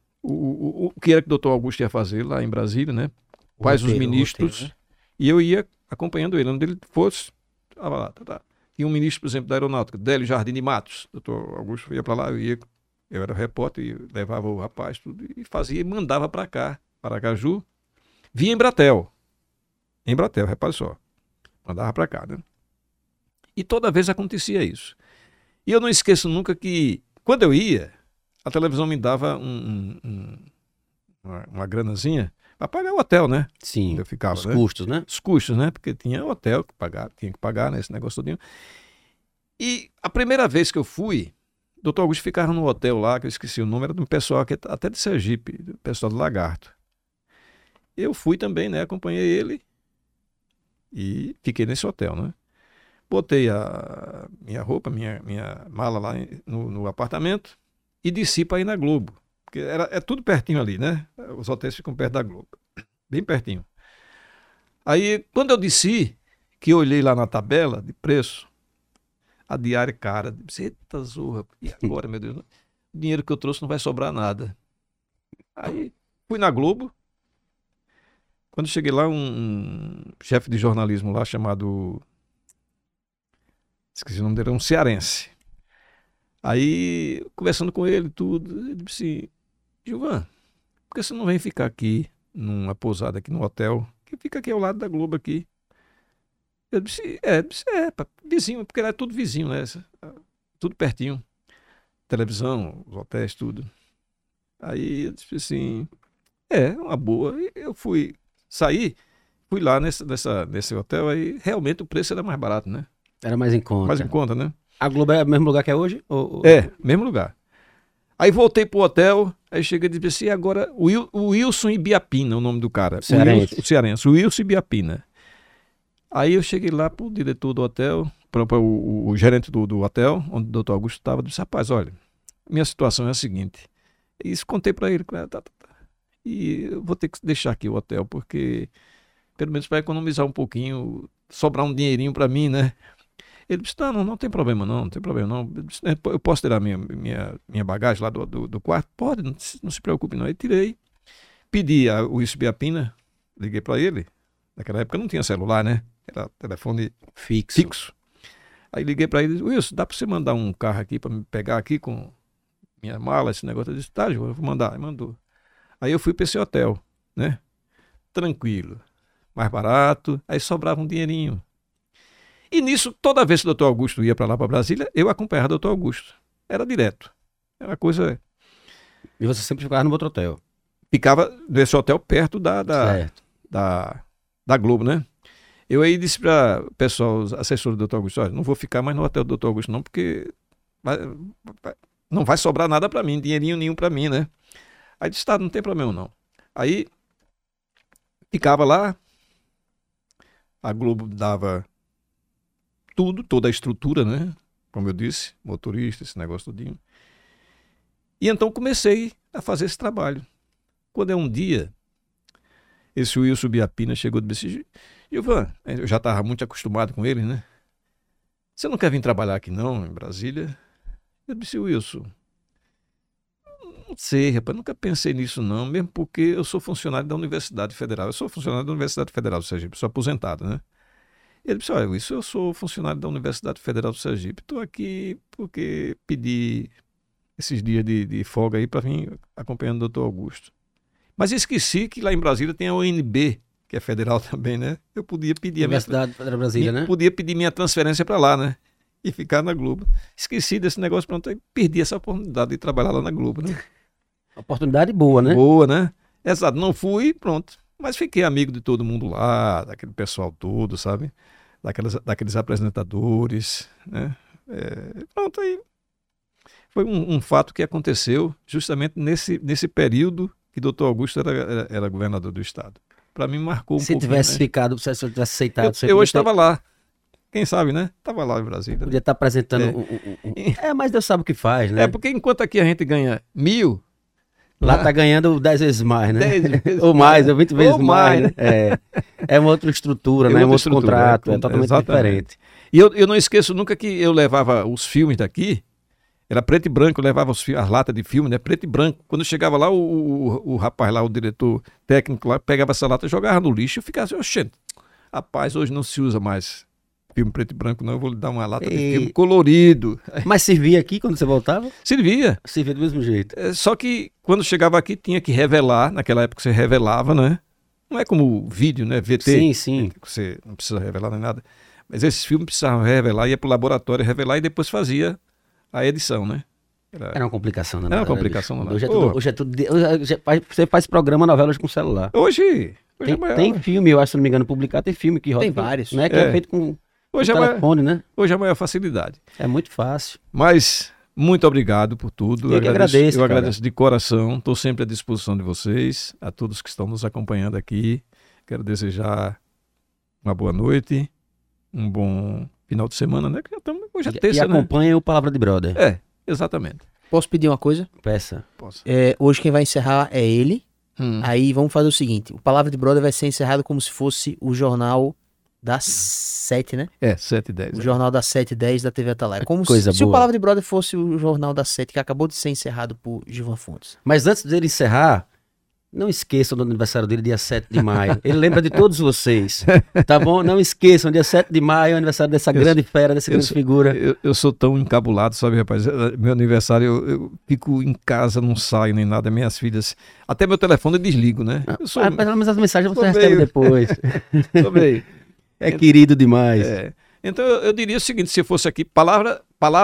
o que era que o doutor Augusto ia fazer lá em Brasília, né? Quais os ministros, né? E eu ia acompanhando ele, onde ele fosse, tava lá, tá. Tinha um ministro, por exemplo, da Aeronáutica, Délio Jardim de Matos. O doutor Augusto ia para lá, eu era repórter, e levava o rapaz, tudo, e fazia e mandava para cá, para Aracaju, via Embratel, repare só, mandava para cá, né? E toda vez acontecia isso. E eu não esqueço nunca que, quando eu ia, a televisão me dava uma granazinha para pagar o hotel, né? Sim, eu ficava, os custos, né? Os custos, né? Porque tinha hotel que pagar, tinha que pagar, né? Esse negócio todinho. E a primeira vez que eu fui, o doutor Augusto ficava no hotel lá, que eu esqueci o nome, era de um pessoal que até de Sergipe, do pessoal do Lagarto. Eu fui também, né? Acompanhei ele e fiquei nesse hotel, né? Botei a minha roupa, minha mala lá no apartamento e desci para ir na Globo. Porque é tudo pertinho ali, né? Os hotéis ficam perto da Globo. Bem pertinho. Aí, quando eu desci, que eu olhei lá na tabela de preço, a diária cara, disse, eita zorra, e agora, meu Deus, o dinheiro que eu trouxe não vai sobrar nada. Aí, fui na Globo. Quando cheguei lá, um chefe de jornalismo lá chamado, esqueci o nome dele, era um cearense. Aí, conversando com ele tudo, ele disse, Gilvan, por que você não vem ficar aqui numa pousada aqui no hotel, que fica aqui ao lado da Globo aqui? Eu disse, vizinho, porque era tudo vizinho, né? Tudo pertinho. Televisão, os hotéis, tudo. Aí eu disse assim, uma boa. E eu fui lá nesse hotel, aí realmente o preço era mais barato, né? Era mais em conta. Mais em conta, né? A Globo é o mesmo lugar que é hoje? Mesmo lugar. Aí voltei pro hotel, aí cheguei e disse assim, agora o Wilson Ibiapina, o nome do cara. O cearense, o Wilson Ibiapina. Aí eu cheguei lá pro diretor do hotel, para o gerente do hotel, onde o doutor Augusto estava, disse, rapaz, olha, minha situação é a seguinte. Isso contei para ele, e eu vou ter que deixar aqui o hotel, porque pelo menos para economizar um pouquinho, sobrar um dinheirinho para mim, né? Ele disse, não tem problema não tem problema não. Eu posso tirar minha bagagem lá do quarto? Pode, não se preocupe não. Aí tirei, pedi o Wilson Ibiapina, liguei para ele. Naquela época não tinha celular, né? Era telefone fixo. Aí liguei para ele, Wilson, dá para você mandar um carro aqui para me pegar aqui com minha mala, esse negócio? Ele disse, tá, João, eu vou mandar. Aí mandou. Aí eu fui para esse hotel, né? Tranquilo, mais barato, aí sobrava um dinheirinho. E nisso, toda vez que o doutor Augusto ia para lá, para Brasília, eu acompanhava o doutor Augusto. Era direto. Era uma coisa... E você sempre ficava no outro hotel? Ficava nesse hotel perto da Globo, né? Eu aí disse para o pessoal, os assessores do doutor Augusto, olha, não vou ficar mais no hotel do doutor Augusto não, porque não vai sobrar nada para mim, dinheirinho nenhum para mim, né? Aí disse, tá, não tem problema não. Aí ficava lá, a Globo dava tudo, toda a estrutura, né? Como eu disse, motorista, esse negócio tudinho. E então comecei a fazer esse trabalho. Quando é um dia, esse Wilson Biapina chegou e disse, Gilvan, eu já estava muito acostumado com ele, né? Você não quer vir trabalhar aqui não, em Brasília? Eu disse, Wilson, não sei, rapaz, nunca pensei nisso não, mesmo porque eu sou funcionário da Universidade Federal. Eu sou funcionário da Universidade Federal do Sergipe, sou aposentado, né? Ele disse, olha, Wilson, eu sou funcionário da Universidade Federal do Sergipe, estou aqui porque pedi esses dias de folga aí para vir acompanhando o doutor Augusto. Mas esqueci que lá em Brasília tem a UNB, que é federal também, né? Eu podia pedir Universidade Federal Brasília, né? Podia pedir minha transferência para lá, né? E ficar na Globo. Esqueci desse negócio, pronto, aí perdi essa oportunidade de trabalhar lá na Globo, né? Oportunidade boa, né? Boa, né? Exato, não fui, pronto. Mas fiquei amigo de todo mundo lá, daquele pessoal todo, sabe? Daqueles apresentadores, né? Pronto, aí foi um fato que aconteceu justamente nesse período que o doutor Augusto era governador do estado. Para mim marcou um pouco. Se tivesse ficado, se você tivesse aceitado... Eu hoje estava lá. Quem sabe, né? Estava lá em Brasília. Podia estar apresentando... mas Deus sabe o que faz, né? Porque enquanto aqui a gente ganha 1.000... Lá tá ganhando 10 vezes mais, né? 10 vezes ou mais, ou 20 vezes mais, né? É uma outra estrutura, né? É um outro contrato, é totalmente diferente. E eu não esqueço nunca que eu levava os filmes daqui, era preto e branco, eu levava as latas de filme, né? Preto e branco. Quando chegava lá, o rapaz lá, o diretor técnico lá, pegava essa lata, jogava no lixo e ficava assim, oxente, rapaz, hoje não se usa mais filme preto e branco, não, eu vou lhe dar uma lata de filme colorido. Mas servia aqui quando você voltava? Servia. Servia do mesmo jeito. Só que quando chegava aqui tinha que revelar, naquela época você revelava, né? Não é como vídeo, né? VT. Sim, sim. Você não precisa revelar nem nada. Mas esses filmes precisavam revelar, ia pro laboratório revelar e depois fazia a edição, né? Era uma complicação, né? Era uma complicação, não. Hoje é tudo. Você faz programa, novelas com celular. Hoje tem filme, eu acho, se não me engano, publicado, tem filme que roda. Tem vários. Né, que é feito com telefone, né? Hoje é a maior facilidade. É muito fácil. Mas muito obrigado por tudo. Eu que agradeço. Eu agradeço de coração. Estou sempre à disposição de vocês, a todos que estão nos acompanhando aqui. Quero desejar uma boa noite, um bom final de semana, né? Hoje é terça, e acompanha o Palavra de Brother. Exatamente. Posso pedir uma coisa? Peça. Posso. Hoje quem vai encerrar é ele. Aí vamos fazer o seguinte: o Palavra de Brother vai ser encerrado como se fosse o jornal das 7, né? 7h10. O jornal das 7h10 da TV Atalaia. Como Coisa se boa. o Palavra de Brother fosse o jornal das 7, que acabou de ser encerrado por Gilvan Fontes. Mas antes dele encerrar, não esqueçam do aniversário dele, dia 7 de maio. Ele lembra de todos vocês, tá bom? Não esqueçam, dia 7 de maio é o aniversário dessa grande fera, dessa grande figura. Eu sou tão encabulado, sabe, rapaz? Meu aniversário, eu fico em casa, não saio nem nada. Minhas filhas, até meu telefone eu desligo, né? Mas as mensagens você recebe depois. Tô meio. É querido demais. Então eu diria o seguinte, se fosse aqui, palavra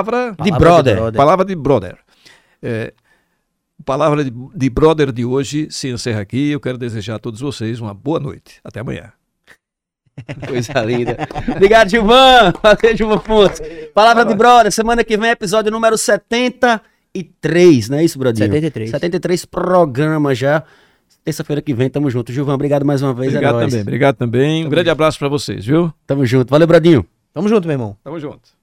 de brother. Palavra de brother. Palavra de brother de hoje se encerra aqui. Eu quero desejar a todos vocês uma boa noite. Até amanhã. Coisa linda. Obrigado, Gilvan. Valeu, Gilvan Fontes. Palavra de brother. Semana que vem, episódio número 73. Não é isso, Brodinho? 73. 73 programas já. Terça-feira que vem, tamo junto. Gilvan, obrigado mais uma vez. Obrigado também. Um grande abraço pra vocês, viu? Tamo junto. Valeu, Brodinho. Tamo junto, meu irmão. Tamo junto.